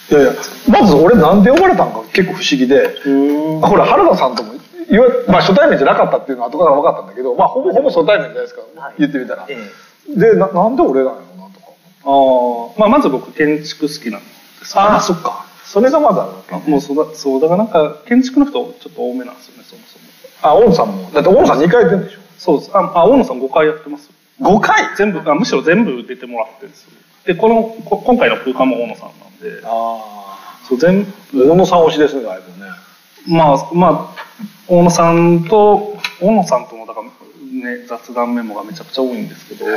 いやいや、まず俺なんで呼ばれたのか結構不思議で、ほら原田さんともまあ初対面じゃなかったっていうのは後から分かったんだけど、まあほぼほぼ初対面じゃないですか、はい、言ってみたら。でなんで俺なんやろうなとか。 まあまず僕建築好きなんですよね。 そっか。それがまずあるわけ、 もうそうだからなんか建築の人ちょっと多めなんですよね、そもそも。 大野さんもだって大野さん2回やってるんでしょ。 そうです。大野さん5回やってます。 5回？ むしろ全部出てもらってるんですよ。で今回の空間も大野さんなんで。そう全部大野さん推しですね、だいぶね。 まあ大野さんともだからね雑談メモがめちゃくちゃ多いんですけど、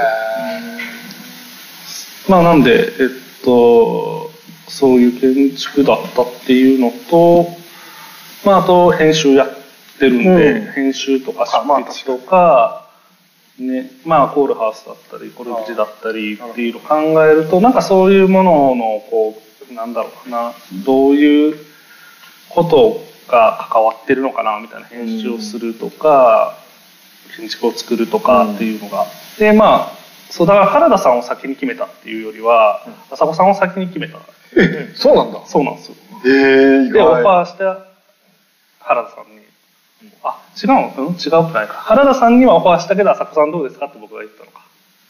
まあなんでそういう建築だったっていうのと、まああと編集やってるんで、編集とか執筆とか。ね、まあコールハウスだったりコルビジだったりっていうのを考えるとなんかそういうもののこうなんだろうなどういうことが関わってるのかなみたいな編集をするとか建築を作るとかっていうのがでまあそうだから原田さんを先に決めたっていうよりは浅子さんを先に決めた。 そうなんだ。 そうなんですよ。 意外。 でオファーして原田さんに違うくないか。原田さんにはオファーしたけど浅子さんどうですかって僕が言ったのか。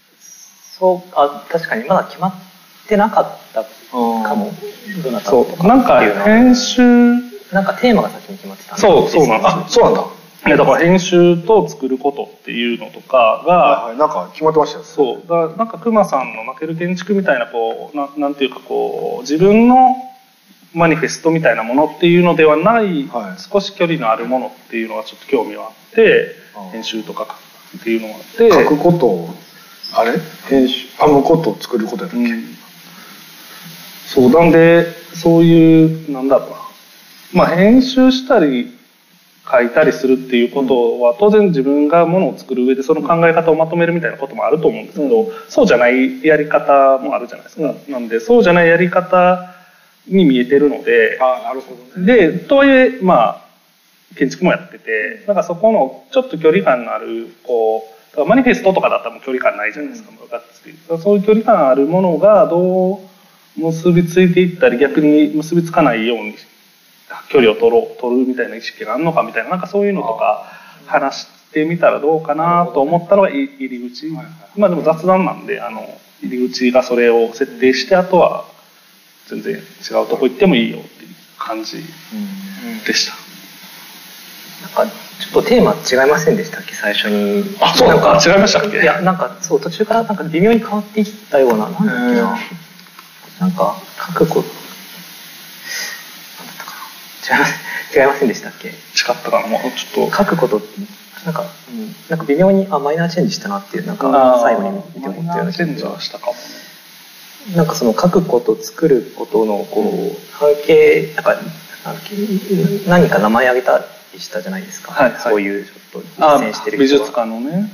確かにまだ決まってなかったかも。どなたとかなんか編集なんかテーマが先に決まってたんですよ。そうなんだ。 そうなんだ。 だから編集と作ることっていうのとかが、 なんか決まってましたよね。 そうだからなんか熊さんの負ける建築みたいなこうなんていうかこう自分のマニフェストみたいなものっていうのではない、少し距離のあるものっていうのがちょっと興味はあって編集とかっていうのがあって書くことを編集編むことを作ることやったっけ、 そうなんでそういうなんだろうなまあ編集したり書いたりするっていうことは当然自分がものを作る上でその考え方をまとめるみたいなこともあると思うんですけど、そうじゃないやり方もあるじゃないですか、なんでそうじゃないやり方に見えてるので、 なるほどね。 でとはいえまあ建築もやっててなんかそこのちょっと距離感のあるこうマニフェストとかだったらもう距離感ないじゃないですか、そういう距離感あるものがどう結びついていったり逆に結びつかないように距離を取るみたいな意識があるのかみたいななんかそういうのとか話してみたらどうかなと思ったのが入り口、まあでも雑談なんで入り口がそれを設定してあとは全然違うとこ行ってもいいよっていう感じでした。 なんかちょっとテーマ違いませんでしたっけ最初に。 そうなんか違いましたっけ。 いやなんかそう途中からなんか微妙に変わっていったようななんだっけな、なんか書くことなんだったかな違いませんでしたっけ。 違ったかなもうちょっと書くことなんか微妙にマイナーチェンジしたなっていうなんか最後に見て思ったようなチェンジはしたかも。 なんかその書くこと作ることのこう関係なんか何か名前挙げたりしたじゃないですか、そういうちょっと実践してる美術館のね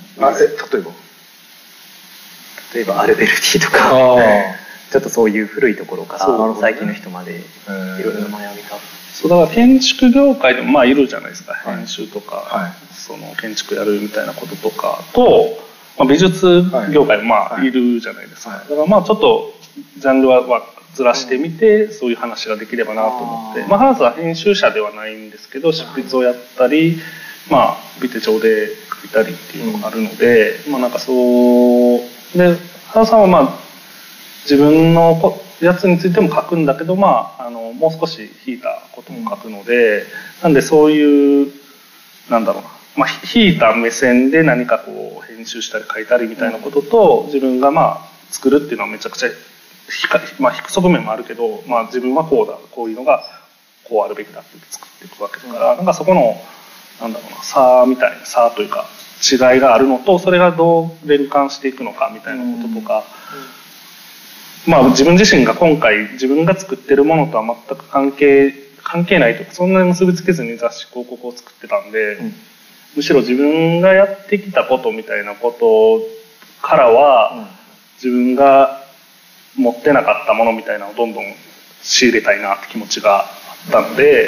例えばアルベルティとかちょっとそういう古いところから最近の人までいろいろ名前挙げた。 そうだから建築業界でもまあいるじゃないですか、編集とか、その建築やるみたいなこととかと、まあ、美術業界もまあいるじゃないですか、だからまあちょっとジャンルはずらしてみてそういう話ができればなと思って、まあ原田は編集者ではないんですけど執筆をやったり、まあビテ帳で書いたりっていうのがあるので、まあなんかそうで原田さんはまあ自分のやつについても書くんだけど、まあもう少し引いたことも書くので、なんでそういうなんだろうな、まあ引いた目線で何かこう編集したり書いたりみたいなことと、自分がまあ作るっていうのはめちゃくちゃまあ引く側面もあるけど、まあ自分はこうだこういうのがこうあるべきだって作っていくわけだから、なんかそこのなんだろうな差みたいな差というか違いがあるのと、それがどう連関していくのかみたいなこととか。まあ自分自身が今回自分が作ってるものとは全く関係ないというか、そんなに結びつけずに雑誌広告を作ってたんで、むしろ自分がやってきたことみたいなことからは、自分が持ってなかったものみたいなのをどんどん仕入れたいなって気持ちがあったので、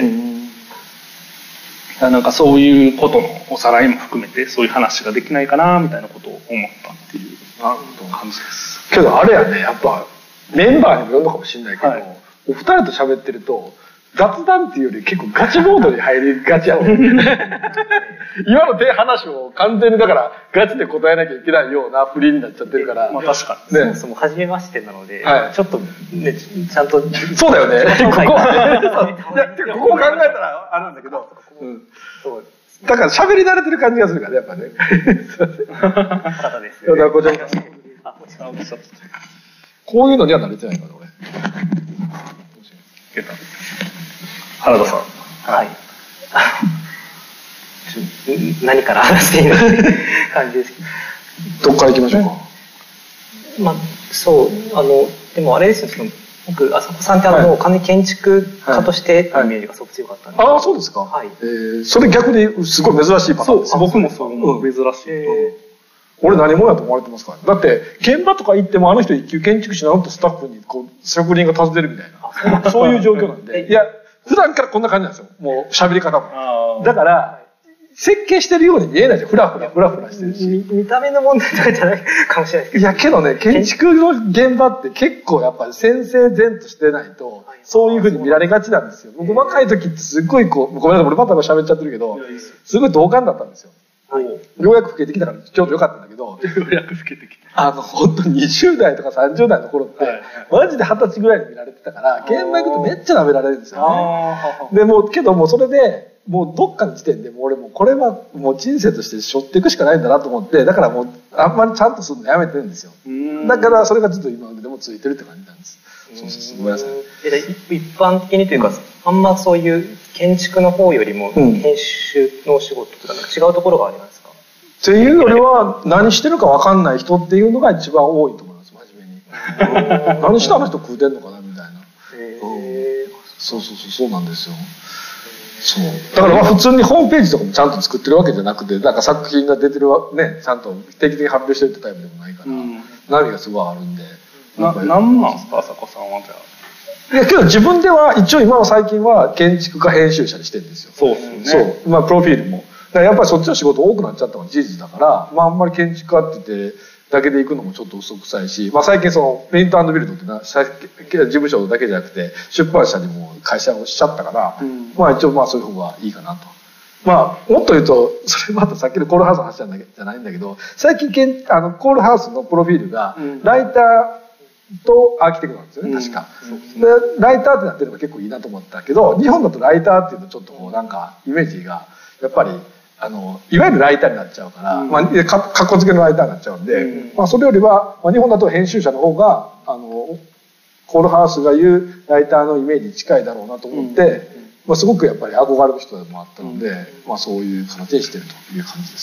なんかそういうことのおさらいも含めてそういう話ができないかなみたいなことを思ったっていう感じです。 けどあれやね、やっぱメンバーにもよるのかもしれないけど、 お二人と喋ってると雑談っていうより結構ガチモードに入りがちやね今の話を完全にだからガチで答えなきゃいけないような振りになっちゃってるから、 まあ確かに、 ね、そもそも初めましてなので、ちょっとねちゃんとそうだよねここ考えたらあるんだけど、そうだから喋り慣れてる感じがするからねやっぱねただですよ、 こういうのには慣れてないから俺原田さん、 はい何から話していいのって感じですけど。どっから行きましょうか。 まあそうでもあれですよ、僕浅子さんって完全に建築家としてのイメージがすごく強かったんで。 ああそうですか。はい。それ逆にすごい珍しいパターンです。 僕もそう珍しい。 俺何者やと思われてますから。だって現場とか行ってもあの人一級建築士なのとスタッフにこう職人が尋ねるみたいなそういう状況なんで、いや普段からこんな感じなんですよ。もう喋り方も。だから設計してるように見えないじゃん。フラフラしてるし。 見た目の問題とかじゃないかもしれないですけど。 いやけどね、建築の現場って結構やっぱり先生前としてないとそういう風に見られがちなんですよ。僕若い時ってすっごいこうごめんなさい俺バタバタ喋っちゃってるけど、すごい同感だったんですよ。ようやく老けてきたからちょうどよかったんだけど、 ようやく老けてきた。本当に20代とか30代の頃ってマジで20歳ぐらいに見られてたから現場行くとめっちゃ舐められるんですよね。でもうけどもうそれでもうどっかの時点でもう俺もこれはもう人生として背負っていくしかないんだなと思って、だからもうあんまりちゃんとするのやめてるんですよ。だからそれがずっと今までもついてるって感じなんです。ごめんなさい。 一般的にというかあんまそういう建築の方よりも編集のお仕事とか違うところがありますか？ っていうよりは何してるか分かんない人っていうのが一番多いと思います。真面目に何してあの人食うてんのかなみたいな。そうなんですよ。そうだから普通にホームページとかもちゃんと作ってるわけじゃなくて、なんか作品が出てるねちゃんと定期的に発表してるってタイプでもないから、波がすごいあるんで。 何なんですか浅子さんはじゃあ。 いやけど自分では一応今は最近は建築家編集者にしてるんですよ。 そうですね。 そうプロフィールもだからやっぱりそっちの仕事多くなっちゃったのは事実だから、あんまり建築家って言ってだけで行くのもちょっと嘘くさいし、最近そのペイント&ビルドって事務所だけじゃなくて出版社にも会社をしちゃったから、一応そういう方がいいかなと。もっと言うとそれまたさっきのコールハウスの話じゃないんだけど、最近コールハウスのプロフィールがライターとアーキテクトなんですよね、確か。でライターってなってるのが結構いいなと思ったけど、日本だとライターっていうとちょっとこうなんかイメージがやっぱりいわゆるライターになっちゃうから、かっこつけのライターになっちゃうんで、それよりは、日本だと編集者の方がコールハウスが言うライターのイメージに近いだろうなと思って、すごくやっぱり憧れる人でもあったので、そういう形にしてるという感じです。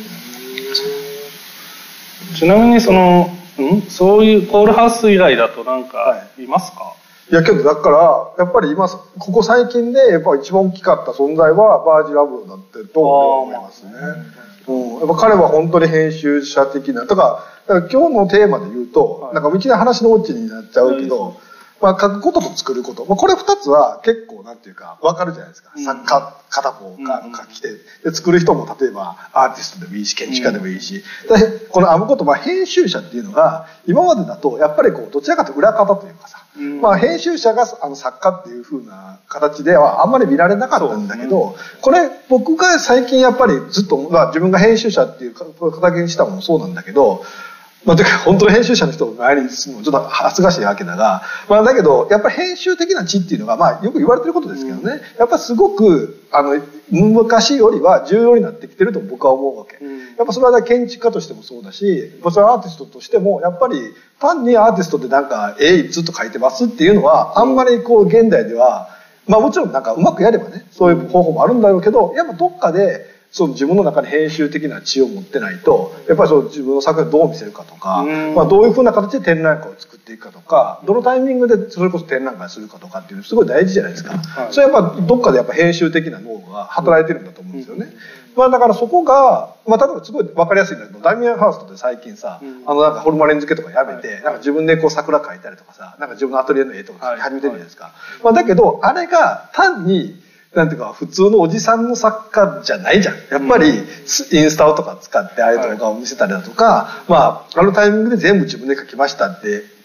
ちなみにそういうコールハウス以外だとなんかいますか？ いやけどだからやっぱり今ここ最近でやっぱ一番大きかった存在はバージ・ラブロだってると思いますね。やっぱ彼は本当に編集者的なだから今日のテーマで言うと、なんか道の話のオチになっちゃうけど、書くことと作ること、これ2つは結構なんていうか分かるじゃないですか。作家片方が書き手で作る人も例えばアーティストでもいいし建築家でもいいし、でこの編むこと編集者っていうのが今までだとやっぱりこうどちらかというと裏方というかさ、編集者が作家っていう風な形ではあんまり見られなかったんだけど、これ僕が最近やっぱりずっと、自分が編集者っていう形にしたのもそうなんだけど、てか本当の編集者の人を前にするのもちょっと恥ずかしいわけだが、だけどやっぱり編集的な知っていうのがよく言われてることですけどね、やっぱすごく昔よりは重要になってきてると僕は思うわけ。やっぱそれは建築家としてもそうだし、それはアーティストとしてもやっぱり単にアーティストでなんかずっと描いてますっていうのはあんまり現代ではもちろんなんかうまくやればねそういう方法もあるんだろうけど、やっぱどっかで自分の中に編集的な知を持ってないとやっぱり自分の作品をどう見せるかとか、どういうふうな形で展覧会を作っていくかとか、どのタイミングでそれこそ展覧会するかとかっていうのすごい大事じゃないですか。それはやっぱどっかでやっぱ編集的な脳が働いてるんだと思うんですよね。だからそこが例えばすごい分かりやすいんだけど、ダミアン・ハーストって最近さなんかホルマリン漬けとかやめて、なんか自分で桜描いたりとかさ、なんか自分のアトリエの絵とか始めてるじゃないですか。だけどあれが単になんていうか普通のおじさんの作家じゃないじゃん。やっぱりインスタとか使ってああいう動画を見せたりだとか、あのタイミングで全部自分で描きましたって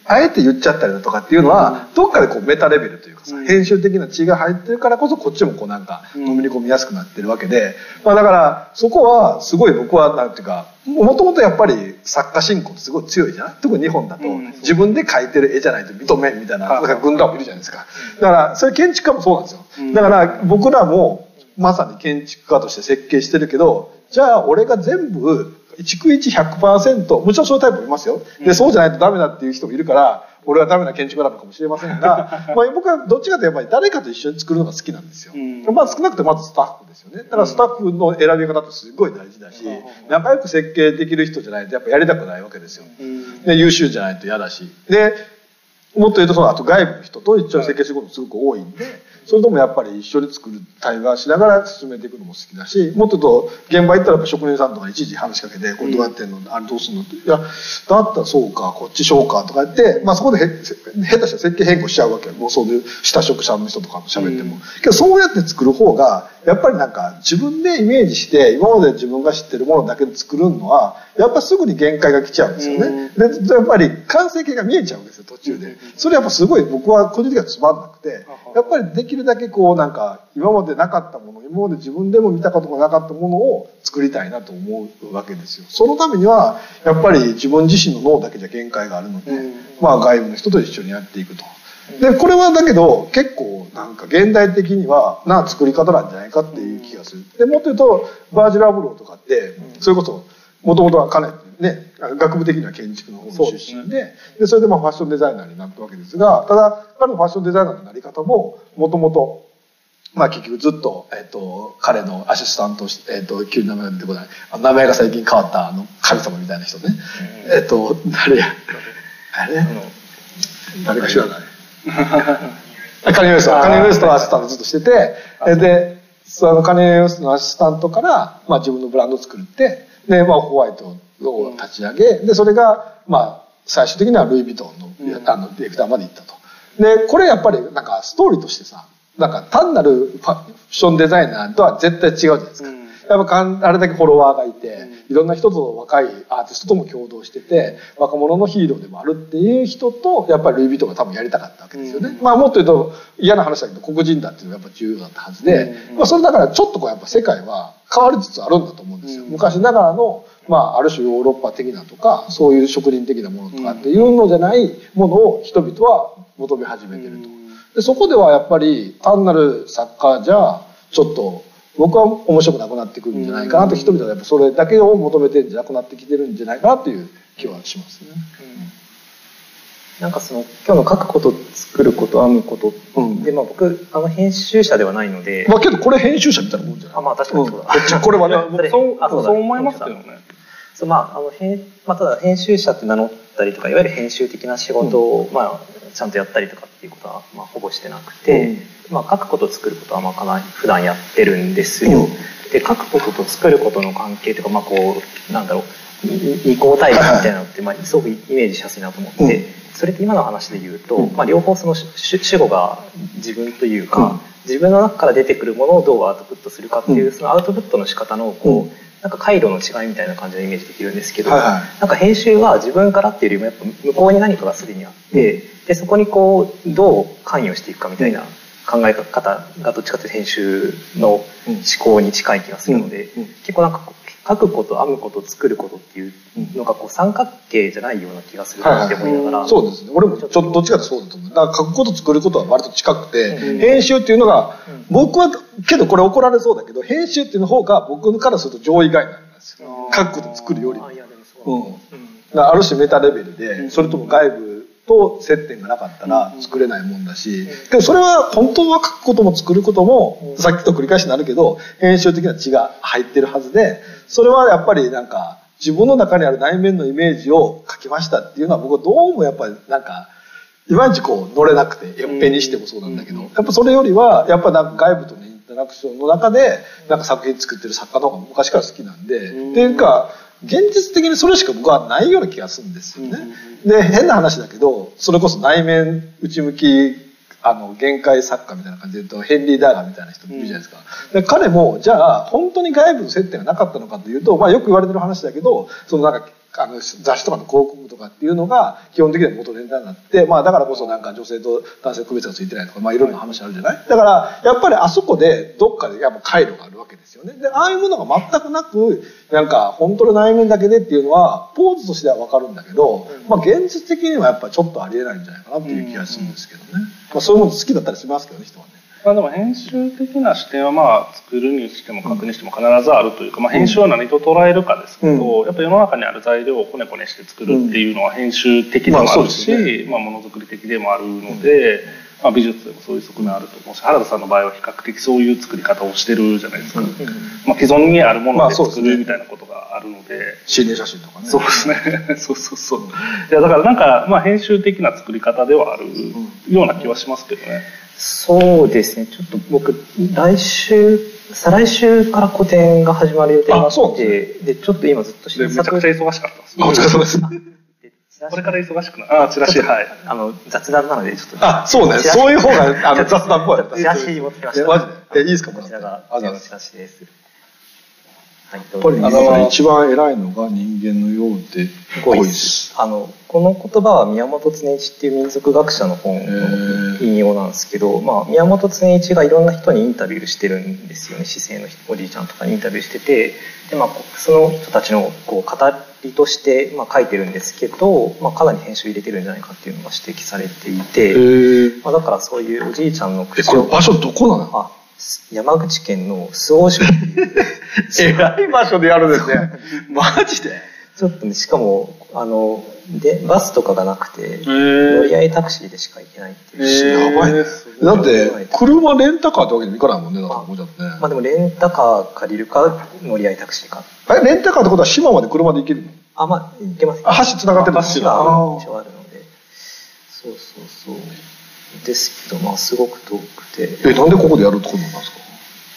あえて言っちゃったりだとかっていうのは、どっかでこうメタレベルというかさ、編集的な血が入ってるからこそこっちもこうなんかのめり込みやすくなってるわけで、まあだからそこはすごい僕はなんていうか、もともとやっぱり作家信仰ってすごい強いじゃん。特に日本だと自分で描いてる絵じゃないと認めんみたいな軍団もいるじゃないですか。だからそれ建築家もそうなんですよ。だから僕らもまさに建築家として設計してるけど、じゃあ俺が全部逐一 100%、もちろんそういうタイプもいますよ。で、そうじゃないとダメだっていう人もいるから、俺はダメな建築家なのかもしれませんが、まあ僕はどっちかというとやっぱり誰かと一緒に作るのが好きなんですよ。まあ少なくともまずスタッフですよね。だからスタッフの選び方ってすごい大事だし、仲良く設計できる人じゃないとやっぱやりたくないわけですよ。で、優秀じゃないと嫌だし。で、もっと言うとあと外部の人と一緒に設計することすごく多いんで、それともやっぱり一緒に作る対話しながら進めていくのも好きだし、もっと言うと現場行ったらやっぱ職人さんとか一時話しかけて、これどうやってんの、あれどうすんのって、いや、だったらそうか、こっちしようかとか言って、まあそこで下手したら設計変更しちゃうわけよ。もうそういう下職者の人とかと喋っても。けどそうやって作る方が、やっぱりなんか自分でイメージして、今まで自分が知ってるものだけで作るのは、やっぱすぐに限界が来ちゃうんですよね。で、やっぱり完成形が見えちゃうんですよ、途中で。それやっぱすごい僕は個人的にはつまんなくて、やっぱりできるだけこうなんか今までなかったもの、今まで自分でも見たことがなかったものを作りたいなと思うわけですよ。そのためにはやっぱり自分自身の脳だけじゃ限界があるので、まあ外部の人と一緒にやっていくと。で、これはだけど結構なんか現代的にはな作り方なんじゃないかっていう気がする。で、もっと言うとバージル・アブローとかって、それこそもともとは彼ね、学部的には建築の方の出身で、それでまあファッションデザイナーになったわけですが、ただ彼のファッションデザイナーのなり方ももともとまあ結局ずっと、彼のアシスタントして、急に名前が出てこない、名前が最近変わった神様みたいな人ね。誰やあれ誰か知らないカニエ・ウエスト。カニエ・ウエストのアシスタントずっとしてて、で、そのカニエ・ウエストのアシスタントから、まあ自分のブランドを作って、で、まあホワイトを立ち上げ、で、それが、まあ最終的にはルイ・ヴィトンのディレクターまで行ったと。で、これやっぱりなんかストーリーとしてさ、なんか単なるファッションデザイナーとは絶対違うじゃないですか。やっぱあれだけフォロワーがいて、いろんな人と若いアーティストとも共同してて、若者のヒーローでもあるっていう人と、やっぱりルイ・ヴィトンが多分やりたかったわけですよね。まあもっと言うと嫌な話だけど黒人だっていうのがやっぱ重要だったはずで、まあそれだからちょっとこうやっぱ世界は変わりつつあるんだと思うんですよ。昔ながらの、まあある種ヨーロッパ的なとか、そういう職人的なものとかっていうのじゃないものを人々は求め始めてると。でそこではやっぱり単なる作家じゃちょっと僕は面白くなくなってくるんじゃないかなと、人々はやっぱそれだけを求めてるんじゃなくなってきてるんじゃないかなという気はしますね。 なんかその今日の書くこと作ること編むこと、でまあ僕編集者ではないので、 まあけどこれ編集者みたいなもんじゃない。 まあ確かにそうだ。 これはねそう思いますけどね。 そうまあただ編集者って名乗ったりとかいわゆる編集的な仕事をまあちゃんとやったりとかっていうことはまあほぼしてなくて、まあ書くこと作ることはまあかなり普段やってるんですよ。で書くことと作ることの関係というかまあこうなんだろう二項対立みたいなのってまあすごくイメージしやすいなと思って、それって今の話で言うと、まあ両方その主語が自分というか、自分の中から出てくるものをどうアウトプットするかっていうそのアウトプットの仕方のこうなんか回路の違いみたいな感じのイメージできるんですけど、なんか編集は自分からっていうよりもやっぱ向こうに何かがすでにあって、でそこにこうどう関与していくかみたいな考え方がどっちかというと編集の思考に近い気がするので、結構なんか書くこと編むこと作ることっていうのがこう三角形じゃないような気がするなって思いながら、 そうですね。俺もちょっとどっちかとそうだと思う。だから書くこと作ることは割と近くて、編集っていうのが僕はけどこれ怒られそうだけど、編集っていうの方が僕からすると上位概念なんですよ。書くこと作るよりも。ある種メタレベルで、それとも外部と接点がなかったら作れないもんだし、でもそれは本当は書くことも作ることもさっきと繰り返しになるけど編集的な血が入ってるはずで、それはやっぱりなんか自分の中にある内面のイメージを書きましたっていうのは僕はどうもやっぱりなんかいまいちこう乗れなくて、絵にしてもそうなんだけど、やっぱそれよりはやっぱなんか外部とのインタラクションの中でなんか作品作ってる作家の方が昔から好きなんで、っていうか現実的にそれしか僕はないような気がするんですよね。で変な話だけど、それこそ内面内向き限界作家みたいな感じで言うとヘンリー・ダーガーみたいな人いるじゃないですか。で彼もじゃあ本当に外部の接点がなかったのかというと、まあよく言われてる話だけど、そのなんか雑誌とかの広告とかっていうのが基本的には元ネタになって、まあ、だからこそなんか女性と男性の区別がついてないとか、まあ、いろんな話あるじゃない。だからやっぱりあそこでどっかでやっぱ回路があるわけですよね。でああいうものが全くなくなんか本当の内面だけでっていうのはポーズとしては分かるんだけど、まあ、現実的にはやっぱちょっとありえないんじゃないかなっていう気がするんですけどね。まあ、そういうもの好きだったりしますけどね、人はね。 まあでも編集的な視点はまあ作るにしても書くにしても必ずあるというか、まあ、編集は何と捉えるかですけど、やっぱ世の中にある材料をこねこねして作るっていうのは編集的でもあるし、まあものづくり的でもあるので、まあ、美術でもそういう側面あると思うし、原田さんの場合は比較的そういう作り方をしてるじゃないですか。まあ既存にあるもので作るみたいなことがあるので、 心霊写真とかね。 そうですね。そうそうそう。いやだからなんかまあ編集的な作り方ではあるような気はしますけどね。 そうですね。ちょっと僕再来週から個展が始まる予定があって、でちょっと今ずっとめちゃくちゃ忙しかったです。 お疲れ様です。 これから忙しくなる。チラシ、はい。 雑談なのでちょっと。 そうね。そういう方が雑談っぽい。 チラシ持ってきました。 マジで。いいですか。 こちらがチラシです。 やっぱり一番偉いのが人間のようでゴイス。 この言葉は宮本常一っていう民族学者の本の引用なんですけど、まあ、宮本常一がいろんな人にインタビューしてるんですよね。市政のおじいちゃんとかにインタビューしてて、で、まあ、その人たちのこう語りとして、まあ、書いてるんですけど、まあ、かなり編集入れてるんじゃないかっていうのが指摘されていて、まあ、だからそういうおじいちゃんの口を。 これ場所どこなの？ 山口県の周防市。 えらい場所でやるんですね。マジで？ ちょっとね、しかもでバスとかがなくて乗り合いタクシーでしか行けないっていう。 やばいね。だって車レンタカーってわけにもいかないもんね。だからもうちょっとね。 まあでもレンタカー借りるか乗り合いタクシーか。 レンタカーってことは島まで車で行けるの？ まあ行けます。 橋つながってるんですよ。橋があるので。そうですけど、まあすごく遠くて。 なんでここでやるってことなんですか？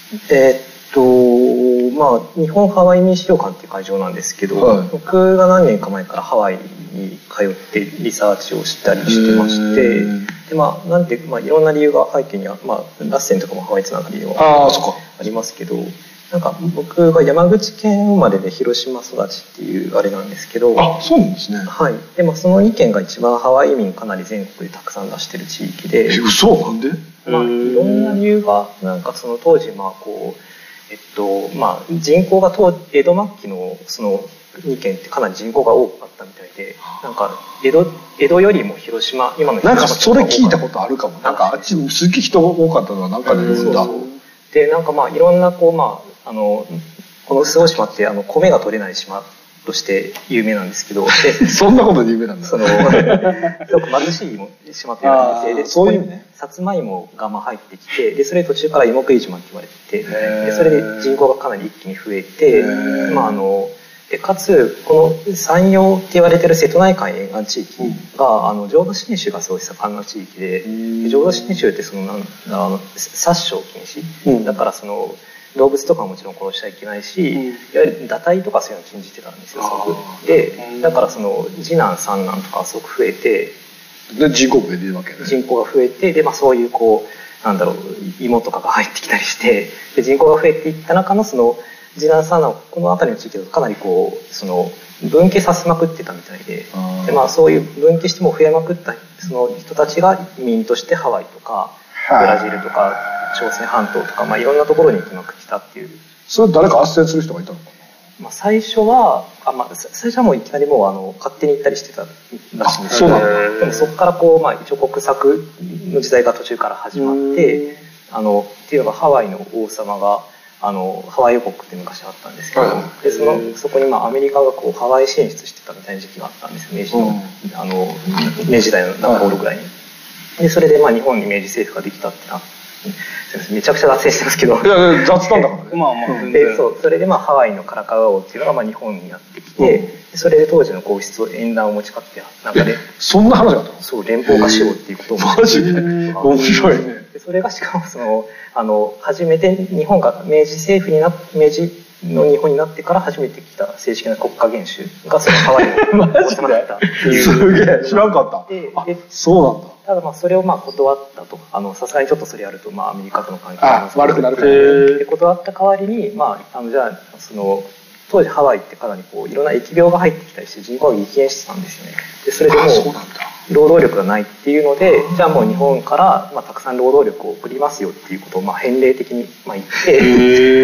まあ日本ハワイ民資料館っていう会場なんですけど、僕が何年か前からハワイに通ってリサーチをしたりしてまして、でまあなんでまあいろんな理由が背景にはまあラッセンとかもハワイつながりはありますけど、なんか僕が山口県生まれで広島育ちっていうあれなんですけど、 そうなんですね。 はい。でもその2県が一番ハワイ移民かなり全国でたくさん出してる地域で、 嘘なんで？ まあいろんな理由がなんかその当時まあこうまあ人口が江戸末期のその2県ってかなり人口が多かったみたいで、なんか江戸よりも広島今の広島なんかそれ聞いたことあるかも。なんかあっちにすげえ人多かったのはなんかで読んだ。 でなんかまあいろんなこうまあこの周防島って米が取れない島として有名なんですけど、 そんなことで有名なんだ。 すごく貧しい島と言われてて、でそういうね、さつまいもがまあ入ってきて、でそれ途中から芋食い島って言われてて、でそれで人口がかなり一気に増えて、まあでかつこの山陽って言われてる瀬戸内海沿岸地域が浄土真宗がすごい盛んな地域で、浄土真宗って殺生禁止、だからその動物とかももちろん殺しちゃいけないし、いわゆる堕胎とかそういうのを禁じてたんですよ、すごく。でだからその次男三男とかすごく増えて、 で人口が増えてるわけね。 人口が増えて、でまあそういうこうなんだろう芋とかが入ってきたりして、で人口が増えていった中のその次男三男この辺りの地域だとかなりこうその分岐させまくってたみたいで、でまあそういう分岐しても増えまくったその人たちが移民としてハワイとかブラジルとか朝鮮半島とか、まあ、いろんなところに行きまくってたっていう。 それ誰か斡旋する人がいたのかな？ まあ、最初は最初はもういきなりもう勝手に行ったりしてたらしいんですけど、でもそこからこう、まあ、一応国策の時代が途中から始まってっていうのがハワイの王様がハワイ王国って昔あったんですけど、でそこにまあアメリカがこうハワイ進出してたみたいな時期があったんですよ、明治代の中頃ぐらいに。でそれでまあ日本に明治政府ができたってなって。めちゃくちゃ脱線してますけど、 いや雑談だからね。でそれでまあハワイのカラカウア王っていうのがまあ日本にやってきて、それで当時の皇室を縁談を持ちかけてなんかでそんな話があったの？ そう連邦化しようっていうことをマジで面白いね。 それがしかも初めて日本が明治政府に明治の日本になってから初めて来た正式な国家元首がそのハワイの王様だったっていう。 すげえ知らんかった。そうなんだ。 ただまあそれをまあ断ったと、さすがにちょっとそれやるとまあアメリカとの関係が悪くなるからで断った代わりにまあじゃあその当時ハワイってかなりこういろんな疫病が入ってきたりして人口が激減してたんですよね。でそれでもう労働力がないっていうので、じゃあもう日本からたくさん労働力を送りますよっていうことを返礼的に言って、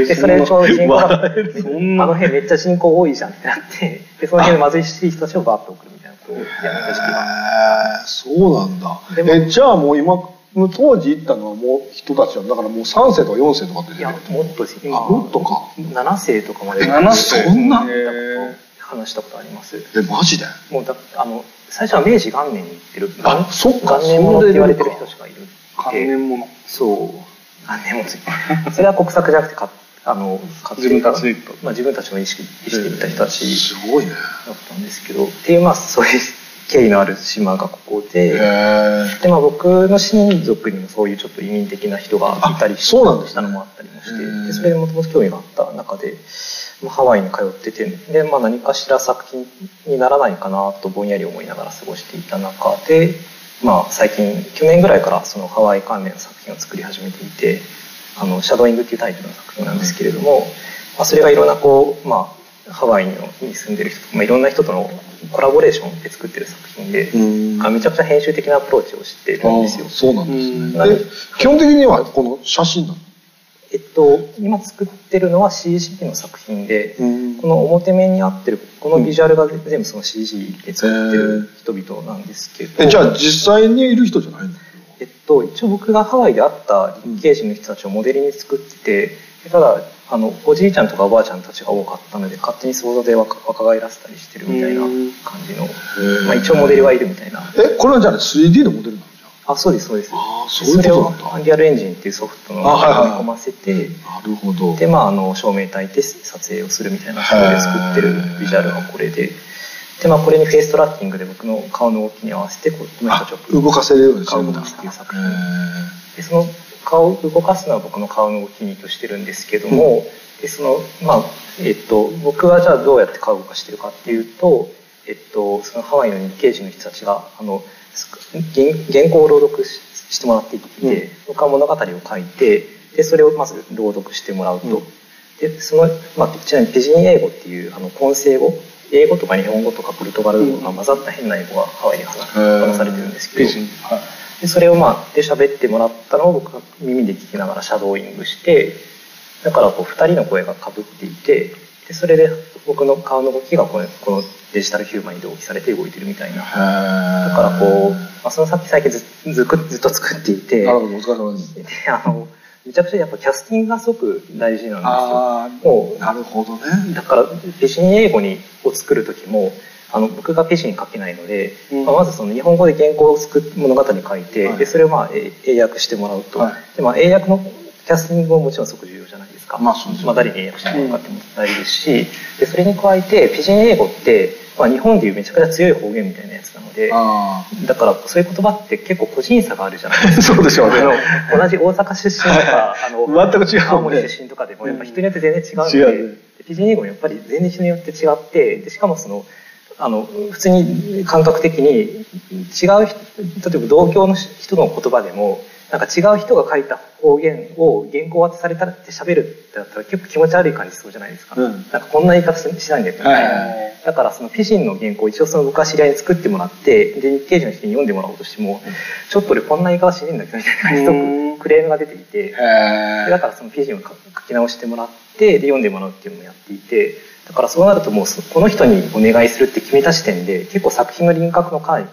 でそれでちょうど人口があの辺めっちゃ人口多いじゃんってなって、でその辺で貧しい人たちをバーッと送るみたいなことをやった時期が。 そうなんだ。じゃあもう今当時行ったのはもう人たちはだからもう3世とか4世とかって出てる。 いやもっとです。 もっとか。 7世とかまで。 7世そんな話したことあります。 マジで？ もう最初は明治元年に行ってる。 そっか。 元年物って言われてる人しかいる。 元年物。 そう。元年物。それは国策じゃなくて自分たちで自分たちの意識で見た人たちすごいね。 だったんですけど、っていうそういう経緯のある島がここで、で僕の親族にもそういうちょっと移民的な人がいたりしたのもあったりもして、でそれでもともと興味があった中でハワイに通ってて、で何かしら作品にならないかなとぼんやり思いながら過ごしていた中で、最近去年ぐらいからそのハワイ関連の作品を作り始めていて、シャドーイングっていうタイトルの作品なんですけれども、それがいろんなハワイに住んでる人とか、いろんな人とのコラボレーションで作ってる作品で、めちゃくちゃ編集的なアプローチをしてるんですよ。 そうなんですね。基本的にはこの写真なの？ 今作ってるのは CG の作品で、この表面に合ってるこのビジュアルが全部その CG で作ってる人々なんですけど、 じゃあ実際にいる人じゃないの？ 一応僕がハワイで会った日系人の人たちをモデルに作ってて、ただおじいちゃんとかおばあちゃんたちが多かったので勝手に想像で若返らせたりしてるみたいな感じの、一応モデルはいるみたいな。 これはじゃあ 3D のモデルなの？ そうですそうです。 それをアンリアルエンジンっていうソフトの中に込ませて、 なるほど。 で照明焚いて撮影をするみたいな仕様で作ってるビジュアルがこれで。でこれにフェイストラッキングで僕の顔の動きに合わせてこの人たちを動かせるように顔を動かすっていう作品で、その顔を動かすのは僕の顔の動きにとしてるんですけども、で僕はじゃあどうやって顔を動かしてるかっていうと、そのハワイの日系人の人たちが原稿を朗読してもらっていて、僕は物語を書いて、でそれをまず朗読してもらうと、でちなみにピジン英語っていう混声語、英語とか日本語とかポルトガル語が混ざった変な英語がハワイで話されてるんですけど、でそれをで喋ってもらったのを僕が耳で聞きながらシャドーイングして、だから2人の声がかぶっていて、でそれで僕の顔の動きがこのデジタルヒューマンに同期されて動いてるみたいな。だからその先最近ずっと作っていて、 なるほど、お疲れ様です。 めちゃくちゃやっぱキャスティングがすごく大事なんですよ。 なるほどね。 だからペジン英語を作る時も僕がペジン書けないので、まずその日本語で原稿を物語に書いて、でそれを英訳してもらうと、で英訳のキャスティングももちろんすごく重要じゃないですか。誰に英訳してもらうかっても大事ですし、でそれに加えてペジン英語って日本でいうめちゃくちゃ強い方言みたいなやつなので、だからそういう言葉って結構個人差があるじゃないですか。 そうでしょうね。 同じ大阪出身とか全く違う青森出身とかでもやっぱ人によって全然違うので、ペジン英語もやっぱり全然人によって違って、でしかも普通に感覚的に違う例えば同郷の人の言葉でも違う人が書いた方言を原稿渡されたって喋るってなったら結構気持ち悪い感じそうじゃないですか。こんな言い方しないんだよみたいな。だからそのペジンの原稿を一応僕は知り合いに作ってもらって、で日系人の人に読んでもらおうとしても、ちょっと俺こんな言い方しねえんだけどみたいな感じでクレームが出ていて、だからそのペジンを書き直してもらってで読んでもらうっていうのをやっていて、だからそうなるともうこの人にお願いするって決めた時点で結構作品の輪郭のかなり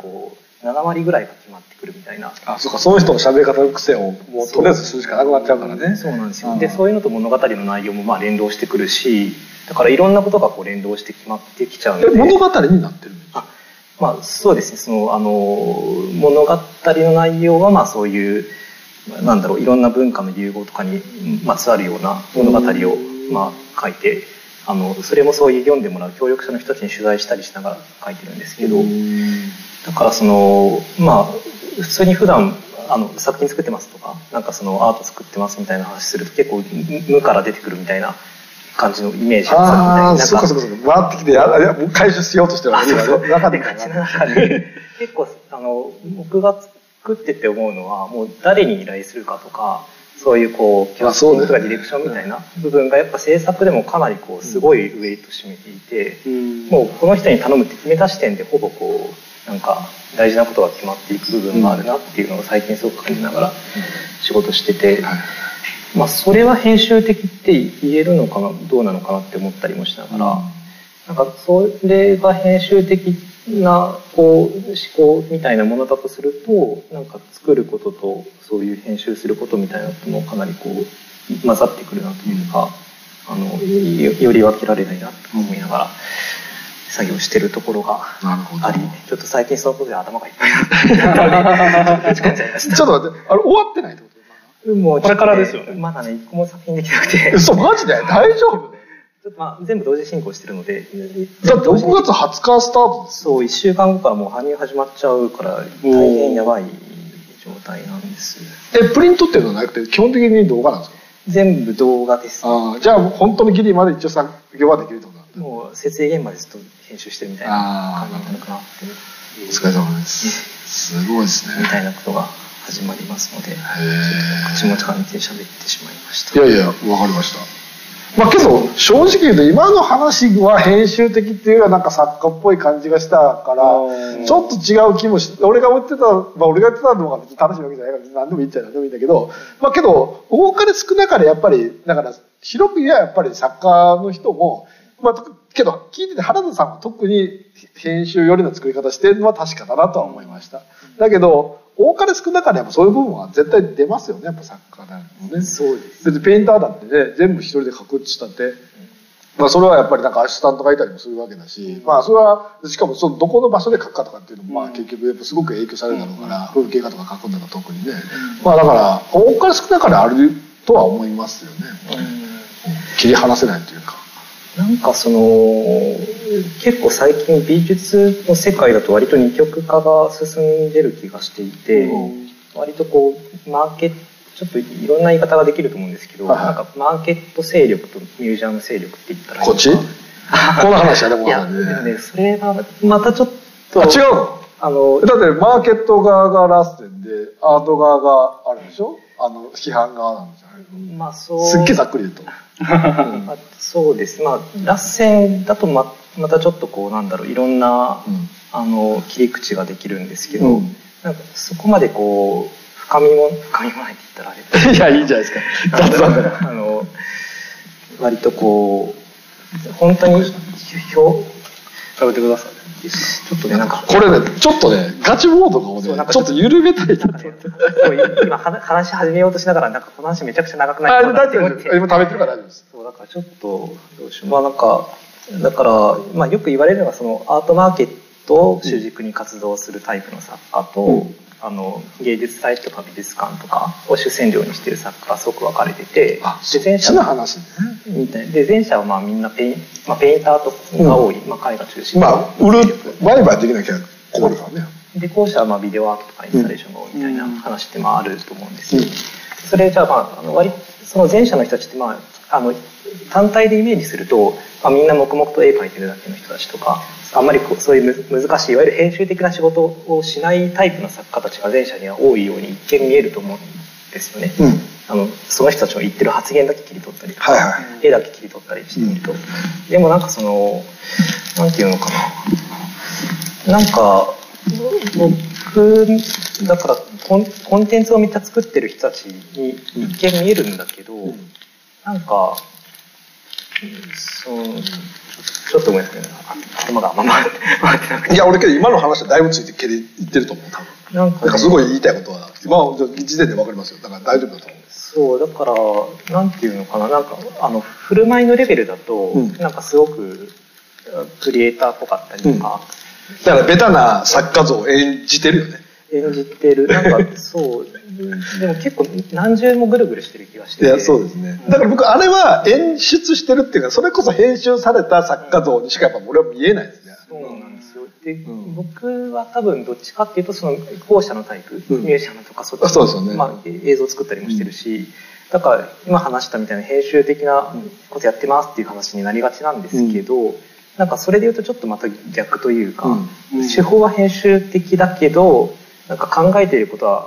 7割ぐらいが決まってくるみたいな。 そうか、その人の喋り方の癖をもうとりあえずするしかなくなっちゃうからね。 そうなんですよ。でそういうのと物語の内容も連動してくるし、だからいろんなことが連動して決まってきちゃうので。 物語になってるんですか？ そうですね。物語の内容はそういういろんな文化の融合とかにまつわるような物語を書いて、それもそういう読んでもらう協力者の人たちに取材したりしながら書いてるんですけど、だから普通に普段作品作ってますとかアート作ってますみたいな話すると結構無から出てくるみたいな感じのイメージがそうか回ってきて回収しようとしてるわけですよ。中で結構僕が作ってて思うのは、もう誰に依頼するかとかそういうこうキャスティングとかディレクションみたいな部分がやっぱ制作でもかなりこうすごいウェイト占めていて、もうこの人に頼むって決めた時点でほぼこうなんか大事なことが決まっていく部分があるなっていうのを最近すごく感じながら仕事してて、まあそれは編集的って言えるのかなどうなのかなって思ったりもしながら、なんかそれが編集的なこう思考みたいなものだとすると、なんか作ることとそういう編集することみたいなのもかなりこう混ざってくるなというか、より分けられないなと思いながら作業してるところがあり、ちょっと最近そのことで頭がいっぱいになって落ち込んじゃいました。 ちょっと待って、あれ終わってないってこと？ もうこれからですよね。 まだね一個も作品できなくて。 嘘マジで大丈夫？ ちょっとまあ全部同時進行してるので。 だって6月20日スタートです。 そう1週間後からもう搬入始まっちゃうから大変やばい状態なんです。 プリントっていうのはなくて基本的に動画なんですか？ 全部動画です。 じゃあ本当にギリまで一応作業はできるってことなんだ。 もう設営現場でずっと編集してるみたいな感じなのかなって。 お疲れ様です。すごいですね。 みたいなことが始まりますので、口持ち完全に喋ってしまいました。 いやいや、わかりました。まあけど正直言うと今の話は編集的っていうよりはなんか作家っぽい感じがしたからちょっと違う気もして、俺が言ってた、俺が言ってたのが別に楽しいわけじゃないから何でもいいっちゃ何でもいいんだけど、まあけど多かれ少なかれやっぱりだから広く言えばやっぱり作家の人もまあけど聞いてて原田さんは特に編集よりの作り方してるのは確かだなとは思いました。だけど多かれ少なかれやっぱそういう部分は絶対出ますよね、やっぱ作家なのね。 そうです。 別にペインターだってね全部一人で書くって言ったって、まあそれはやっぱりなんかアシスタントがいたりもするわけだし、まあそれはしかもそのどこの場所で書くかとかっていうのもまあ結局やっぱすごく影響されるだろうから、風景画とか書くんだから特にね、まあだから多かれ少なかれあるとは思いますよね。切り離せないというか。 なんかその結構最近美術の世界だと割と二極化が進んでる気がしていて、割とこうマーケットちょっといろんな言い方ができると思うんですけど、なんかマーケット勢力とミュージアム勢力って言ったらいいのか。 こっち？この話はでもいやでもねそれはまたちょっと違うの？だってマーケット側がラステンでアート側があるでしょ？批判側なんじゃないの？ まあそうすっげえざっくり言うと。 そうです。まあラッセンだとまたちょっとこうなんだろういろんな、切り口ができるんですけど、なんかそこまでこう深みもないって言ったらあれ。 いやいいじゃないですか。雑談だから。 割とこう本当に食べてください。 ちょっとねなんかこれねちょっとねガチモードがねちょっと緩めたいなと思って。 今話し始めようとしながらなんかこの話めちゃくちゃ長くないかなって思って。 今食べてるから大丈夫です。 そうだからちょっとどうしよう。まあなんかだからまあよく言われるのがそのアートマーケットを主軸に活動するタイプの作家と、芸術祭とか美術館とかを主戦場にしている作家がすごく分かれてて、 で前者の話ね。 みたいで前者はまあみんなペインターが多い、まあ絵画中心に。まあ売買できなきゃ困るからね。 で後者はまあビデオアートとかインスタレーションが多いみたいな話ってまああると思うんですけど、それじゃあまあその前者の人たちってまあ単体でイメージすると、まあ、みんな黙々と絵描いてるだけの人たちとかあんまりそういう難しいいわゆる編集的な仕事をしないタイプの作家たちが前者には多いように一見見えると思うんですよね。その人たちの言ってる発言だけ切り取ったりとか、絵だけ切り取ったりしてみると、でもなんかそのなんていうのかな、なんか僕だからコンテンツをめっちゃ作ってる人たちに一見見えるんだけど、なんかちょっとごめんなさいね、頭があんま回ってなくて。 いや俺けど今の話はだいぶついていってると思う。多分なんかすごい言いたいことは今時点で分かりますよ。だから大丈夫だと思う。 そうだからなんていうのかな、なんか振る舞いのレベルだと、なんかすごくクリエイターっぽかったりとか、 だからベタな作家像を演じてるよね。 演じてるなんかそうでも結構何重もぐるぐるしてる気がしてて。 いやそうですね。だから僕あれは演出してるっていうかそれこそ編集された作家像にしかやっぱ俺は見えないですね。 そうなんですよ。で、僕は多分どっちかっていうとその後者のタイプ、ミュージアムとかそっちそうですよね。 まあ映像作ったりもしてるし、だから今話したみたいな編集的なことやってますっていう話になりがちなんですけど、なんかそれでいうとちょっとまた逆というか、手法は編集的だけどなんか考えていることは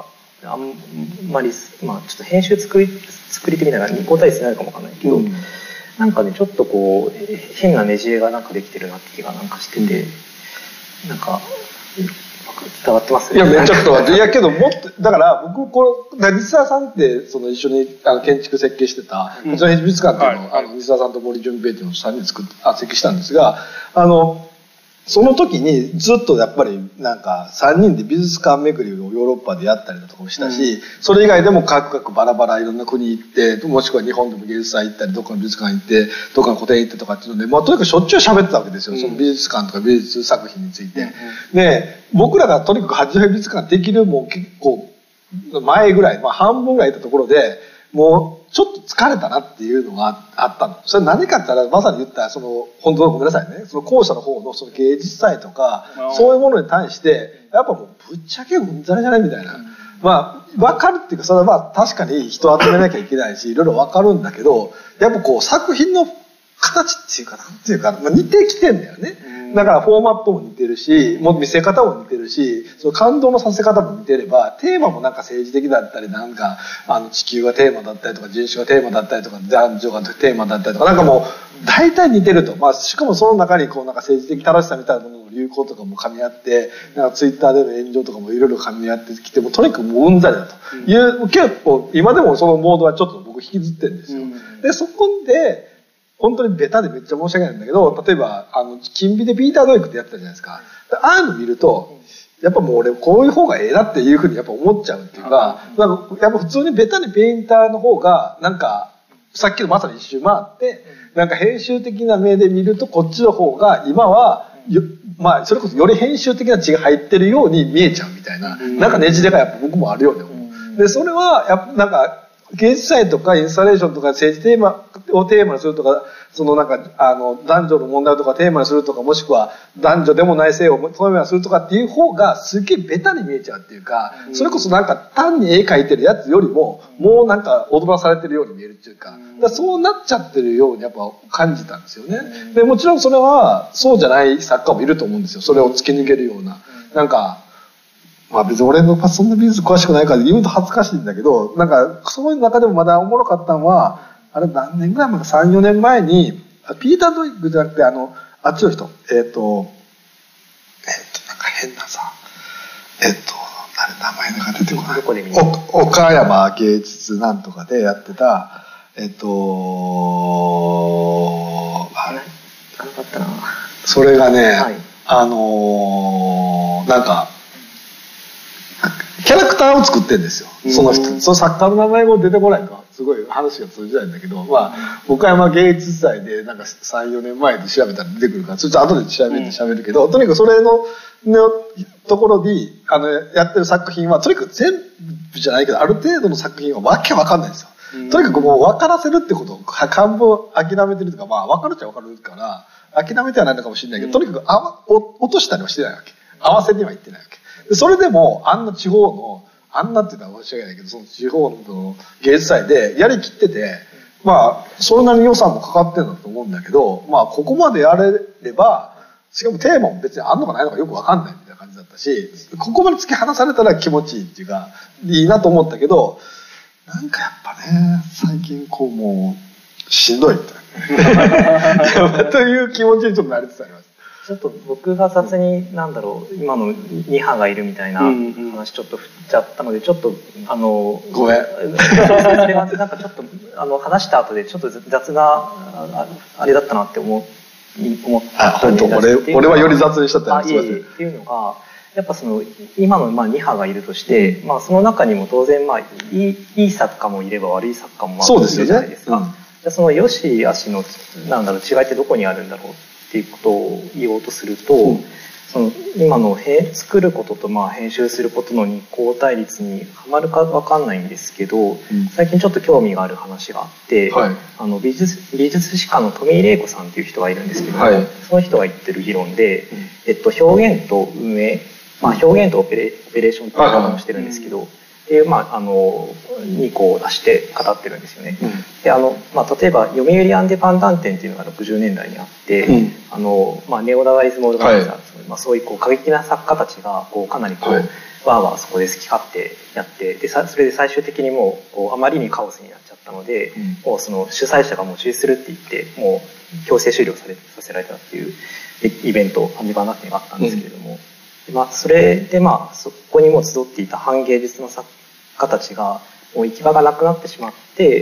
あんまり、まあ、ちょっと編集作り手みたいな二項対立になるかもわかんないけど、なんかねちょっとこう変なねじれがなんかできてるなって気がなんかしてて、なんか伝わってます？ いやめっちゃ伝わって、いやけどもっとだから僕西澤さんってその一緒に建築設計してたこちら美術館っていうのを西澤さんと森純平っていうのを3人設計したんですが、その時にずっとやっぱりなんか3人で美術館巡りをヨーロッパでやったりだとかもしたし、それ以外でも各バラバラいろんな国行って、もしくは日本でも芸術祭行ったり、どっかの美術館行って、どっかの個展行ってとかっていうので、まあとにかくしょっちゅう喋ってたわけですよ、その美術館とか美術作品について。で、僕らがとにかく八戸美術館できるもう結構前ぐらい、まあ半分ぐらいいたところで、もうちょっと疲れたなっていうのがあったの。それ何かって言ったら、まさに言ったその本当ごめんなさいね、その後者の方のその芸術祭とかそういうものに対してやっぱもうぶっちゃけうんざりじゃないみたいな、まあ分かるっていうか、それはまあ確かに人を集めなきゃいけないしいろいろ分かるんだけど、やっぱこう作品の形っていうかなんていうか、まあ、似てきてんだよね。だからフォーマットも似てるし、もう見せ方も似てるし、その感動のさせ方も似てれば、テーマもなんか政治的だったり、なんか地球がテーマだったりとか、人種がテーマだったりとか、男女がテーマだったりとか、なんかもう大体似てると。まあしかもその中にこうなんか政治的正しさみたいなものの流行とかも噛み合って、なんかツイッターでの炎上とかもいろいろ噛み合ってきて、もとにかくもううんざりだという、結構今でもそのモードはちょっと僕引きずってるんですよ。でそこで本当にベタでめっちゃ申し訳ないんだけど、例えば金美でピーター・ドイクってやってたじゃないですか。ああいうの見るとやっぱもう俺こういう方がええなっていうふうにやっぱ思っちゃうっていうか、なんかやっぱ普通にベタにペインターの方がなんかさっきのまさに一周回ってなんか編集的な目で見るとこっちの方が今はまあそれこそより編集的な血が入ってるように見えちゃうみたいな、なんかねじれがやっぱ僕もあるよね。でそれはやっぱなんか芸術祭とかインスタレーションとか政治テーマをテーマにするとか、そのなんか男女の問題とかテーマにするとか、もしくは男女でもない性をテーマにするとかっていう方がすげえベタに見えちゃうっていうか、それこそなんか単に絵描いてるやつよりももうなんか踊らされてるように見えるっていうか、だからそうなっちゃってるようにやっぱ感じたんですよね。でもちろんそれはそうじゃない作家もいると思うんですよ。それを突き抜けるようななんか。まあ別に俺のそんな美術詳しくないから言うと恥ずかしいんだけど、なんかそういう中でもまだおもろかったのは、あれ何年ぐらい前か3、4年前に、ピーター・ドイクじゃなくてあっちの人、なんか変なさ、名前が出てこない。岡山芸術なんとかでやってた、それがね、はい、なんか、キャラクターを作ってんですよ。その人。その作家の名前も出てこないか。すごい話が通じないんだけど、まあ、岡山芸術祭でなんか3、4年前で調べたら出てくるから、ちょっと後で調べて喋るけど、とにかくそれのところに、やってる作品は、とにかく全部じゃないけど、ある程度の作品はわけわかんないんですよ。とにかくもう分からせるってことを半分諦めてるとか、まあ分かるっちゃ分かるから、諦めてはないのかもしれないけど、とにかく落としたりはしてないわけ。合わせにはいってないわけ。それでもあんな地方のあんなって言ったら申し訳ないけど、その地方の芸術祭でやりきってて、まあそれなりに予算もかかってるんだと思うんだけど、まあここまでやれれば、しかもテーマも別にあんのかないのかよく分かんないみたいな感じだったし、ここまで突き放されたら気持ちいいっていうかいいなと思ったけど、なんかやっぱね最近こうもうしんどいみたいなという気持ちにちょっとなりつつあります。 ちょっと僕が雑に今の2派がいるみたいな話ちょっと振っちゃったので、ちょっとごめん。 それはなんかちょっと話した後でちょっと雑なあれだったなって思った本当俺はより雑にしちゃったっていうのが、やっぱその今の2派がいるとして、まあその中にも当然まあいい作家もいれば悪い作家もいるじゃないですか。じゃあその良し悪しの違いってどこにあるんだろうっていうことを言おうとすると、その今の作ることとまあ編集することの二項対立にはまるか分かんないんですけど、最近ちょっと興味がある話があって、美術史家の富井玲子さんっていう人がいるんですけど、その人が言ってる議論で、表現と運営、まあ、表現とオペレーションっていう言い方をしてるんですけど、っていう2個を出して語ってるんですよね。で例えば読売アンデパンダン展っていうのが60年代にあって、ネオダダイズムオーガナイザー、そういう過激な作家たちがかなりわーわーそこで好き勝手やってでそれで最終的にもうあまりにカオスになっちゃったので、もうその主催者がもう中止するって言ってもう強制終了させられたっていうイベントアニバーナっていうのがあったんですけれども、それでそこにもう集っていた反芸術の作家たちがもう行き場がなくなってしまって、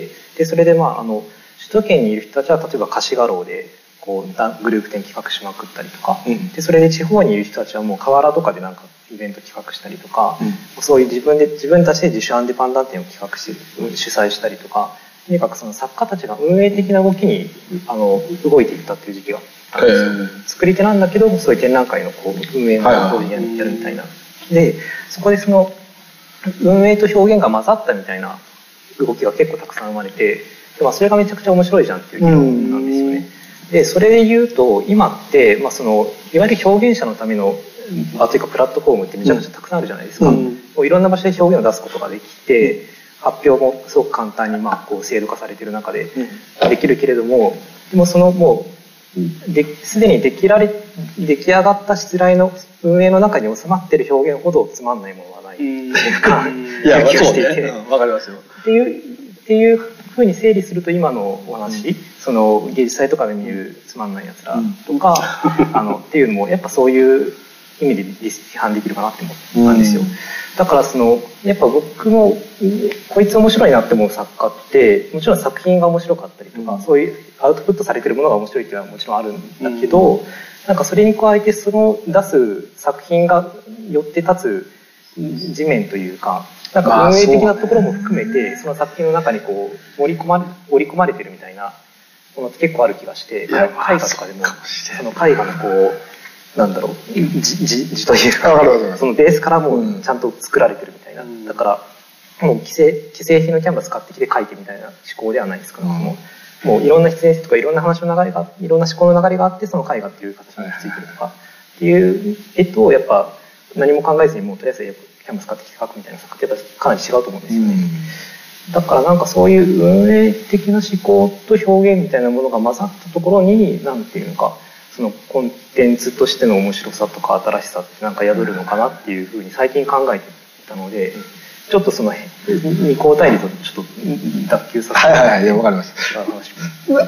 でそれで首都圏にいる人たちは例えば貸し画廊でこうグループ展企画しまくったりとか、でそれで地方にいる人たちはもう河原とかでなんかイベント企画したりとか、そういう自分たちで自主アンデパンダン展を企画して主催したりとか、とにかくその作家たちが運営的な動きに動いていったっていう時期があるんですよ。作り手なんだけどそういう展覧会のこう運営の方でやるみたいな。でそこでその運営と表現が混ざったみたいな動きが結構たくさん生まれて、それがめちゃくちゃ面白いじゃんっていう議論なんですよね。でそれで言うと今って、そのいわゆる表現者のための場というかプラットフォームってめちゃくちゃたくさんあるじゃないですか。いろんな場所で表現を出すことができて、発表もすごく簡単にこう制度化されている中でできるけれども、でもそのもうすでに出来上がったしつらいの運営の中に収まっている表現ほどつまんないものはないというかいやそうね、わかりますよっていうふうに整理すると、今のお話、その芸術祭とかで見るつまんないやつらとか、っていうのもやっぱそういう意味で批判できるかなって思ったんですよ。だからやっぱ僕もこいつ面白いなって思う作家ってもちろん作品が面白かったりとか、そういうアウトプットされてるものが面白いっていうのはもちろんあるんだけど、なんかそれに加えてその出す作品がよって立つ地面というか、なんか運営的なところも含めてその作品の中にこう織り込まれてるみたいなものって結構ある気がして、絵画とかでもその絵画のこうなんだろう字というかそのベースからもうちゃんと作られてるみたいな、だからもう既製品のキャンバス買ってきて描いてみたいな思考ではないですから、もういろんな必然性とかいろんな話の流れがいろんな思考の流れがあってその絵画っていう形についてるとかっていう絵と、やっぱ何も考えずにもうとりあえずキャンバス買ってきて描くみたいな作ってやっぱかなり違うと思うんですよね。だからなんかそういう運営的な思考と表現みたいなものが混ざったところになんていうのか、そのコンテンツとしての面白さとか新しさってなんか宿るのかなっていうふうに最近考えていたので、ちょっとその二項対立をちょっと脱臼させてわかります。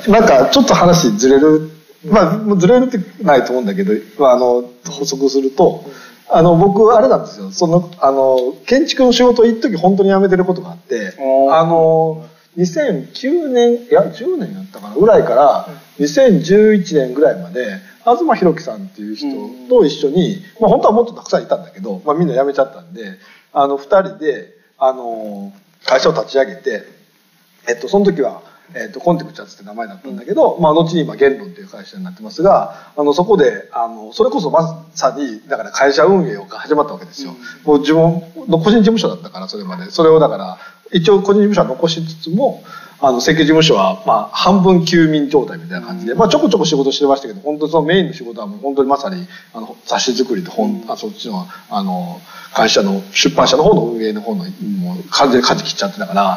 なんかちょっと話ずれる、ずれるってないと思うんだけど、補足すると、僕あれなんですよ。建築の仕事を一時本当に辞めてることがあって、2009年いや10年やったかなぐらいから2011年ぐらいまで東博樹さんっていう人と一緒に、本当はもっとたくさんいたんだけど、みんな辞めちゃったんで2人で会社を立ち上げて、その時はコンテクチャーズって名前だったんだけど、後に今言論っていう会社になってますが、そこでそれこそまさにだから会社運営が始まったわけですよ。もう自分の個人事務所だったから、それまでそれをだから一応個人事務所は残しつつも設計事務所は半分休眠状態みたいな感じで、ちょこちょこ仕事してましたけど、本当にそのメインの仕事はもう本当にまさに雑誌作りとそっちの会社の出版社の方の運営の方のもう完全に舵切っちゃってたから、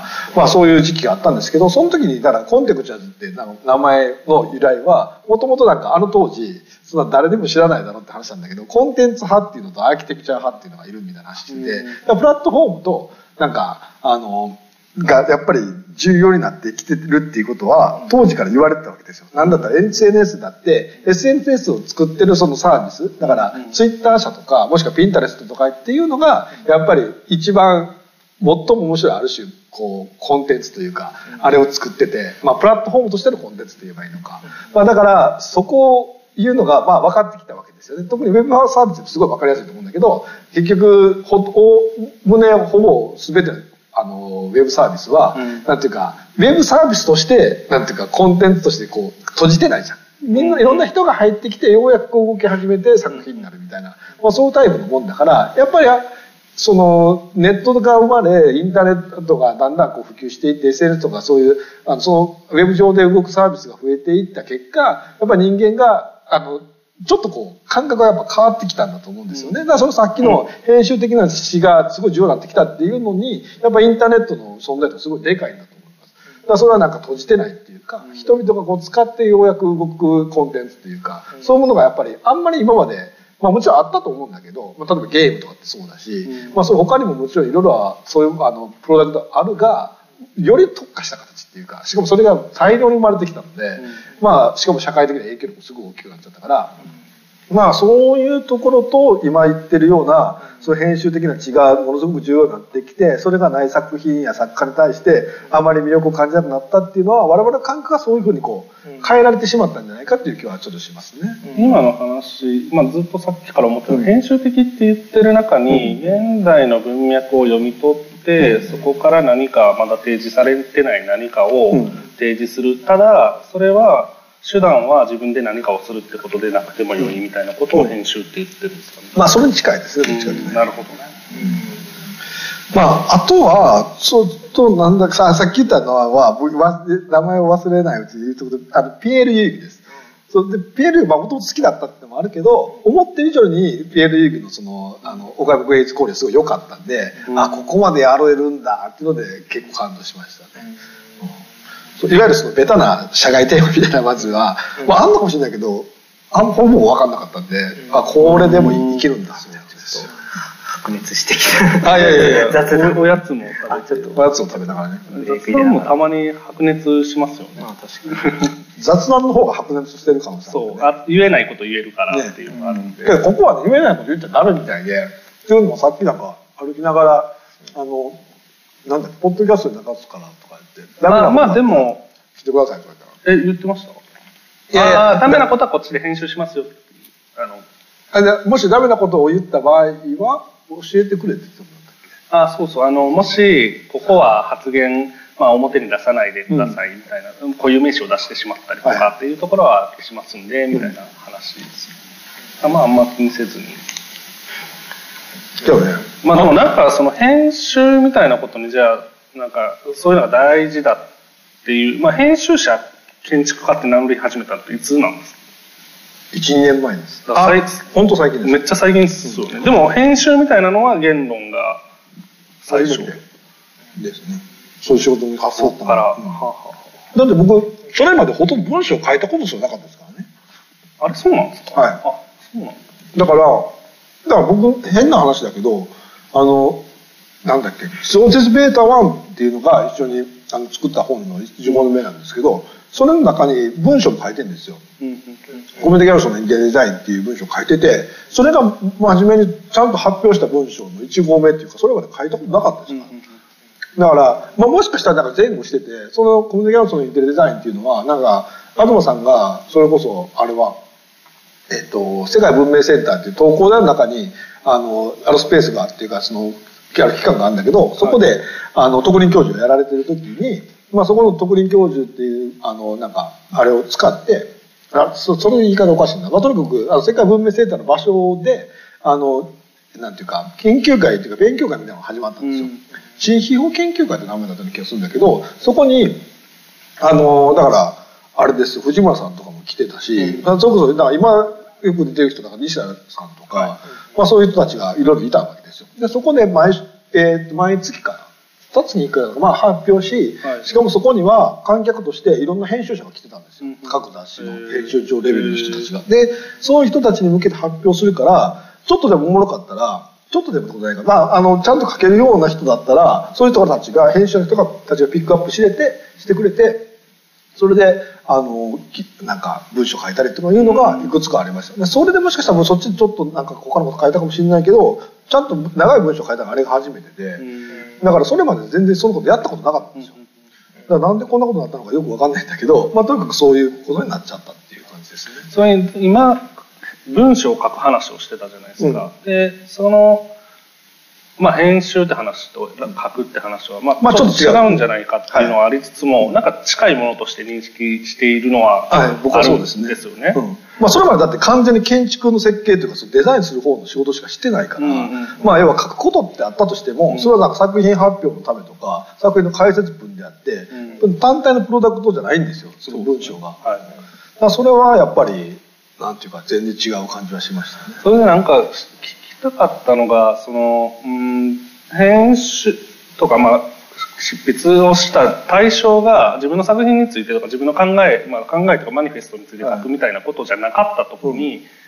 そういう時期があったんですけど、その時にだからコンテクチャーズって名前の由来はもともとなんか当時そんな誰でも知らないだろうって話なんだけど、コンテンツ派っていうのとアーキテクチャー派っていうのがいるみたいな話してて、プラットフォームとなんかがやっぱり重要になってきてるっていうことは当時から言われてたわけですよ。なんだったら SNS だって SNS を作ってるそのサービスだから、ツイッター社とかもしくはピンタレストとかっていうのがやっぱり一番最も面白いある種こうコンテンツというかあれを作ってて、プラットフォームとしてのコンテンツと言えばいいのか、だからそこをいうのが分かってきたわけですよね。特にウェブサービスってすごい分かりやすいと思うんだけど、結局ほぼ全てのウェブサービスは、なんていうかウェブサービスとしてなんていうかコンテンツとしてこう閉じてないじゃん。みんないろんな人が入ってきてようやく動き始めて作品になるみたいな、そういうタイプのもんだから、やっぱりそのネットが生まれインターネットがだんだんこう普及していって SNS とかそういうそのウェブ上で動くサービスが増えていった結果、やっぱり人間がちょっとこう感覚がやっぱ変わってきたんだと思うんですよね。だからそのさっきの編集的な視がすごい重要になってきたっていうのに、やっぱインターネットの存在ってすごいでかいんだと思います。だからそれはなんか閉じてないっていうか、人々がこう使ってようやく動くコンテンツっていうか、そういうものがやっぱりあんまり今までまあもちろんあったと思うんだけど、まあ、例えばゲームとかってそうだし、まあそれ他にももちろんいろいろはそういうプロダクトあるが、より特化した形っていうか、しかもそれが大量に生まれてきたので、まあしかも社会的な影響力もすごく大きくなっちゃったから、まあそういうところと今言ってるようなそういう編集的な違いがものすごく重要になってきて、それがない作品や作家に対してあまり魅力を感じなくなったっていうのは、我々の感覚がそういうふうにこう変えられてしまったんじゃないかっていう気はちょっとしますね。 今の話、まあ、ずっとさっきから思ってる、編集的って言ってる中に現代の文脈を読み取って、そこから何かまだ提示されてない何かを提示する。ただそれは手段は自分で何かをするってことでなくても良いみたいなことを編集って言ってるんですかね。 まあそれに近いですね。どっちかというとね。 なるほどね。 まああとはなんだかさっき言ったのは名前を忘れないうちに言うとことピエール・ユイグです。でピエール・ユイグまあもともと好きだったってのもあるけど、思ってる以上にピエール・ユイグの岡山芸術交流すごい良かったんで、ここまでやれるんだっていうので結構感動しましたね。いわゆるそのベタな社外テーマみたいなまずは、まあ、あんのかもしれないけどほぼ分かんなかったんで、これでもいけるんだって白熱してきた。 いや雑なおやつもおやつを食べながらね。 雑談もたまに白熱しますよね。 確かに雑談の方が白熱してるかもしれない、ね。 そう言えないこと言えるからっていうのがあるんで、 ここはね言えないこと言っちゃダメみたいで、っていうのもさっきなんか歩きながらなんだっけポッドキャストに流すからとか言って、 まあでもしてくださいとか言ったら言ってました。いやダメなことはこっちで編集しますよ。 もしダメなことを言った場合は教えてくれって言ってたんだっけ。 そうもしここは発言、まあ、表に出さないでくださいみたいな、固有名詞を出してしまったりとかっていうところは消しますんで、みたいな話です。まああんま気にせずに。 でもね、 まあでもなんかその編集みたいなことにじゃあなんかそういうのが大事だっていう、まあ編集者建築家って名乗り始めたっていつなんですか ？1、2年前です。本当最近です。 めっちゃ最近ですよね。でも編集みたいなのは言論が最初ですね。そういう仕事に発想から。 だって僕それまでほとんど文章を書いたことすらなかったですからね。 あれそうなんですか？ はい。 そうなんだから僕変な話だけどなんだっけ小説ベータ1っていうのが一緒に作った本の1問目なんですけど、それの中に文章も書いてるんですよ。コメディギャルソンのデザインっていう文章を書いてて、それが真面目にちゃんと発表した文章の1号目っていうか、それまで書いたことなかったですから。だから、まあ、もしかしたらなんか前後してて、そのコメディギャルソンの言ってるデザインっていうのはなんか東さんがそれこそあれは世界文明センターっていう投稿の中にあるスペースがあっていうかそのある機関があるんだけど、そこで特任教授をやられてる時に、まあ、そこの特任教授っていうなんかあれを使ってそれ言い方おかしいな、まあ、とにかく世界文明センターの場所でなんていうか研究会っていうか勉強会みたいなのが始まったんですよ。新秘宝研究会って名前だったような気がするんだけど、そこにだからあれですよ、藤村さんとかも来てたし、それこそだから今よく出てる人だから西田さんとか、まあ、そういう人たちがいろいろいたわけですよ。でそこで毎月かな2つに1回だからまあ発表し、しかもそこには観客としていろんな編集者が来てたんですよ、各雑誌の編集長レベルの人たちが。でそういう人たちに向けて発表するから、ちょっとでもおもろかったらちょっとでもことないから、まあ、ちゃんと書けるような人だったらそういう人たちが編集者の人たちがピックアップしてくれて、それでなんか文章書いたりっていうのがいくつかありました。でそれでもしかしたらそっちでちょっとなんか他のこと書いたかもしれないけど、ちゃんと長い文章書いたのがあれが初めてで、だからそれまで全然そのことやったことなかったんですよ。だからなんでこんなことになったのかよく分かんないんだけど、まあ、とにかくそういうことになっちゃったっていう感じですね。 それに今文章を書く話をしてたじゃないですか。でまあ、編集って話と書くって話は、まあ、ちょっと違うんじゃないかっていうのはありつつも、なんか近いものとして認識しているのは僕はそうですね。まあ、それまでだって完全に建築の設計というかそのデザインする方の仕事しかしてないから、まあ要は書くことってあったとしても、それはなんか作品発表のためとか作品の解説文であって、単体のプロダクトじゃないんですよ、その文章が。だからそれはやっぱりなんていうか全然違う感じはしましたね。 それでなんか聞きたかったのが編集とか、まあ、執筆をした対象が自分の作品についてとか自分の考えとかマニフェストについて書くみたいなことじゃなかったところに、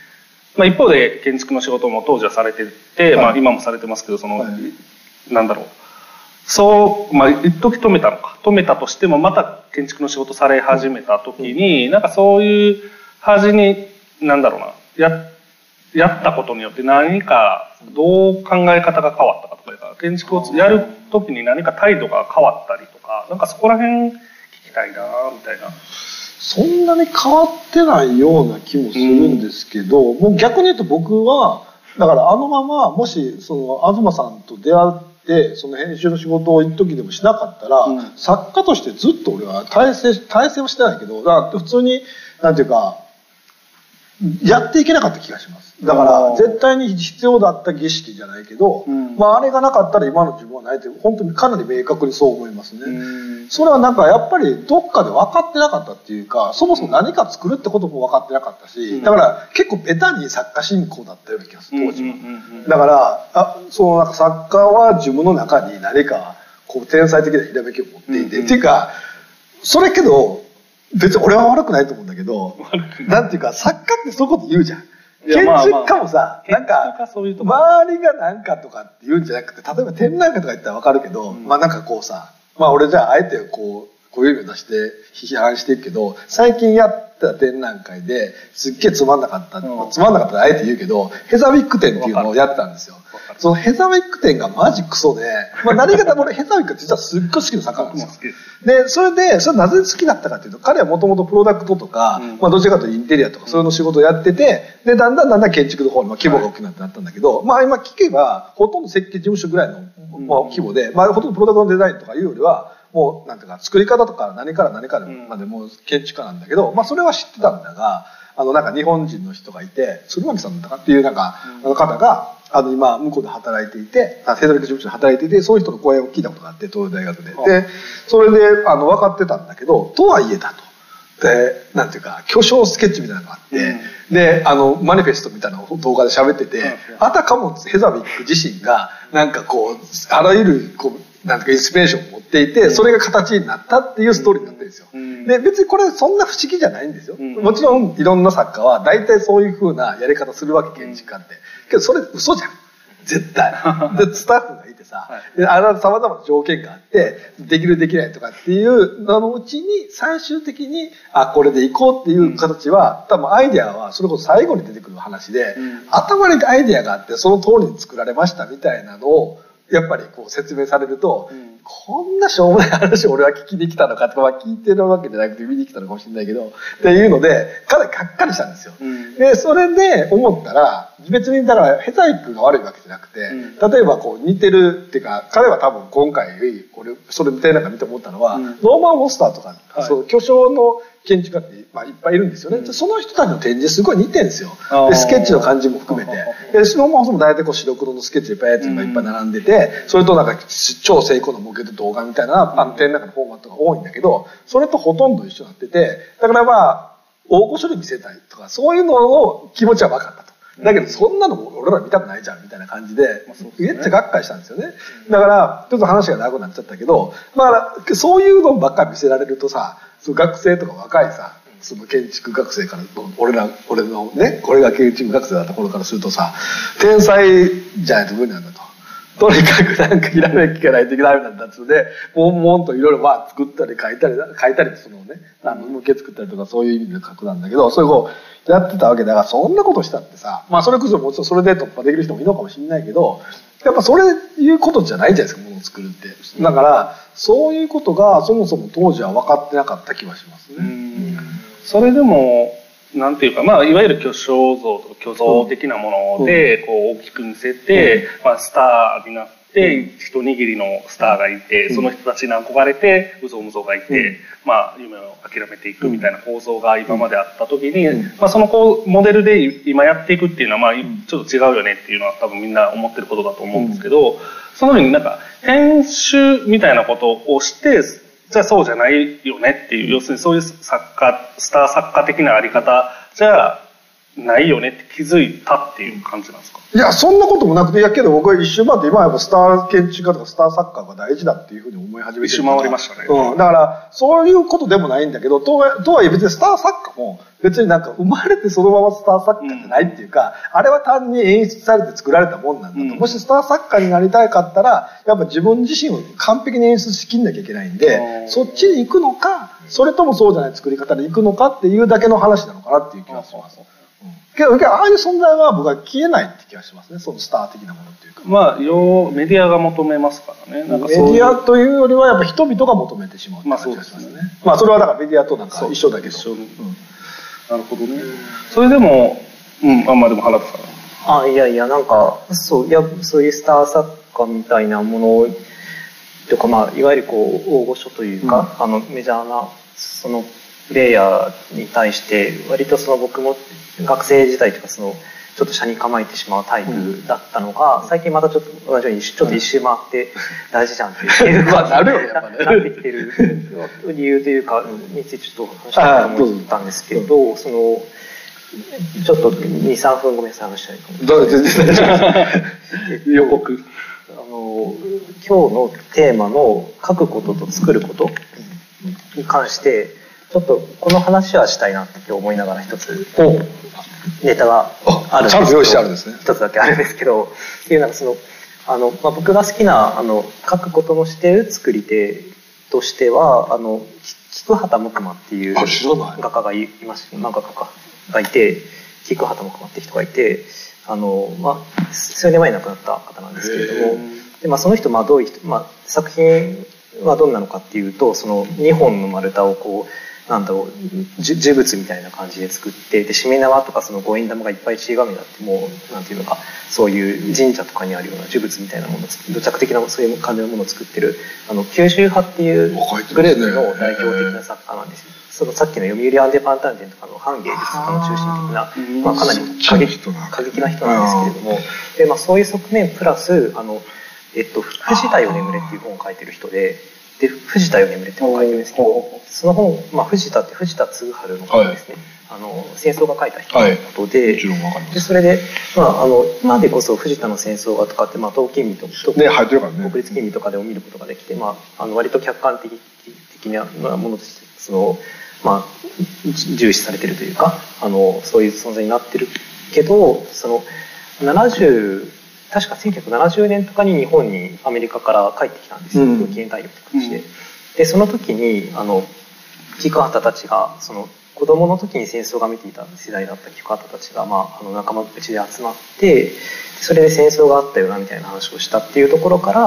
まあ、一方で建築の仕事も当時はされてて、まあ、今もされてますけどなんだろうそうまあ一時止めたとしてもまた建築の仕事され始めた時に、なんかそういう端になんだろうなやったことによって何かどう考え方が変わったかとか建築をやる時に何か態度が変わったりとか、なんかそこら辺聞きたいなみたいな。 そんなに変わってないような気もするんですけど、もう逆に言うと僕はだからあのままもしその東さんと出会ってその編集の仕事を一時でもしなかったら、作家としてずっと俺は大成はしてないけど、だから普通になんていうかやっていけなかった気がします。だから絶対に必要だった儀式じゃないけど、まああれがなかったら今の自分はないって本当にかなり明確にそう思いますね。それはなんかやっぱりどっかで分かってなかったっていうか、そもそも何か作るってことも分かってなかったし、だから結構ベタに作家信仰だったような気がする当時は。だからそのなんか作家は自分の中に何かこう天才的なひらめきを持っていて、っていうかそれけど別に俺は悪くないと思うんだけど、なんていうか作家ってそういうこと言うじゃん。建築家もさ、なんか周りがなんかとかって言うんじゃなくて、例えば展覧会とか言ったら分かるけど、まあなんかこうさ、まあ俺じゃああえてこう小指を出して批判していくけど、最近やった展覧会ですっげえつまんなかった、つまんなかったらあえて言うけど、ヘザウィック展っていうのをやってたんですよ。そのヘザウィック展がマジクソで、まあ何か俺ヘザウィックって実はすっごい好きな作家なんですよ。でそれなぜ好きだったかというと、彼はもともとプロダクトとか、まあどちらかというとインテリアとかそういうの仕事をやってて、でだんだん建築の方に規模が大きくなってなったんだけど、まあ今聞けばほとんど設計事務所ぐらいの規模で、まあほとんどプロダクトのデザインとかいうよりはもうなんていうか作り方とか何から何からまでもう建築家なんだけど、まあそれは知ってたんだが、なんか日本人の人がいて鶴巻さんだったかっていうなんか方が今向こうで働いていて、制作事務所で働いていて、そういう人の声を聞いたことがあって、東洋大学で。でそれで分かってたんだけど、とはいえだと。でなんていうか巨匠スケッチみたいなのがあって、でマニフェストみたいな動画で喋ってて、あたかもヘザウィック自身がなんかこうあらゆるこうなんていうかインスピレーションを持っていて、それが形になったっていうストーリーになってるんですよ。で別にこれそんな不思議じゃないんですよ。もちろんいろんな作家は大体そういう風なやり方するわけ、建築家って。けどそれ嘘じゃん絶対。でスタッフがいてさ、さまざまな条件があってできるできないとかっていうののうちに最終的にこれでいこうっていう形は、多分アイデアはそれこそ最後に出てくる話で、頭にアイデアがあってその通りに作られましたみたいなのをやっぱりこう説明されると、こんなしょうもない話を俺は聞きに来たのかとか、聞いてるわけじゃなくて見に来たのかもしれないけどっていうのでかなりがっかりしたんですよ。でそれで思ったら、別にだからヘザウィックが悪いわけじゃなくて、例えばこう似てるっていうか、彼は多分今回それ展覧会見て思ったのは、ノーマン・フォスターとか、そう巨匠の建築家っていっぱいいるんですよね。その人たちの展示すごい似てるんですよ。でスケッチの感じも含めて、でノーマン・フォスターも大体こう白黒のスケッチでいっぱいやつがいっぱい並んでて、それとなんか超精巧な模型と動画みたいな展覧会のフォーマットが多いんだけど、それとほとんど一緒になってて、だからまあ大御所で見せたいとかそういうのの気持ちは分かったと。だけどそんなの俺ら見たくないじゃんみたいな感じでめっちゃがっかりしたんですよね。だからちょっと話が長くなっちゃったけど、まあそういうのばっかり見せられるとさ、学生とか若いさ、その建築学生から俺のね、これが建築学生だった頃からするとさ、天才じゃないと無理なんだと。とにかくなんかひらめきがないといけないなんだっつうで、もんといろいろ作ったり書いたりそのね、向け作ったりとかそういう意味で書くなんだけど、そういうこうやってたわけだから、そんなことしたってさ、まあそれこそもちろんそれで突破できる人もいるのかもしれないけど、やっぱそれいうことじゃないじゃないですか、ものを作るって。だからそういうことがそもそも当時は分かってなかった気はしますね。 それでもなんていうか、まあいわゆる巨匠像とか巨像的なものでこう大きく見せて、まあスターになって一握りのスターがいて、その人たちに憧れてうぞうむぞうがいて、まあ夢を諦めていくみたいな構造が今まであった時に、まあそのモデルで今やっていくっていうのはまあちょっと違うよねっていうのは多分みんな思ってることだと思うんですけど、そのようになんか編集みたいなことをしてじゃあそうじゃないよねっていう、要するにそういうスター作家的なあり方じゃないよねって気づいたっていう感じなんですか？ いや、そんなこともなくて、いやけど僕は一周回って、今はやっぱスター建築家とかスターサッカーが大事だっていうふうに思い始めてるから。 一周回りましたね。 うん。だから、そういうことでもないんだけど、とはいえ別にスターサッカーも、別になんか生まれてそのままスターサッカーじゃないっていうか、あれは単に演出されて作られたもんなんだと。もしスターサッカーになりたいかったら、やっぱ自分自身を完璧に演出しきんなきゃいけないんで、そっちに行くのか、それともそうじゃない作り方で行くのかっていうだけの話なのかなっていう気がします。けどああいう存在は僕は消えないって気がしますね、そのスター的なものっていうか。 まあメディアが求めますからね。なんかメディアというよりはやっぱ人々が求めてしまうって感じがしますね。まあそれはだからメディアとなんか一緒だけど。 なるほどね。それでもまあでも原田さん。 いやなんかそういうスター作家みたいなものとか、まあいわゆるこう大御所というか、メジャーなそのプレイヤーに対して割とその僕も学生時代とかそのちょっと斜に構えてしまうタイプだったのが、最近またちょっと同じようにちょっと一周回って大事じゃんっていう感じになってきてる理由というかについてちょっと話したいと思ったんですけど、そのちょっと 2,3 分ごめんなさい話したいと思って。 予告。 今日のテーマの書くことと作ることに関してちょっとこの話はしたいなって思いながら一つネタがあるんですけど、 ちゃんと用意してあるんですね。 一つだけあるんですけど、っていうのがその僕が好きな書くことのしてる作り手としては菊畑木馬っていう画家がいます。漫画家がいて、菊畑木馬って人がいて、数年前に亡くなった方なんですけれども、でその人どういう人、作品はどんなのかっていうと、その2本の丸太をこうなんだろう呪物みたいな感じで作って、でしめ縄とかその五円玉がいっぱいちり紙だって、もうなんていうのか、そういう神社とかにあるような呪物みたいなもの、土着的なそういう感じのものを作ってる九州派っていうグループの代表的な作家なんですよ。そのさっきの読売アンデパンタン店とかの半芸術とかの中心的な、かなり過激な人なんですけれども、でそういう側面プラス藤田よ眠れっていう本を書いてる人で、藤田よ眠れって本を書いてるんですけど、その本、藤田って藤田嗣治の方ですね、戦争が書いた人のことで、でそれで、今でこそ藤田の戦争画とかって、東京都国立近未とかでも見ることができて、割と客観的なものとして重視されてるというか、そういう存在になってるけど、その確か1970年とかに日本にアメリカから帰ってきたんですよ、無期限大力として。でその時に菊畑たちがその子供の時に戦争が見ていた世代だった菊畑たちが、仲間内で集まって、それで戦争があったよなみたいな話をしたっていうところから、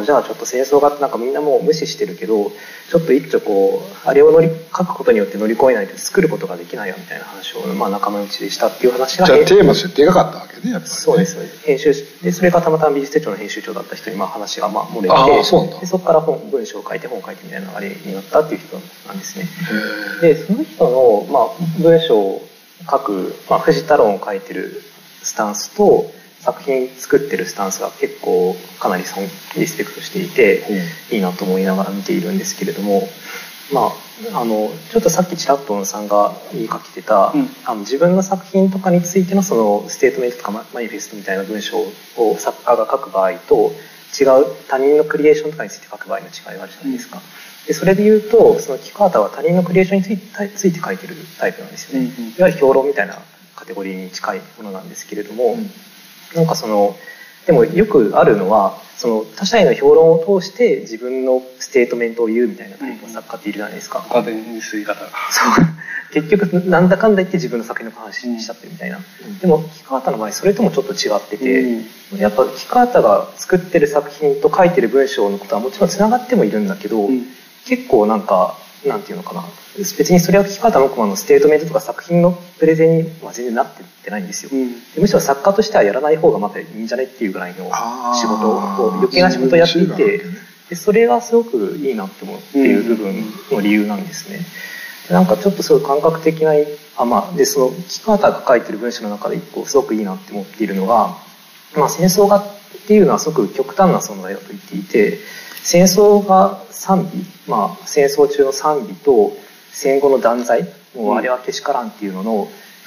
じゃあちょっと戦争があってなんかみんなもう無視してるけど、ちょっと一丁こうあれを書くことによって乗り越えないと作ることができないよみたいな話を、仲間内でしたっていう話が、 じゃあテーマとしてでかかったわけね、やっぱりね。 そうです編集で、それがたまたま美術手帳の編集長だった人に話が漏れて、でそこから文章を書いて本を書いてみたいな流れになったっていう人なんですね。でその人の、文章を書く、藤田論を書いてるスタンスと作品作ってるスタンスが結構かなりリスペクトしていて、いいなと思いながら見ているんですけれども、ちょっとさっきちらっと小野さんが言いかけてた、自分の作品とかについてのそのステートメントとかマニフェストみたいな文章を作家が書く場合と違う他人のクリエーションとかについて書く場合の違いがあるじゃないですか。でそれで言うと、その菊畑は他人のクリエーションについて書いてるタイプなんですよね。いわゆる評論みたいなカテゴリーに近いものなんですけれども、なんかでもよくあるのは、その他者への評論を通して自分のステートメントを言うみたいなタイプの作家っているじゃないですか。 そう結局なんだかんだ言って自分の作品の話しちゃってるみたいな。でも菊畑の場合それともちょっと違ってて、やっぱ菊畑が作ってる作品と書いてる文章のことはもちろんつながってもいるんだけど、結構なんていうのかな、別にそれは菊畑木馬のステートメントとか作品のプレゼンには全然なってないんですよ。でむしろ作家としてはやらない方がまだいいんじゃねっていうぐらいの仕事を余計な仕事をやっていて、でそれがすごくいいなって思っている部分の理由なんですね。でなんかちょっとすごい感覚的なでその菊畑が書いてる文章の中で一個すごくいいなって思っているのが、戦争画っていうのはすごく極端な存在だと言っていて、戦争が賛美、戦争中の賛美と戦後の断罪、もうあれはけしからんっていうのの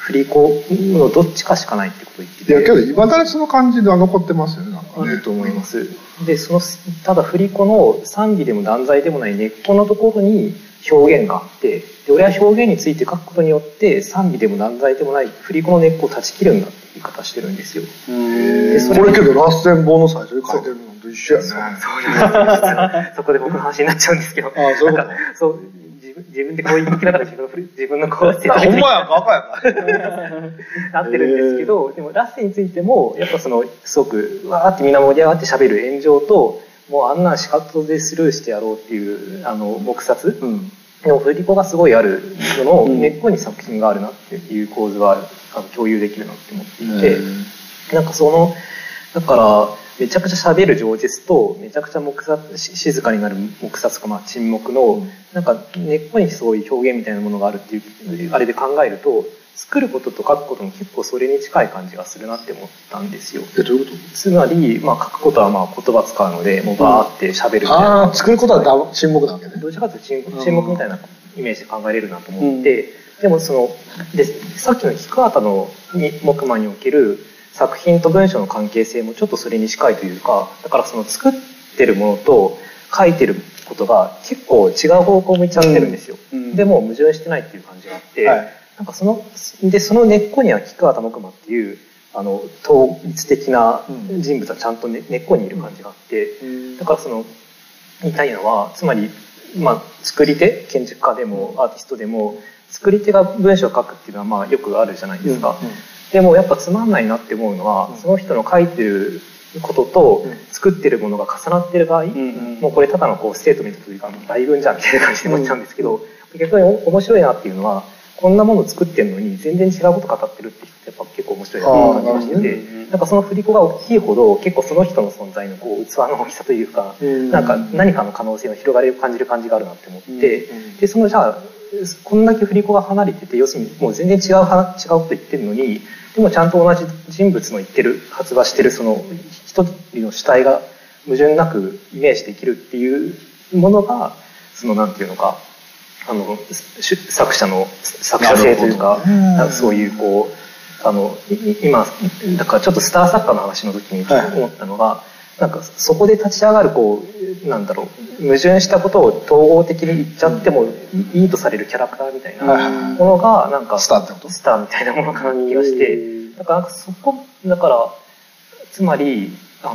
振り子のどっちかしかないってことを言ってて、 いやけどいまだにその感じでは残ってますよね。なんかね、 あると思います。でただ振り子の賛美でも断罪でもない根っこのところに表現があって、で俺は表現について書くことによって賛美でも断罪でもない振り子の根っこを断ち切るんだって言い方してるんですよ。 でこれけどラッセンボの最初に書いてるのと一緒やね。 そうなんです。そこで僕の話になっちゃうんですけど、そう自分でこう言い聞きながら自分のこうほんまやんか赤やんかなってるんですけど、でもラッセについてもやっぱすごくわーってみんな盛り上がって喋る炎上と、もうあんなん仕方でスルーしてやろうっていう黙殺、でも振り子がすごいあるのの根っこに作品があるなっていう構図は共有できるなって思っていて、なんかだからめちゃくちゃ喋る饒舌とめちゃくちゃ静かになる黙殺か、沈黙のなんか根っこにそういう表現みたいなものがあるっていうあれで考えると、作ることと書くことも結構それに近い感じがするなって思ったんですよ。 どういうこと？ つまり、書くことは言葉使うのでもうバーって喋るみたいな、 作ることは沈黙なわけね。 どちらかというと沈黙みたいなイメージで考えれるなと思って、でもさっきの菊畑の木馬における作品と文章の関係性もちょっとそれに近いというか、だから作ってるものと書いてることが結構違う方向を向いちゃってるんですよ。でも矛盾してないっていう感じがあって、なんかその根っこには菊畑木馬っていう統一的な人物はちゃんと根っこにいる感じがあって、だから言いたいのは、つまり作り手、建築家でもアーティストでも作り手が文章を書くっていうのはよくあるじゃないですか。でもやっぱつまんないなって思うのは、その人の書いてることと作ってるものが重なってる場合、もうこれただのステートメントというか代文じゃんみたいな感じで思っちゃうんですけど、逆に面白いなっていうのは、こんなものを作ってるのに全然違うこと語ってるって人ってやっぱ結構面白いなって感じがしてて、なんかその振り子が大きいほど結構その人の存在の器の大きさというか、なんか何かの可能性の広がりを感じる感じがあるなって思って、でじゃあこんだけ振り子が離れてて、要するにもう全然違うこと言ってるのに、でもちゃんと同じ人物の言ってる発話してるその一人の主体が矛盾なくイメージできるっていうものがなんていうのか、作者性というか、そういう今だからちょっとスター作家の話の時に思ったのが、なんかそこで立ち上がるなんだろう、矛盾したことを統合的に言っちゃってもいいとされるキャラクターみたいなものがなんかスターみたいなものかなって気がして、だからだからつまり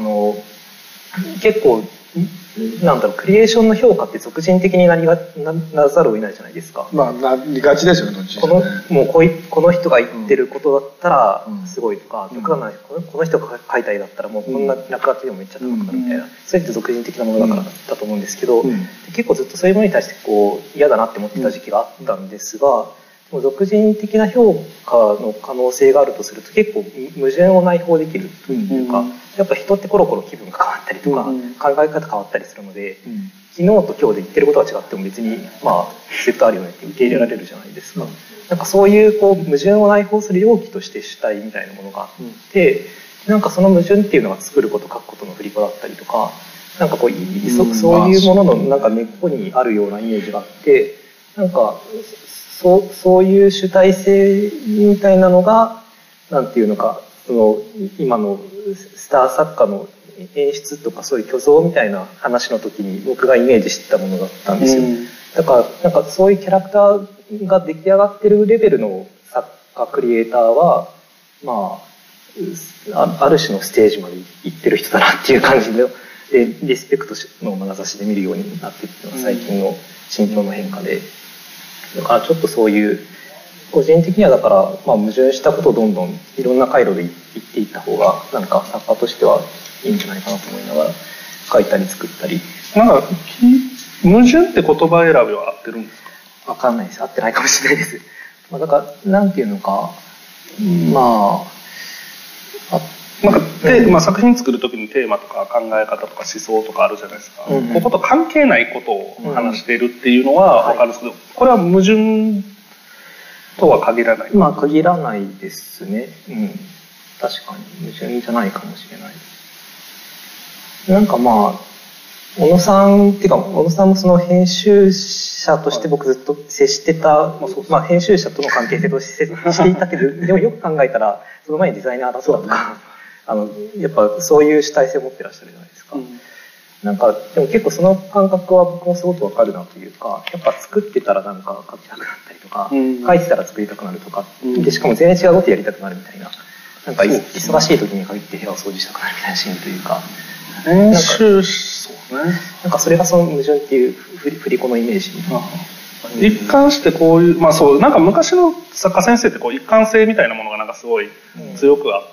結構なんだろう、クリエーションの評価って俗人的になざるを得ないじゃないですか。 なりがちですよね、どっちもうこの人が言ってることだったらすごいとか、この人が書いた絵だったらもうこんな落書きでもめっちゃ高くなるみたいな、それって俗人的なものだからだと思うんですけど、結構ずっとそういうものに対して嫌だなって思ってた時期があったんですが、でも俗人的な評価の可能性があるとすると結構矛盾を内包できるというか、やっぱ人ってコロコロ気分が変わったりとか、考え方変わったりするので、昨日と今日で言ってることは違っても別にセットあるよねって受け入れられるじゃないですか。なんかそういう矛盾を内包する容器として主体みたいなものがあって、なんかその矛盾っていうのが作ること書くことの振り子だったりとか、なんかそういうもののなんか根っこにあるようなイメージがあって、なんかそういう主体性みたいなのがなんていうのか、今のスター作家の演出とかそういう虚像みたいな話の時に僕がイメージしてたものだったんですよ。だからなんかそういうキャラクターが出来上がってるレベルの作家クリエイターはある種のステージまで行ってる人だなっていう感じでリスペクトの眼差しで見るようになっていったのが最近の心境の変化で、だからちょっとそういう個人的にはだから矛盾したことをどんどんいろんな回路で言っていった方がなんか作家としてはいいんじゃないかなと思いながら書いたり作ったり。 なんか矛盾って言葉選びは合ってるんですか？ わかんないです。合ってないかもしれないです。だからなんていうのか、 作品作る時にテーマとか考え方とか思想とかあるじゃないですか、ここと関係ないことを話しているっていうのは分かるんですけど、これは矛盾とは限らない？ 限らないですね。確かに矛盾じゃないかもしれない。なんか小野さんっていうか小野さんもその編集者として僕ずっと接してた、編集者との関係性としてしていたけどでもよく考えたらその前にデザイナーだったとか、やっぱそういう主体性を持ってらっしゃるじゃないですか。なんかでも結構その感覚は僕もすごくわかるなというか、やっぱ作ってたらなんか書きたくなったりとか、書いてたら作りたくなるとかで、しかも全然違うことやりたくなるみたいな、なんか忙しい時に限って部屋を掃除したくなるみたいなシーンというか、 編集そうね、 なんかそれがその矛盾っていう振り子のイメージ。 一貫してこういう、そうなんか昔の作家先生ってこう一貫性みたいなものがなんかすごい強くあった、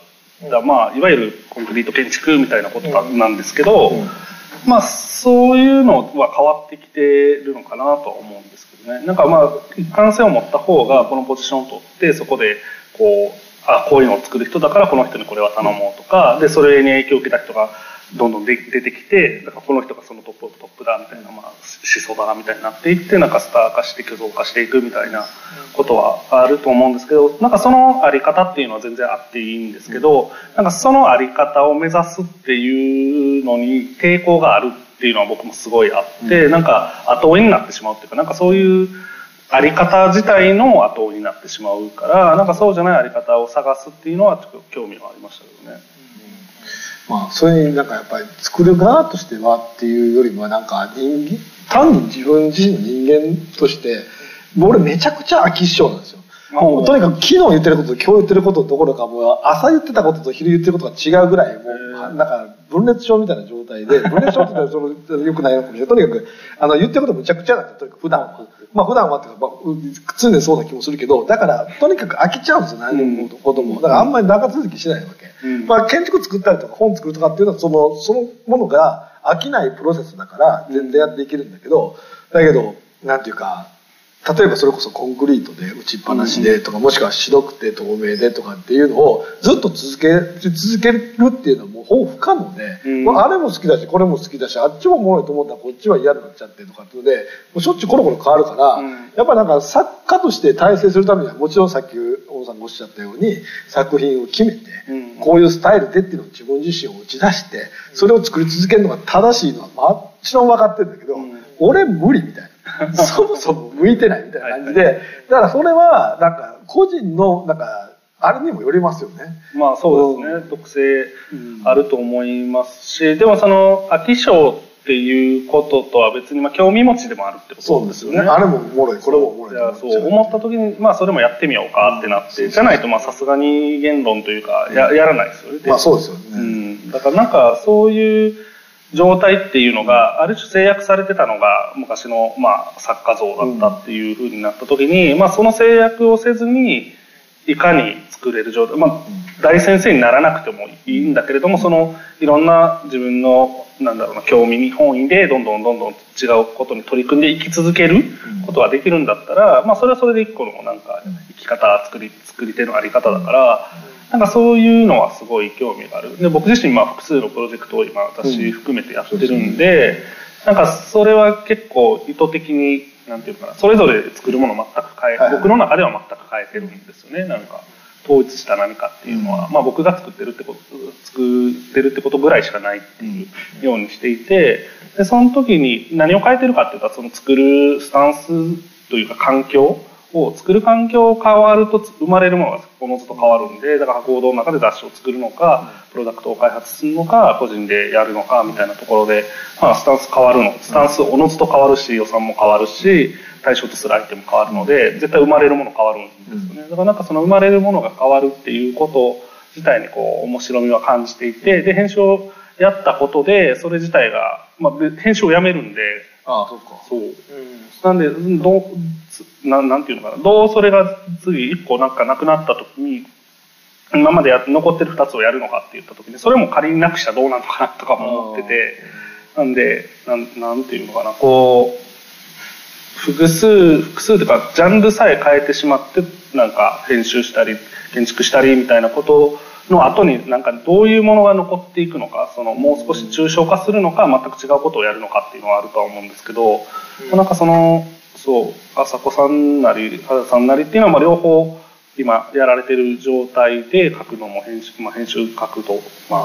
いわゆるコンクリート建築みたいなことなんですけど、そういうのは変わってきてるのかなとは思うんですけどね。なんか一貫性を持った方がこのポジションを取ってそこでこういうのを作る人だからこの人にこれは頼もうとかで、それに影響を受けた人がどんどん出てきて、だからこの人がそのトップだみたいな、思想だなみたいになっていって、なんかスター化して巨像化していくみたいなことはあると思うんですけど、なんかそのあり方っていうのは全然あっていいんですけど、なんかそのあり方を目指すっていうのに抵抗があるっていうのは僕もすごいあって、なんか後追いになってしまうっていうか、なんかそういうあり方自体の後追いになってしまうから、なんかそうじゃないあり方を探すっていうのはちょっと興味がありましたけどね。 それになんかやっぱり作る側としてはっていうよりもなんか単に自分自身の人間として俺めちゃくちゃ飽き性なんですよ。とにかく昨日言ってることと今日言ってることどころかもう朝言ってたことと昼言ってることが違うぐらいもうなんか分裂症みたいな状態で、分裂症って言ったらよくないのかもしれない。とにかく言ってることむちゃくちゃなんですよ。とにかく普段は普段はっていうか、常にそうな気もするけど、だからとにかく飽きちゃうんですよ、何のことも。だからあんまり長続きしないわけ。建築作ったりとか本作るとかっていうのはそのものが飽きないプロセスだから全然やっていけるんだけど、なんていうか、例えばそれこそコンクリートで打ちっぱなしでとか、もしくは白くて透明でとかっていうのをずっと続けるっていうのはもうほぼ不可能で、あれも好きだしこれも好きだし、あっちもおもろいと思ったらこっちは嫌になっちゃってとかっていうので、もうしょっちゅうコロコロ変わるから、やっぱなんか作家として大成するためにはもちろんさっき小野さんがおっしゃったように作品を決めて、こういうスタイルでっていうのを自分自身を打ち出してそれを作り続けるのが正しいのはもちろん分かってるんだけど、俺無理みたいな。そもそも向いてないみたいな感じで、だからそれはなんか個人のなんかあれにもよりますよね。 そうですね、特性あると思いますし、でもその飽き性っていうこととは別に興味持ちでもあるってことですよね。 あれもおもろいこれもおもろい。 そう思った時にそれもやってみようかってなって、じゃないとさすがに言論というかやらないですよね。 そうですよね。 だからなんかそういう状態っていうのがある種制約されてたのが昔の作家像だったっていう風になった時に、その制約をせずにいかに作れる状態、大先生にならなくてもいいんだけれども、そのいろんな自分の興味本位でどんどん違うことに取り組んで生き続けることができるんだったら、それはそれで一個のなんか生き方作り手のあり方だから、なんかそういうのはすごい興味がある。で僕自身複数のプロジェクトを今私含めてやってるんで、なんかそれは結構意図的になんていうかな、それぞれ作るものを全く変え、僕の中では全く変えてるんですよね。なんか統一した何かっていうのは、僕が作ってるってことぐらいしかないっていうようにしていて、でその時に何を変えてるかっていうと、その作るスタンスというか環境を作る環境を変わると生まれるものがおのずと変わるんで、だから合同の中で雑誌を作るのかプロダクトを開発するのか個人でやるのかみたいなところで、スタンス変わるの、スタンスおのずと変わるし、予算も変わるし、対象とする相手も変わるので、絶対生まれるもの変わるんですよね。だからなんかその生まれるものが変わるっていうこと自体に面白みは感じていて、で編集をやったことでそれ自体が、編集をやめるんで、なんでなんていうのかな、どうそれが次一個なんかなくなった時に今まで残ってる2つをやるのかって言った時に、それも仮になくしちゃどうなのかなとかも思ってて、なんでなんていうのかな、複数というかジャンルさえ変えてしまってなんか編集したり建築したりみたいなことの後になんかどういうものが残っていくのか、もう少し抽象化するのか全く違うことをやるのかっていうのはあるとは思うんですけど、なんか朝子さんなり原田さんなりっていうのは両方今やられてる状態で書くのも編集書くと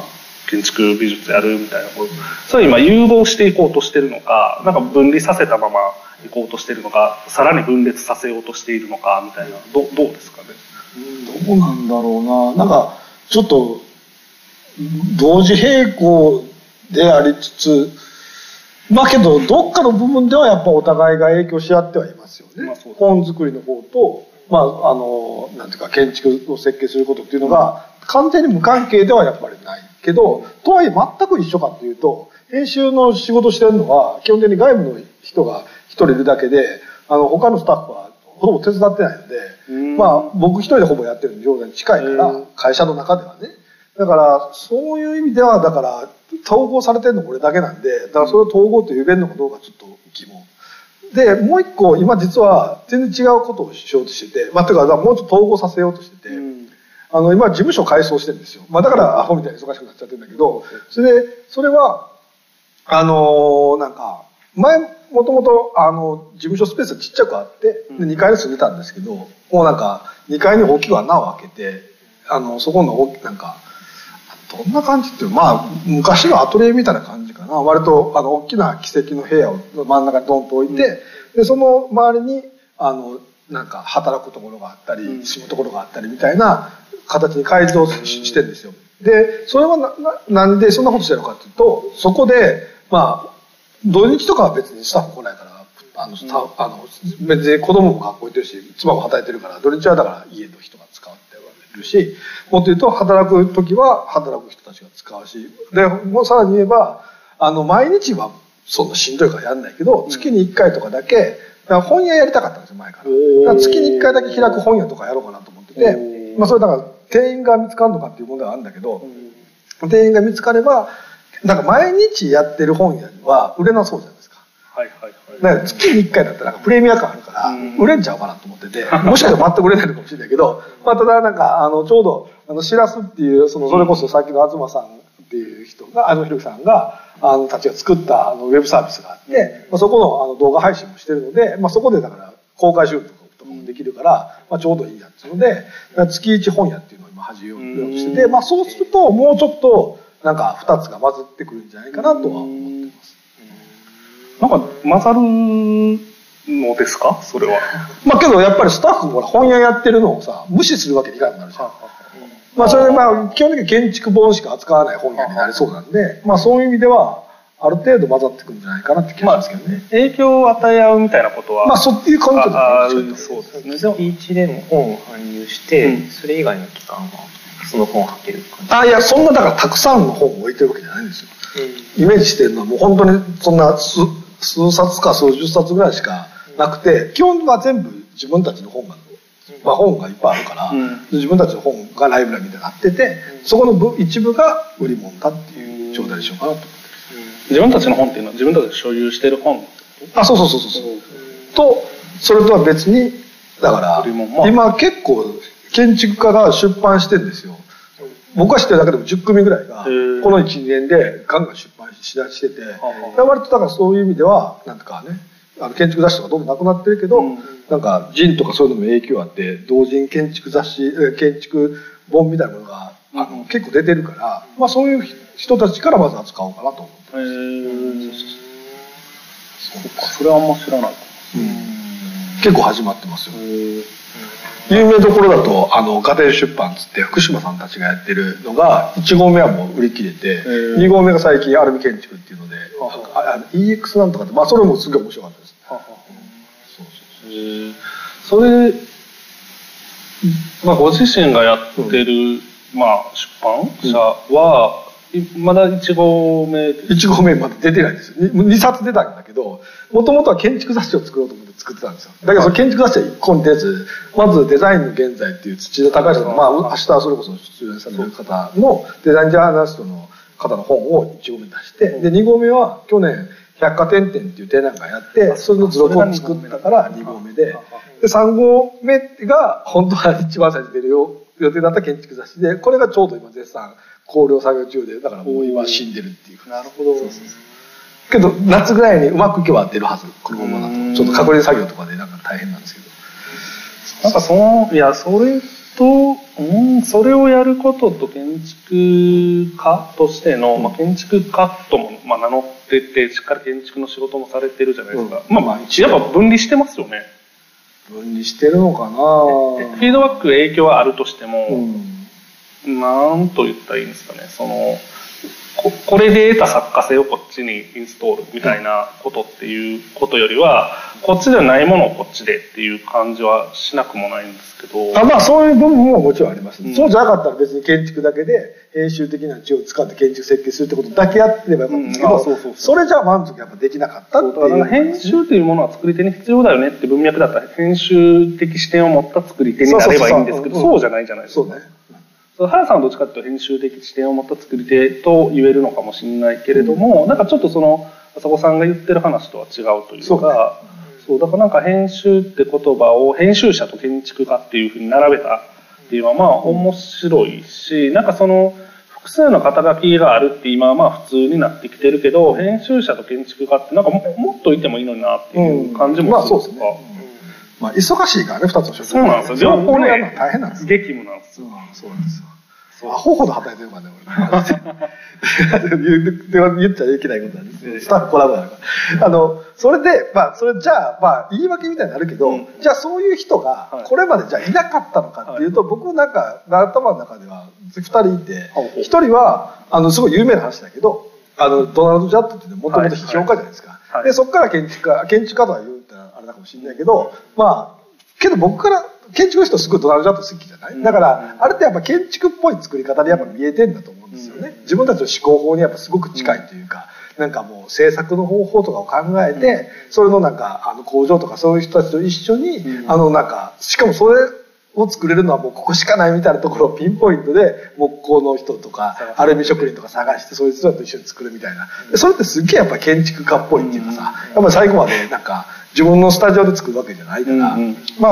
建築美術やるみたいなこと、それ今融合していこうとしてるのか、なんか分離させたままいこうとしてるのか、さらに分裂させようとしているのかみたいな、どうですかね。 どうなんだろうな。なんかちょっと同時並行でありつつ、まあけどどっかの部分ではやっぱお互いが影響し合ってはいますよね。まあ、本作りの方と、まあなんていうか建築を設計することっていうのが完全に無関係ではやっぱりないけど、とはいえ全く一緒かっていうと、編集の仕事してるのは基本的に外部の人が一人いるだけで、他のスタッフはほぼ手伝ってないので、まあ僕一人でほぼやってる状態に近いから、会社の中ではね。だからそういう意味ではだから統合されてるのこれだけなんで、だからそれを統合と呼べるのかどうかちょっと疑問で、もう一個今実は全然違うことをしようとしてて、まあというかもうちょっと統合させようとしてて、今事務所改装してるんですよ。まあだからアホみたいに忙しくなっちゃってるんだけど、それはなんか前もともと事務所スペースがちっちゃくあって、で2階に住んでたんですけど、もうなんか2階に大きく穴を開けて、そこのなんかどんな感じっていう、まあ昔のアトリエみたいな感じかな。割と大きな奇跡の部屋を真ん中にドンと置いて、でその周りになんか働くところがあったり住むところがあったりみたいな形に改造してるんですよ。でそれはなんでそんなことしてるのかっていうと、そこでまあ土日とかは別にスタッフ来ないから、別に子供も学校行ってるし妻も働いてるから、土日はだから家の人が使うって言われるし、もっと言うと働く時は働く人たちが使うし、でもうさらに言えば毎日はそんなしんどいからやんないけど、月に1回とかだけ本屋やりたかったんですよ前から。だから月に1回だけ開く本屋とかやろうかなと思ってて、まあそれだから店員が見つかるのかっていう問題はあるんだけど、店員が見つかればなんか毎日やってる本屋は売れなそうじゃないですか。だから月に1回だったらプレミア感あるから売れんちゃうかなと思ってて、もしかしたら全く売れないのかもしれないけど、まあただなんかちょうどしらすっていうそれこそさっきの東さんっていう人がひろきさんがたちが作ったウェブサービスがあって、まあ、そこの動画配信もしてるので、まあ、そこでだから公開収録とかもできるから、まあ、ちょうどいいやっていうので月1本屋っていうのを今始めようとしてて、まあ、そうするともうちょっとなんか2つが混ざってくるんじゃないかなとは思ってます。 なんか混ざるのですかそれは。 まあけどやっぱりスタッフも本屋やってるのをさ無視するわけにいかなくなるじゃん。まあそれでまあ基本的に建築本しか扱わない本屋になりそうなんで、まあそういう意味ではある程度混ざってくるんじゃないかなって気がしますけどね。 影響を与え合うみたいなことはまあそういう感じだと思う。そうですね。月1でも本を搬入して、それ以外の期間はその本を履ける感じ。 いやそんなだからたくさんの本を置いてるわけじゃないんですよ。イメージしてるのはもう本当にそんな数冊か数十冊ぐらいしかなくて、基本は全部自分たちの本がまあ、本がいっぱいあるから、自分たちの本がライブラリみたいになってて、そこの一部が売り物だっていう状態でしょうかなと思って。 自分たちの本っていうのは自分たちで所有してる本。 そうとそれとは別にだから今結構建築家が出版してるんですよ。僕は知ってるだけでも10組ぐらいがこの 1,2 年でガンガン出版しだしてて、割とだからそういう意味ではなんとかね、建築雑誌とかどんどんなくなってるけど、なんか人とかそういうのも影響あって同人建築雑誌建築本みたいなものが結構出てるから、まあそういう人たちからまず扱おうかなと思ってます。 そうか、それはあんま知らない。 結構始まってますよ。有名どころだと家庭出版つって福島さんたちがやってるのが1号目はもう売り切れて、2号目が最近アルミ建築っていうのでEX なんとかって、まあそれもすごい面白かったです。 それ、まあ、ご自身がやってる、まあ、出版社はまだ1号目 1号目まで出てないんですよ。2冊出たんだけど、もともとは建築雑誌を作ろうと思って作ってたんですよ。だけどその建築雑誌は1個に出ず、まずデザインの現在っていう土田隆さんの、まあ明日はそれこそ出演される方のデザインジャーナリストの方の本を1号目に出して、で2号目は去年百貨店展っていう展覧会やって、それの図録を作ったから2号目で、3号目が本当は一番最初に出る予定だった建築雑誌で、これがちょうど今絶賛考慮作業中で、だからもう今死んでるっていう。 なるほど。 けど夏ぐらいにうまくいけば出るはず。このままだとちょっと確認作業とかでなんか大変なんですけど。 なんかいやそれとそれをやることと建築家としての、建築家とも、名乗っててしっかり建築の仕事もされてるじゃないですか、やっぱ分離してますよね。 分離してるのかな。 フィードバック影響はあるとしても、なんと言ったらいいんですかね、これで得た作家性をこっちにインストールみたいなことっていうことよりは、こっちではないものをこっちでっていう感じはしなくもないんですけど。 そういう部分ももちろんあります、そうじゃなかったら別に建築だけで編集的な知を使って建築設計するってことだけやってればよかったんですけど、それじゃ満足やっぱできなかったっていう。 編集というものは作り手に必要だよねって文脈だったら編集的視点を持った作り手になればいいんですけど、そうじゃないじゃないですか。原さんはどっちかというと編集的視点を持った作り手と言えるのかもしれないけれども、なんかちょっと浅子さんが言ってる話とは違うというか、だからなんか編集って言葉を編集者と建築家っていうふうに並べたっていうのは面白いし、なんか複数の肩書きがあるって今は普通になってきてるけど、編集者と建築家ってなんかもっといてもいいのになっていう感じもするとか。 忙しいからね、2つの仕事。 そうなんですよ。両方ね、 大変なんですよ。 激務なんですよ。 そうなんですよ。アホほど働いてるからね、俺。言っちゃいけないことなんですよ。スタッフコラボだから。それで、それじゃあ、言い訳みたいになるけど、じゃあそういう人が、これまでじゃあいなかったのかっていうと、僕なんか、頭の中では2人いて、1人は、すごい有名な話だけど、ドナルド・ジャットっていうのはもともと批評家じゃないですか。で、そこから建築家とは言うってあれだかもしれないけど、けど僕から建築の人すごいドナルド・ジャット好きじゃない？だからあれってやっぱ建築っぽい作り方でやっぱ見えてんだと思うんですよね。自分たちの思考法にやっぱすごく近いというか、なんかもう制作の方法とかを考えて、それのなんか工場とかそういう人たちと一緒になんかしかもそれを作れるのはもうここしかないみたいなところをピンポイントで木工の人とかアルミ職人とか探してそういう人と一緒に作るみたいな。それってすっげえやっぱ建築家っぽいっていうかさ、やっぱ最後までなんか自分のスタジオで作るわけじゃないから、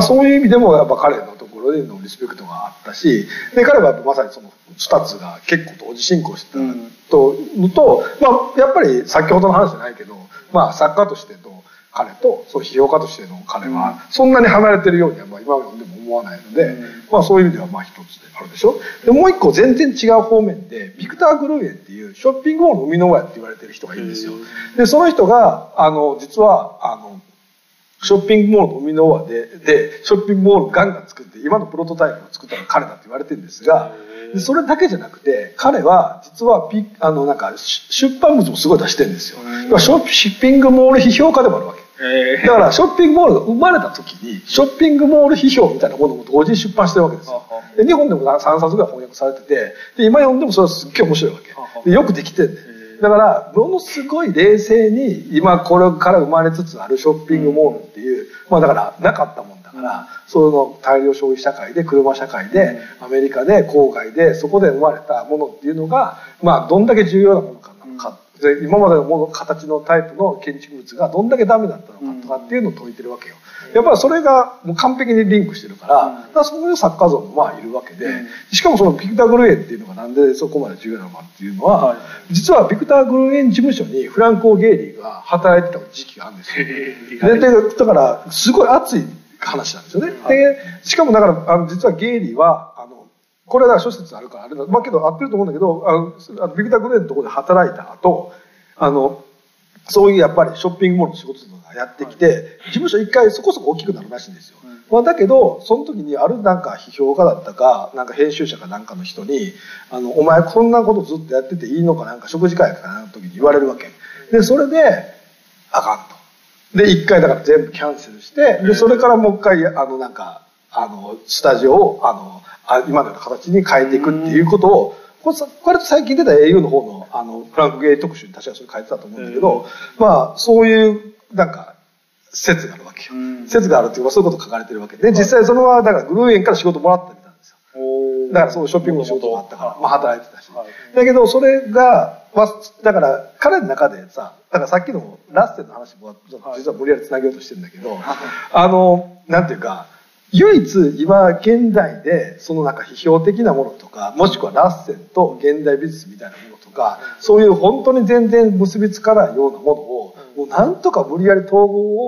そういう意味でもやっぱ彼のところでのリスペクトがあったし、で彼はまさにその2つが結構同時進行してたとやっぱり先ほどの話じゃないけど、作家としての彼と批評家としての彼はそんなに離れてるようには今までも思わないので、そういう意味では一つであるでしょ。でもう一個全然違う方面でビクター・グルーエンっていうショッピングモールの生みの親って言われてる人がいるんですよ。でその人が実はショッピングモールの生みの親でショッピングモールをガンガン作って今のプロトタイプを作ったのが彼だって言われてるんですが、それだけじゃなくて彼は実はなんか出版物もすごい出してるんですよ。ショッピングモール批評家でもあるわけ。だからショッピングモールが生まれた時にショッピングモール批評みたいなものも同時に出版してるわけですよ。で日本でも3冊ぐらい翻訳されてて、で今読んでもそれはすっげえ面白いわけで、よくできてるんで、だからものすごい冷静に今これから生まれつつあるショッピングモールっていう、だからなかったもんだから、その大量消費社会で車社会でアメリカで郊外でそこで生まれたものっていうのがどんだけ重要なものかで今までのもの形のタイプの建築物がどんだけダメだったのかとかっていうのを説いてるわけよ。やっぱりそれがもう完璧にリンクしてるからそういう作家像もいるわけで、しかもそのビクター・グルーエンっていうのがなんでそこまで重要なのかっていうのは、実はビクター・グルーエン事務所にフランコー・ゲイリーが働いてた時期があるんですよ。でだからすごい熱い話なんですよね。でしかもだから実はゲイリーはこれは諸説あるからあれだ、けど合ってると思うんだけどビクター・グルーエンのところで働いた後そういうやっぱりショッピングモールの仕事とかやってきて事務所一回そこそこ大きくなるらしいんですよ。だけどその時にあるなんか批評家だったかなんか編集者かなんかの人にお前こんなことずっとやってていいのかなんか食事会かなんかの時に言われるわけで、それであかんと。で一回だから全部キャンセルしてでそれからもう一回なんかスタジオを今のような形に変えていくっていうことをこれと最近出た au の方のフランク・ゲイ特集に確かそれ書いてたと思うんだけど、そういうなんか説があるわけよ。説があるっていうかそういうこと書かれてるわけで、実際そのはだからグルーエンから仕事もらってみたんですよ。だからそういうショッピングの仕事があったから働いてたし、だけどそれがだから彼の中でさ、だからさっきのラッセンの話も実は無理やりつなげようとしてるんだけどなんていうか唯一今現代でそのなんか批評的なものとかもしくはラッセンと現代美術みたいなものとかそういう本当に全然結びつかないようなものをもうなんとか無理やり統合を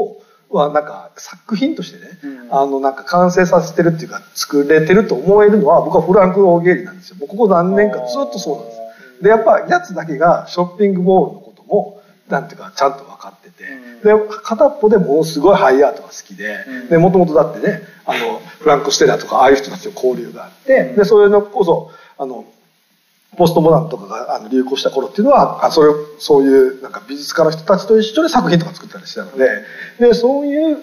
はなんか作品としてね、なんか完成させてるっていうか作れてると思えるのは僕はフランク・オーゲーリなんですよ。もうここ何年かずっとそうなんです。でやっぱやつだけがショッピングモールのこともなんていうかちゃんと分かってて、で片っぽでものすごいハイアートが好きで、もともとだってねフランク・ステラとかああいう人たちと交流があって、でそれのこそポストモダンとかが流行した頃っていうのはそういうなんか美術家の人たちと一緒に作品とか作ったりしたので、そういう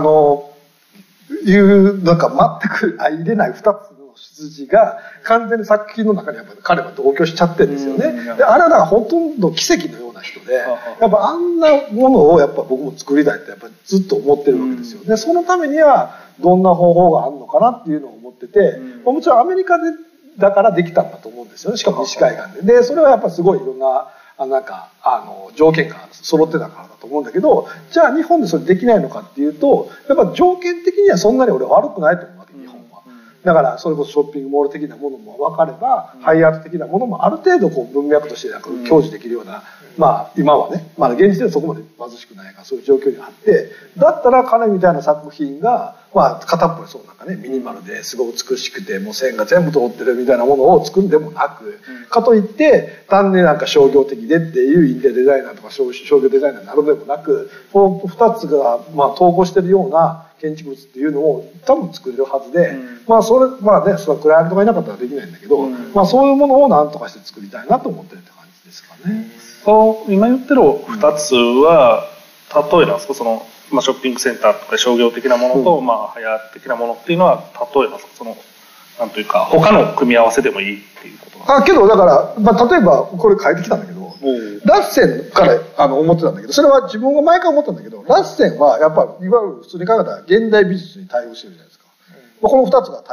なんか全く相入れない2つの筋が完全に作品の中にやっぱ彼は同居しちゃってるんですよね。であれはほとんど奇跡のような人で、やっぱあんなものをやっぱ僕も作りたいってやっぱずっと思ってるわけですよ。でそのためにはどんな方法があるのかなっていうのを思ってて、もちろんアメリカでだからできたんだと思うんですよね。しかも西海岸で。でそれはやっぱすごいいろんななんか条件が揃ってたからだと思うんだけど、じゃあ日本でそれできないのかっていうと、やっぱ条件的にはそんなに俺悪くないと思うわけ、日本は。だからそれこそショッピングモール的なものも分かれば、ハイアート的なものもある程度こう文脈としてなんか享受できるような、まあ今はね、まだ現実ではそこまで貧しくないからそういう状況にあって、だったら彼みたいな作品がまあ片っぽにそうなんかねミニマルですごい美しくてもう線が全部通ってるみたいなものを作るんでもなく、かといって単になんか商業的でっていうインテリアデザイナーとか商業デザイナーになるでもなく、この2つがまあ統合してるような建築物っていうのを多分作れるはずで、まあそれまあねそのクライアントがいなかったらできないんだけど、まあそういうものを何とかして作りたいなと思ってるって感じですかね。 今言ってる2つは例えなんですか、まあ、ショッピングセンターとか商業的なものと、まあ、ハイアート的なものっていうのは例えばなんというか他の組み合わせでもいいっていうことなんですか。 けどだから、まあ、例えばこれ書いてきたんだけど、ラッセンから思ってたんだけど、それは自分が前から思ったんだけど、ラッセンはやっぱいわゆる普通に考えたら現代美術に対応してるじゃないですか。まあ、この2つが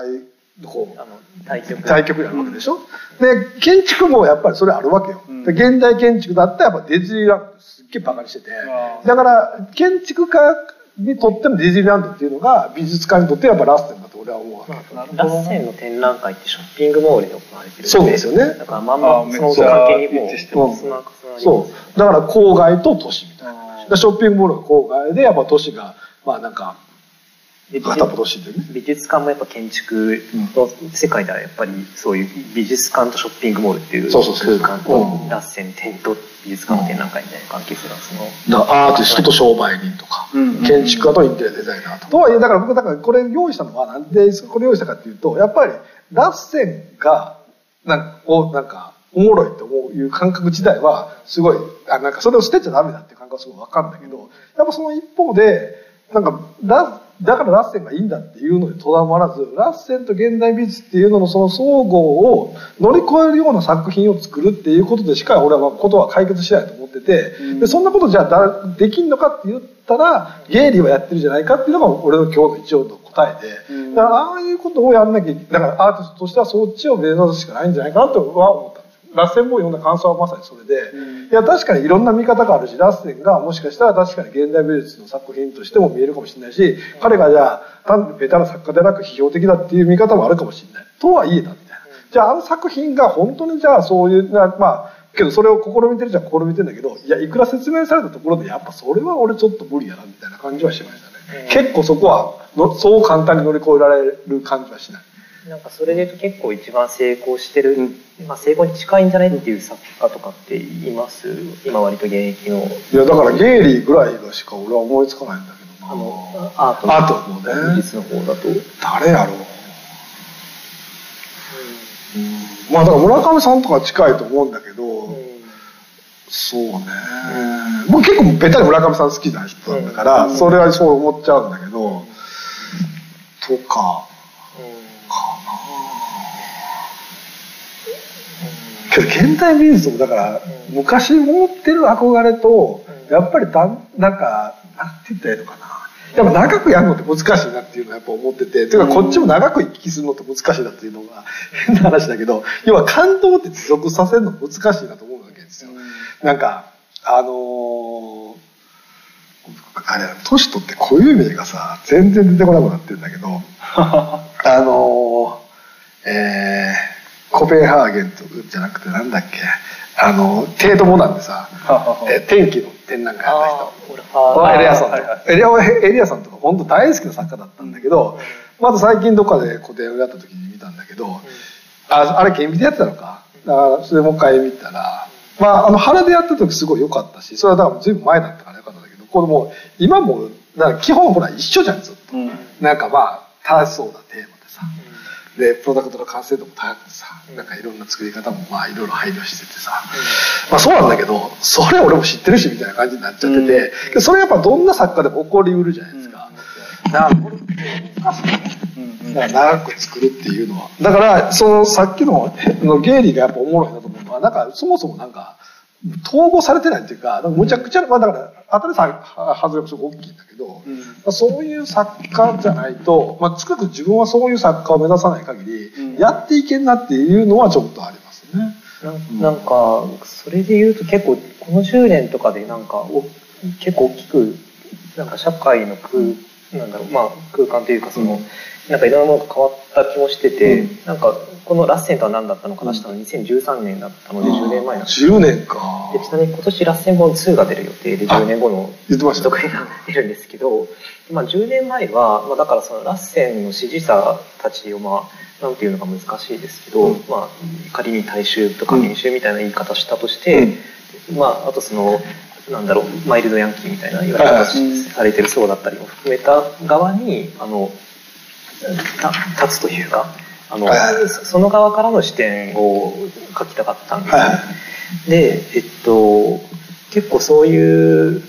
対極にあるわけでしょ。で建築もやっぱりそれあるわけよ。で現代建築だったらやっぱディズニーランドすっげえバカにしてて、だから建築家にとってもディズニーランドっていうのが美術家にとってやっぱラッセンだと俺は思うわけ。 ラッセンの展覧会ってショッピングモールで行われてるんで、 そうですよね。 だからまんまその関係にもそうだから郊外と都市みたいな。ショッピングモールが郊外でやっぱ都市がまあなんか美術館もやっぱ建築の世界ではやっぱりそういう美術館とショッピングモールっていう空間とラッセン展と美術館の展覧会みたいな関係するんですね。アーティストと商売人とか建築家とインテリアデザイナーとはいえ、だから僕だからこれ用意したのはなんでこれ用意したかっていうと、やっぱりラッセンがなんかおもろいという感覚自体はすごいなんかそれを捨てちゃダメだっていう感覚はすごい分かるんだけど、やっぱその一方でなんかだからラッセンがいいんだっていうのにとどまらず、ラッセンと現代美術っていうののその相互を乗り越えるような作品を作るっていうことでしか俺はことは解決しないと思ってて、でそんなことじゃあできんのかって言ったらゲイリーはやってるじゃないかっていうのが俺の今日の一応の答えで、だからああいうことをやんなきゃ、だからアーティストとしてはそっちを目指すしかないんじゃないかなとは思った。ラッセンも読んだ感想はまさにそれで、いや確かにいろんな見方があるし、ラッセンがもしかしたら確かに現代美術の作品としても見えるかもしれないし、彼がじゃあ単にベタな作家でなく批評的だっていう見方もあるかもしれないとはいえだみたいな。じゃあ作品が本当にじゃあそういうまあけどそれを試みてるじゃ試みてるんだけど、いやいくら説明されたところでやっぱそれは俺ちょっと無理やなみたいな感じはしましたね。結構そこはそう簡単に乗り越えられる感じはしない。 なんかそれで言うと結構一番成功してる、まあ成功に近いんじゃないっていう作家とかっています？今割と現役の。いやだからゲイリーぐらいしか俺は思いつかないんだけどな。 アートのね。 美術の方だと。誰やろう。まあだから村上さんとか近いと思うんだけど、そうね。僕結構ベタに村上さん好きな人なんだから、それはそう思っちゃうんだけど、とか。けど現代美術もだから昔持ってる憧れとやっぱりなんかなんて言ったらいいのかな、やっぱ長くやるのって難しいなっていうのはやっぱ思ってて、というかこっちも長く行き来するのって難しいなっていうのが変な話だけど、要は感動って持続させるの難しいなと思うわけですよ。なんかあれ年取って固有名がさ全然出てこなくなってるんだけどコペンハーゲンとじゃなくてなんだっけ程度モダンでさ天気の展覧会あった人エリアさんとかエリアさんとか本当大好きな作家だったんだけど、また最近どっかで個展をやった時に見たんだけど、あれ顕微でやってたのか、だからそれもう一回見たら、原でやった時すごい良かったし、それはだからずいぶん前だったから良かったんだけど、これもう今もだから基本ほら一緒じゃんずっと、なんか正しそうなテーマでさ、でプロダクトの完成度も高くてさ、なんかいろんな作り方もいろいろ配慮しててさ、そうなんだけど、それ俺も知ってるしみたいな感じになっちゃってて、それやっぱどんな作家でも起こりうるじゃないですか。だからこれ難しいね。だから長く作るっていうのは、だからそのさっきのゲイリーがやっぱおもろいなと思うのは、なんかそもそもなんか統合されてないっていうか、むちゃくちゃだから当たり外れもすごく大きいんだけど、そういう作家じゃないと、少なく自分はそういう作家を目指さない限り、やっていけんなっていうのはちょっとありますね。 なんかそれで言うと結構この10年とかでなんか結構大きくなんか社会の空間というかなんかいろんなものが変わった気もしてて、なんかこのラッセンとは何だったのか出したの2013年だったので10年前なんです 10年か。 でちなみに今年ラッセン本2が出る予定で10年後の続編が出るんですけど、10年前は、だからそのラッセンの支持者たちをなんていうのか難しいですけど、仮に大衆とか民衆みたいな言い方したとして、あとマイルドヤンキーみたいな言われ方されてる層だったりも含めた側に立つというかその側からの視点を書きたかったんですね。で結構そういう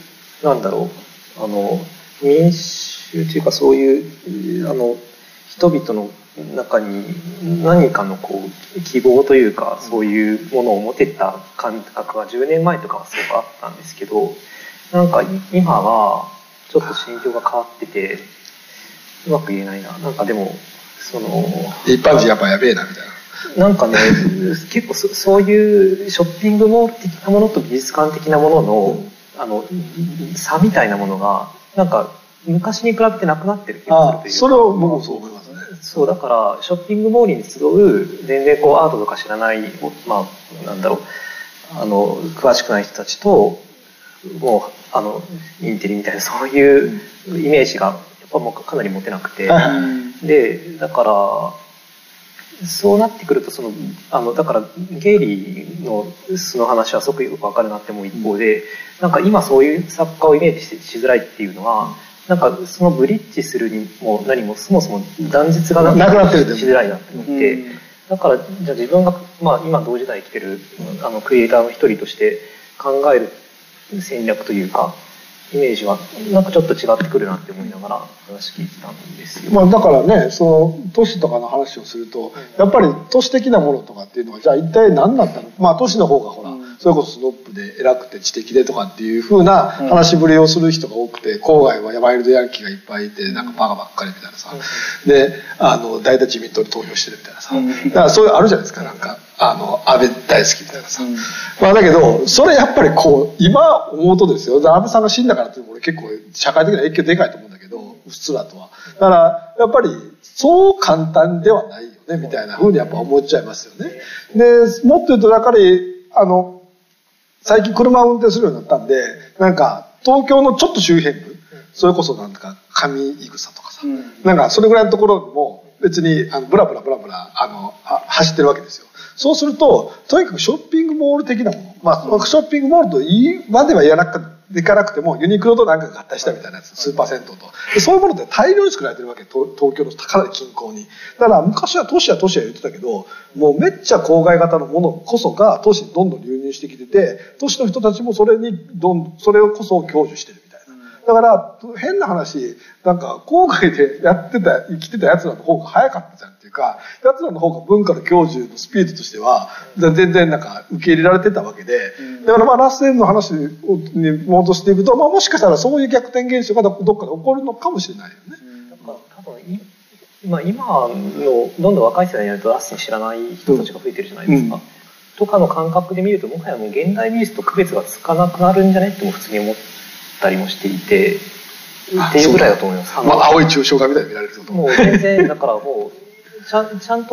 民衆というかそういう人々の中に何かの希望というかそういうものを持てた感覚が10年前とかはすごくあったんですけど、なんか今はちょっと心境が変わっててうまく言えないな。なんかでも一般人やっぱやべえなみたいな。なんかね結構そういうショッピングモール的なものと美術館的なものの差みたいなものがなんか昔に比べてなくなってる気がするというか。 それを僕もそう思いますね。 そうだからショッピングモールに集う全然アートとか知らない詳しくない人たちともうインテリみたいなそういうイメージがやっぱもうかなり持てなくて、でだからそうなってくるとだからゲイリーのその話はすごくよく分かるなって思う一方で、なんか今そういう作家をイメージしづらいっていうのはなんかそのブリッジするにも何もそもそも断絶がなくなってるしづらいなって思って、だからじゃあ自分が今同時代生きてるクリエイターの一人として考える戦略というかイメージはなんかちょっと違ってくるなって思いながら話聞いてたんですよ。 だからね都市とかの話をするとやっぱり都市的なものとかっていうのはじゃあ一体何だったの。都市の方がほらそれこそスノップで偉くて知的でとかっていう風な話ぶりをする人が多くて、郊外はワイルドヤンキーがいっぱいいてなんかバカばっかりみたいなさ、で大体自民党に投票してるみたいなさ、だからそういうあるじゃないですか。なんか安倍大好きみたいなさ、だけどそれやっぱり今思うとですよ、安倍さんが死んだからっていうのも俺結構社会的な影響でかいと思うんだけど、うっすらとは。だからやっぱりそう簡単ではないよねみたいな風にやっぱ思っちゃいますよね。でもっと言うとやっぱり最近車を運転するようになったんで、なんか東京のちょっと周辺部、それこそなんか上井草とかさ、なんかそれぐらいのところも別にブラブラ走ってるわけですよ。そうするととにかくショッピングモール的なもの、ショッピングモールとまでは言わなくていかなくてもユニクロとなんかが合体したみたいなやつ、スーパー銭湯とそういうものって大量に作られてるわけ、東京のかなり近郊に。だから昔は都市は言ってたけど、もうめっちゃ郊外型のものこそが都市にどんどん流入してきてて、都市の人たちもそれをこそ享受してるみたいな。だから変な話、なんか郊外で生きてたやつらの方が早かったじゃんっていうか、やつらの方が文化の享受のスピードとしては全然なんか受け入れられてたわけで、だからラッセンの話に戻していくと、もしかしたらそういう逆転現象がどっかで起こるのかもしれないよね。 だから多分今のどんどん若い世代になるとラッセン知らない人たちが増えてるじゃないですか、とかの感覚で見るともはやもう現代美術と区別がつかなくなるんじゃないっても普通に思ったりもしていてっていうぐらいだと思います。 青い抽象画みたいに見られるってこと。 もう全然だからもうちゃんと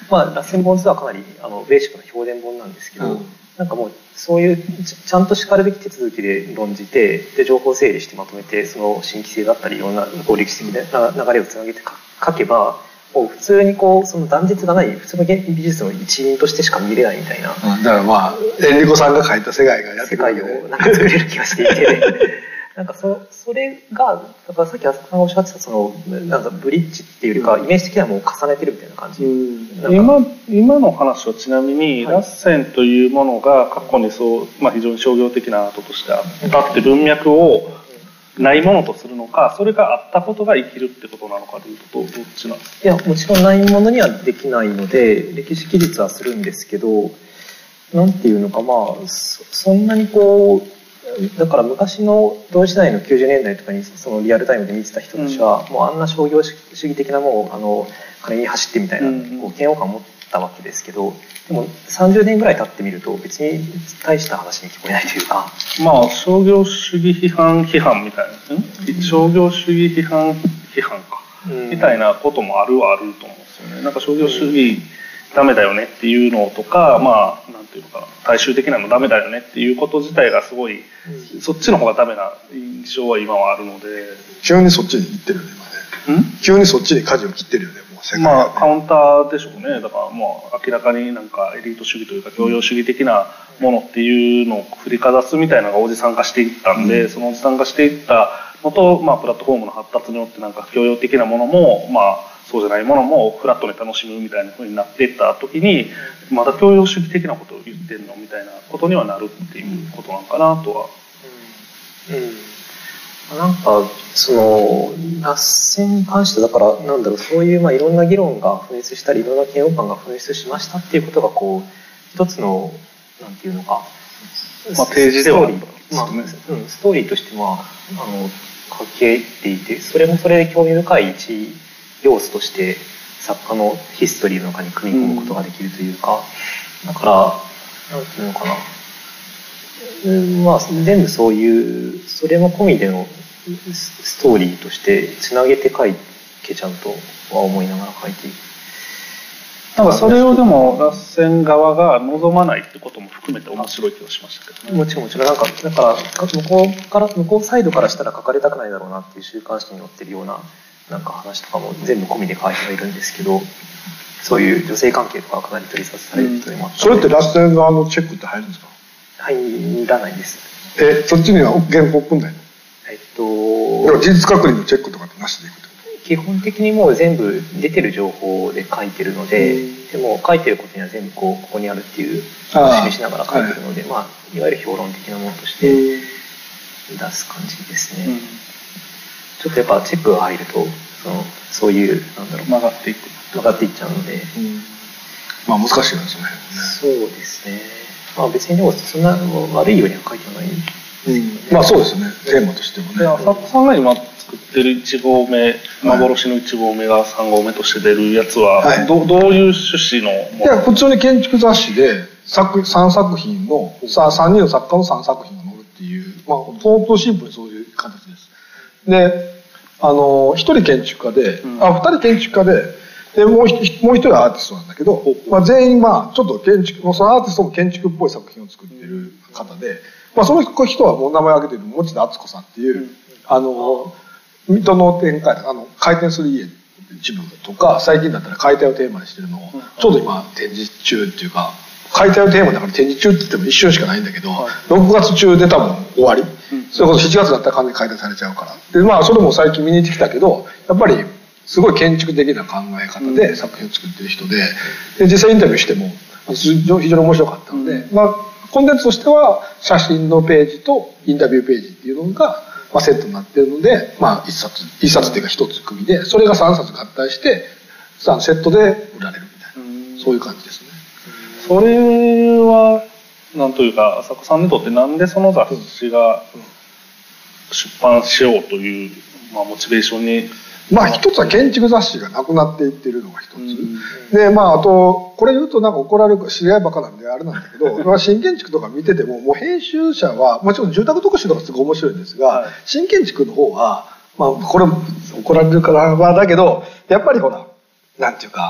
まあ螺旋本図はかなりベーシックな評伝本なんですけど、なんかもうそういうちゃんとしかるべき手続きで論じて、で情報整理してまとめて、その新規性だったりいろんな歴史的な流れをつなげて書けば、もう普通にその断絶がない普通の美術の一員としてしか見れないみたいな。 だからまあエンリコさんが書いた世界がやってくる世界をなんか作れる気がしていてなんかそれがだからさっき浅香さんがおっしゃってたそのなんかブリッジっていうよりかイメージ的にはもう重ねてるみたいな感じ。 今の話はちなみに、ラッセンというものが過去に非常に商業的なアートとしてあったって文脈をないものとするのか、それがあったことが生きるってことなのかというとどっちなんですか？ いやもちろんないものにはできないので歴史記述はするんですけど、なんていうのかそんなにだから昔の同時代の90年代とかにそのリアルタイムで見てた人たちは、もうあんな商業主義的なもう金に走ってみたいな嫌悪感を持ったわけですけど、でも30年ぐらい経ってみると別に大した話に聞こえないというか、 まあ商業主義批判みたいな、商業主義批判か、みたいなこともあるはあると思うんですよね。なんか商業主義ダメだよねっていうのとか、まあなんていうのかな、大衆的なのダメだよねっていうこと自体がすごい、そっちの方がダメな印象は今はあるので、 急にそっちに行ってるよね今ね。急にそっちに舵を切ってるよねもう世界がね。 まあカウンターでしょうね。だからもう明らかになんかエリート主義というか教養主義的なものっていうのを振りかざすみたいなのがおじさん化していったんで、そのおじさん化していったのと、まあプラットフォームの発達によってなんか教養的なものもまあそうじゃないものもフラットに楽しむみたいな風になっていった時に、まだ教養主義的なことを言ってんのみたいなことにはなるっていうことなのかなとは。 なんかその螺旋に関してだからなんだろう、そういういろんな議論が噴出したりいろんな嫌悪感が噴出しましたっていうことが一つのなんていうのか、 ページではあるんですね。ストーリーとして書けていて、それもそれで興味深い一要素として作家のヒストリーの中に組み込むことができるというか、だからなんていうのかな、全部そういうそれも込みでのストーリーとしてつなげて書けちゃうとは思いながら書いている。 なんかそれをでも螺旋側が望まないってことも含めて面白い気がしましたけどね。 もちろんだから向こうサイドからしたら書かれたくないだろうなっていう週刊誌に載ってるようななんか話とかも全部込みで書いてはいるんですけど、そういう女性関係とかはかなり取り沙汰される人でもあったので、 それって螺旋側のチェックって入るんですか？ 入らないです。 そっちには原稿組んないの？事実確認のチェックとかってなしでいくってこと？ 基本的にもう全部出てる情報で書いてるので、でも書いてることには全部ここにあるっていうのを示しながら書いてるので、いわゆる評論的なものとして出す感じですね。ちょっとやっぱチェックが入るとそういう曲がっていっちゃうので、 難しいですね。 そうですね。別にでもそんな悪いようには書いてはないですけどね。 そうですね。テーマとしてもね。 浅香さんが今作ってる1号目、幻の1号目が3号目として出るやつは、どういう趣旨のもの？ いや普通に建築雑誌で3作品の3人の作家の3作品が載るっていう、相当シンプルにそういう形です。で1人建築家で、2人建築家でもう一人はアーティストなんだけど、全員ちょっと建築そのアーティストも建築っぽい作品を作ってる方で、その人はもう名前を挙げてる持田敦子さんっていう水戸の展開回転する家一部とか、最近だったら解体をテーマにしてるのをちょうど今展示中っていうか、解体をテーマだから展示中って言っても一瞬しかないんだけど、6月中で多分終わり、それこそ7月だったら完全に解体されちゃうからで、それも最近見に行ってきたけど、やっぱりすごい建築的な考え方で作品を作ってる人で、実際インタビューしても非常に面白かったので、コンテンツとしては写真のページとインタビューページっていうのがセットになってるので、一冊っていうか一つ組で、それが3冊合体してセットで売られるみたいな、そういう感じですね。 それはなんというか浅香さんにとってなんでその雑誌が出版しようという、モチベーションに一つは建築雑誌がなくなっていってるのが一つ、であとこれ言うと怒られる知り合いばっかなんであれなんだけど新建築とか見ててもう編集者はもちろん住宅特集とかすごい面白いんですが、新建築の方はこれ怒られるからだけど、やっぱりほらなんていうか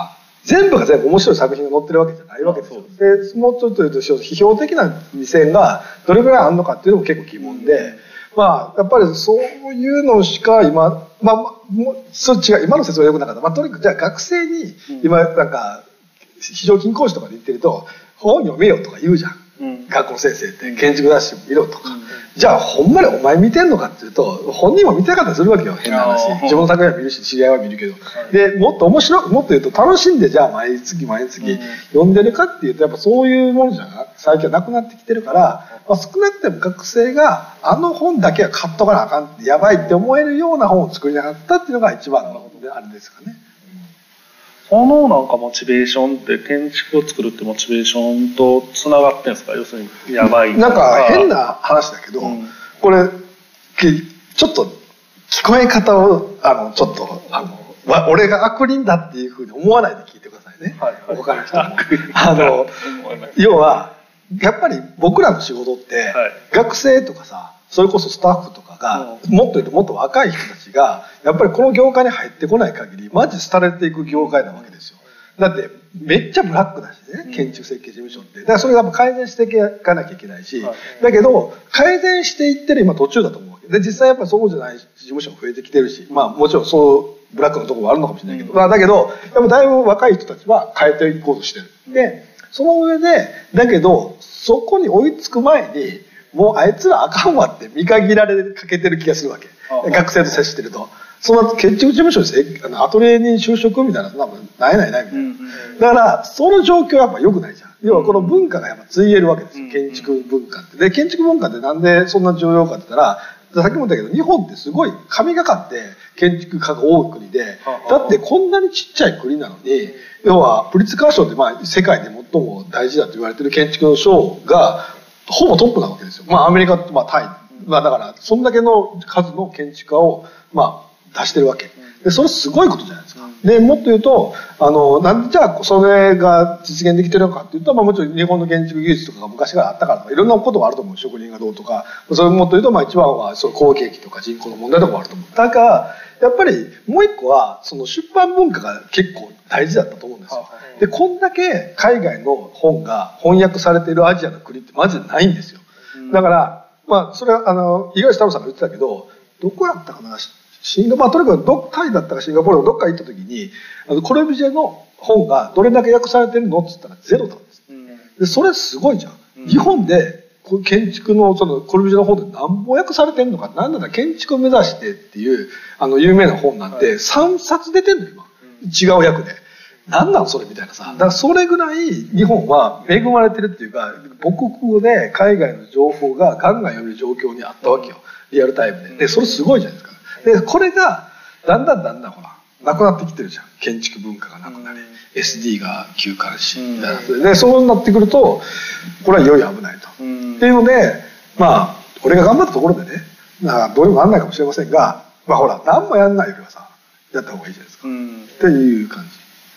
全部が全部面白い作品が載ってるわけじゃないわけですよ。でもうちょっと言うと批評的な目線がどれぐらいあるのかっていうのも結構疑問で、まあやっぱりそういうのしか今そう違う今の説明はよくなかった。とにかくじゃあ学生に今なんか非常勤講師とかで言ってると本読めよとか言うじゃん。学校の先生って建築雑誌を見ろとか、じゃあほんまにお前見てんのかっていうと本人も見たかったりするわけよ。変な話、自分の作品は見るし知り合いは見るけど、でもっと面白くもっと言うと楽しんでじゃあ毎月読んでるかっていうとやっぱそういうものじゃ最近はなくなってきてるから、少なくても学生があの本だけは買っとかなあかんってやばいって思えるような本を作りなかったっていうのが一番のあれですかね。 そのなんかモチベーションって建築を作るってモチベーションとつながってんですか？要するにやばいなんか変な話だけど、これちょっと聞こえ方をちょっと俺が悪人だっていうふうに思わないで聞いてくださいね。他の人も要はやっぱり僕らの仕事って、学生とかさそれこそスタッフとかが、もっと言うともっと若い人たちがやっぱりこの業界に入ってこない限りマジ廃れていく業界なわけですよ。だってめっちゃブラックだしね、建築設計事務所って。だからそれが改善していかなきゃいけないし、だけど改善していってる今途中だと思うわけで、実際やっぱりそうじゃない事務所も増えてきてるし、もちろんそうブラックのところもあるのかもしれないけど、だけどやっぱだいぶ若い人たちは変えていこうとしてる。でその上でだけどそこに追いつく前にもうあいつらあかんわって見限られかけてる気がするわけ。学生と接してると。その建築事務所にアトリエに就職みたいなないみたいな。だからその状況はやっぱ良くないじゃん。要はこの文化がやっぱついえるわけですよ、建築文化って。で建築文化ってなんでそんな重要かって言ったら、さっきも言ったけど日本ってすごい神がかって建築家が多い国で、だってこんなにちっちゃい国なのに、要はプリツカー賞って世界で最も大事だと言われてる建築の賞がほぼトップなわけですよ。アメリカとタイ、だからそんだけの数の建築家を出してるわけで、それすごいことじゃないですか。でもっと言うとなんでじゃあそれが実現できてるのかっていうと、もちろん日本の建築技術とかが昔からあったからとかいろんなことがあると思う。職人がどうとか、それもっと言うと一番はその好景気とか人口の問題とかもあると思う。だからやっぱりもう一個はその出版文化が結構大事だったと思うんですよ。でこんだけ海外の本が翻訳されているアジアの国ってマジでないんですよ。だからそれは五十嵐太郎さんが言ってたけど、どこやったかな、シンガポール、とにかくタイだったかシンガポールのどっか行った時にコルビュジエの本がどれだけ訳されてるのって言ったらゼロなんです。でそれすごいじゃん。日本で建築のそのコルビュジエの本で何本訳されてるのか、なんだったら建築を目指してっていう有名な本なんて3冊出てんの今、違う訳で。なんなんそれみたいなさ。だからそれぐらい日本は恵まれてるっていうか、母国語で海外の情報がガンガン読める状況にあったわけよ、リアルタイムで。でそれすごいじゃないですか。でこれがだんだんほらなくなってきてるじゃん。建築文化がなくなり、SD が休館しみたいな。でそうなってくるとこれはいよいよ危ないと。っていうので俺が頑張ったところでね、どうにもなんないかもしれませんが、ほら何もやんないよりはさやった方がいいじゃないですか、っていう感じ。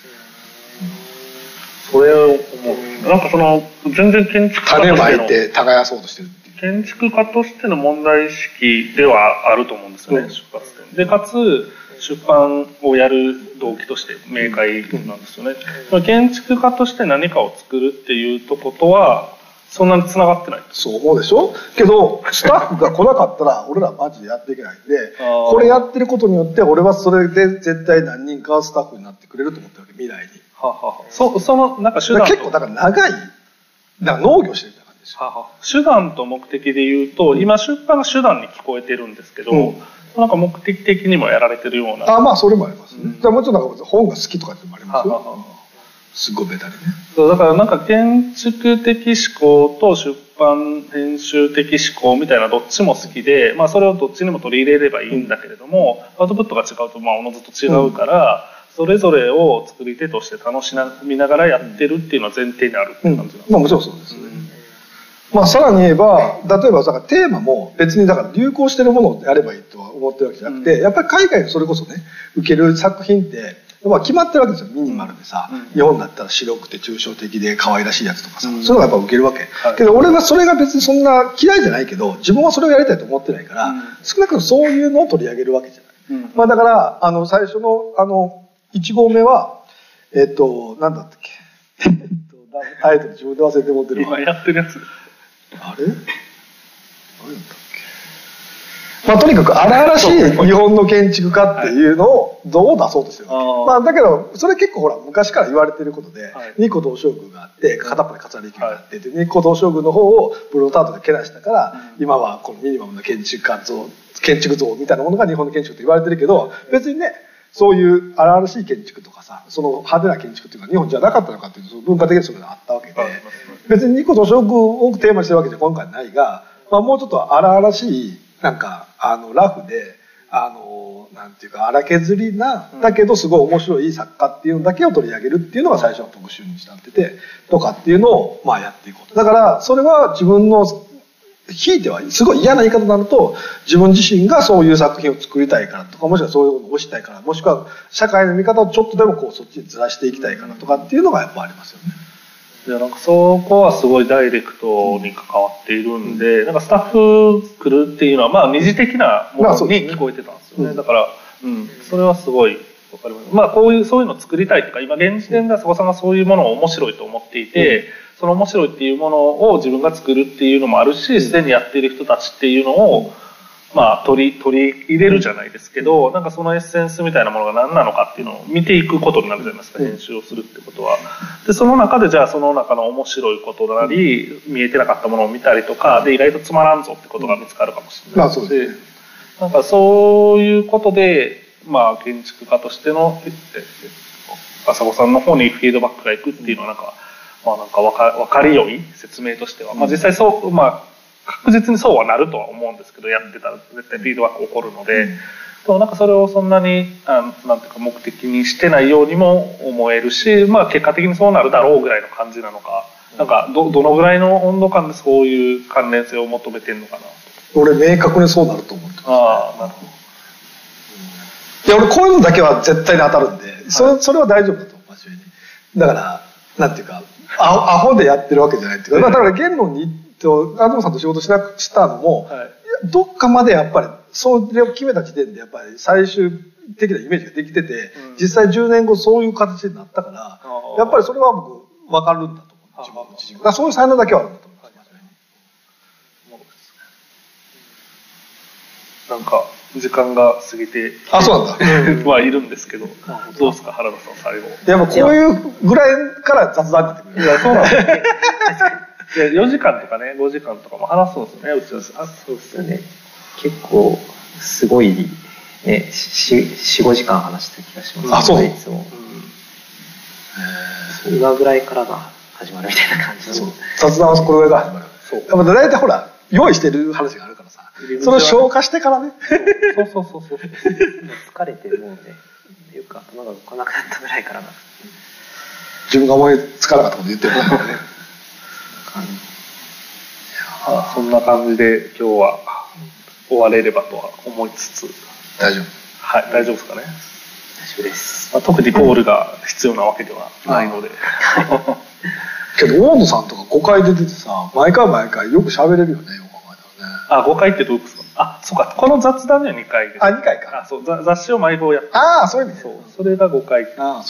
それを思う。なんか全然建築家としての種まいて耕そうとしてるっていう。 建築家としての問題意識ではあると思うんですよね、出発点で。かつ出版をやる動機として明快なんですよね。建築家として何かを作るっていうとことはそんなに繋がってない。 そう思うでしょ。けどスタッフが来なかったら俺らマジでやっていけないんで、これやってることによって俺はそれで絶対何人かスタッフになってくれると思ってるわけ、未来に。 そのなんか手段結構だから長い農業してるみたいな感じですよ。 手段と目的で言うと、今出版が手段に聞こえてるんですけど、なんか目的的にもやられてるような。それもありますね。もちろんなんか本が好きとかっていうのもありますよ。すごいベタにね。 だからなんか建築的思考と出版編集的思考みたいなどっちも好きで、それをどっちにも取り入れればいいんだけれども、アウトプットが違うとおのずと違うから、それぞれを作り手として楽しみながらやってるっていうのは前提にあるって感じなんですか。 もちろんそうですね。さらに言えば例えばテーマも別にだから流行してるものをやればいいとは思ってるわけじゃなくて、やっぱり海外のそれこそね受ける作品って決まってるわけですよ。ミニマルでさ、日本だったら白くて抽象的で可愛らしいやつとかさ、そういうのがやっぱ受けるわけ、けど俺はそれが別にそんな嫌いじゃないけど、自分はそれをやりたいと思ってないから、少なくともそういうのを取り上げるわけじゃない。だから最初の1号目はなんだったっけタイトル自分で忘れて持ってる今やってるやつ。 あれ何だったっけ。まあとにかく荒々しい日本の建築家っていうのをどう出そうとしてるわけ。まあだけどそれ結構ほら昔から言われてることで、日光東照宮があって片っぽに桂離宮があって、日光東照宮の方をブルータートでけなしたから、今はこのミニマムな建築像みたいなものが日本の建築と言われてるけど、別にねそういう荒々しい建築とかさ、その派手な建築っていうのは日本じゃなかったのかっていうと、文化的にそれがあったわけで、別に日光東照宮をテーマにしてるわけじゃ今回ないが、まあ、もうちょっと荒々しいなんかラフでなんていうか荒削りなだけどすごい面白い作家っていうのだけを取り上げるっていうのが最初の特集になっててとかっていうのをまあやっていこうと。だからそれは自分のひいてはすごい嫌な言い方になると、自分自身がそういう作品を作りたいからとか、もしくはそういうものを推したいから、もしくは社会の見方をちょっとでもこうそっちにずらしていきたいからとかっていうのがやっぱありますよね。 いやなんかそこはすごいダイレクトに関わっているんで、なんかスタッフ来るっていうのはまあ二次的なものに聞こえてたんですよね。だから、それはすごいわかります。まあそういうのを作りたいとか、今現時点では佐古さんがそういうものを面白いと思っていて、その面白いっていうものを自分が作るっていうのもあるし、すでにやっている人たちっていうのをまあ取り入れるじゃないですけど、なんかそのエッセンスみたいなものが何なのかっていうのを見ていくことになるじゃないですか、編集をするってことは。でその中でじゃあその中の面白いことなり、見えてなかったものを見たりとかで、意外とつまらんぞってことが見つかるかもしれないし、なんかそういうことでまあ建築家としての朝子さんの方にフィードバックがいくっていうのはなんか。まあなんか分かりよい説明としては、まあ、実際そう、まあ、確実にそうはなるとは思うんですけど、やってたら絶対フィードバック起こるので、でもなんかそれをそんなになんていうか目的にしてないようにも思えるし、まあ、結果的にそうなるだろうぐらいの感じなのか、なんかどのぐらいの温度感でそういう関連性を求めてるのかな。 俺明確にそうなると思ってます、ね。 ああ、なるほど。いや俺こういうのだけは絶対に当たるんで、それは大丈夫だと思う、真面目に。だからなんていうか。アホでやってるわけじゃないっていうか、だから言論に安藤さんと仕事したのも、どっかまでやっぱりそれを決めた時点でやっぱり最終的なイメージができてて、実際10年後そういう形になったから、やっぱりそれは僕分かるんだと思う、自分の知識が。そういう才能だけはあるんだと思う。なんか時間が過ぎてそうなんだはいるんですけど、どうですか原田さん最後。 やっぱこういうぐらいから雑談になってくる。 いやそうなんですね。4時間とかね5時間とかも話すんですよね、うちは。 そうですよね。結構すごいね、4,5 時間話した気がします。 そう。 いつも。今ぐらいからが始まるみたいな感じ。 雑談はこれぐらいから始まる。そう。やっぱ大体ほら用意してる話があるからさ。それを消化してからね。 そう。疲れてるもんで、っていうか頭が動かなくなったぐらいからが。 自分が思いつかなかったこと言ってるからね。 そんな感じで今日は終われればとは思いつつ。 大丈夫。 はい、大丈夫ですかね。 大丈夫です。 まあ、特にコールが必要なわけではないので。 けど大野さんとか5回出ててさ、毎回よく喋れるよね。 5回ってどういうことですか。そうか、この雑談には2回です。 2回か。 そう、雑誌を毎号やって。 そういう意味。 それが5回。 そうか。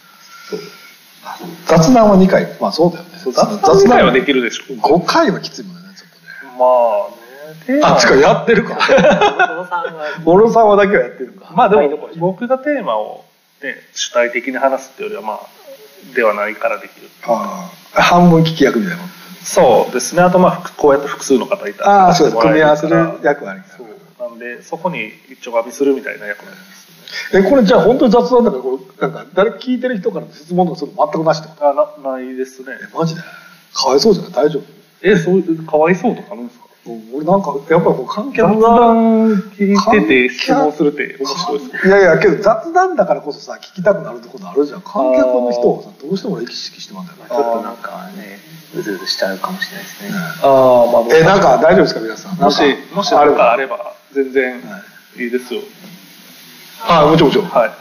雑談は2回。まあそうだよね。 雑談2回はできるでしょう。 5回はきついもんね、ちょっとね。まあね。 つかやってるか。小野さんはだけはやってるか。 まあでも僕がテーマを主体的に話すっていうよりはまあではないからできる。 半分聞き役みたいな。 そうですね。あとまあこうやって複数の方いたらそうです。組み合わせる役割。 なんでそこに一丁紙するみたいな役割ですね。 これじゃあ本当に雑談だからこれなんか誰聞いてる人からの質問とかするの全くなしってこと？ ないですね。 マジで？かわいそうじゃない？大丈夫？ そういうかわいそうとかあるんですか？ 俺なんかやっぱり観客が雑談聞いてて質問するって面白いですね。 いやけど雑談だからこそさ聞きたくなるところあるじゃん。観客の人をさどうしても意識してますんだよね。 ちょっとなんかねうずうずしちゃうかもしれないですね。 なんか大丈夫ですか皆さん。 もし何かあれば全然いいですよ。 もちろん。はい。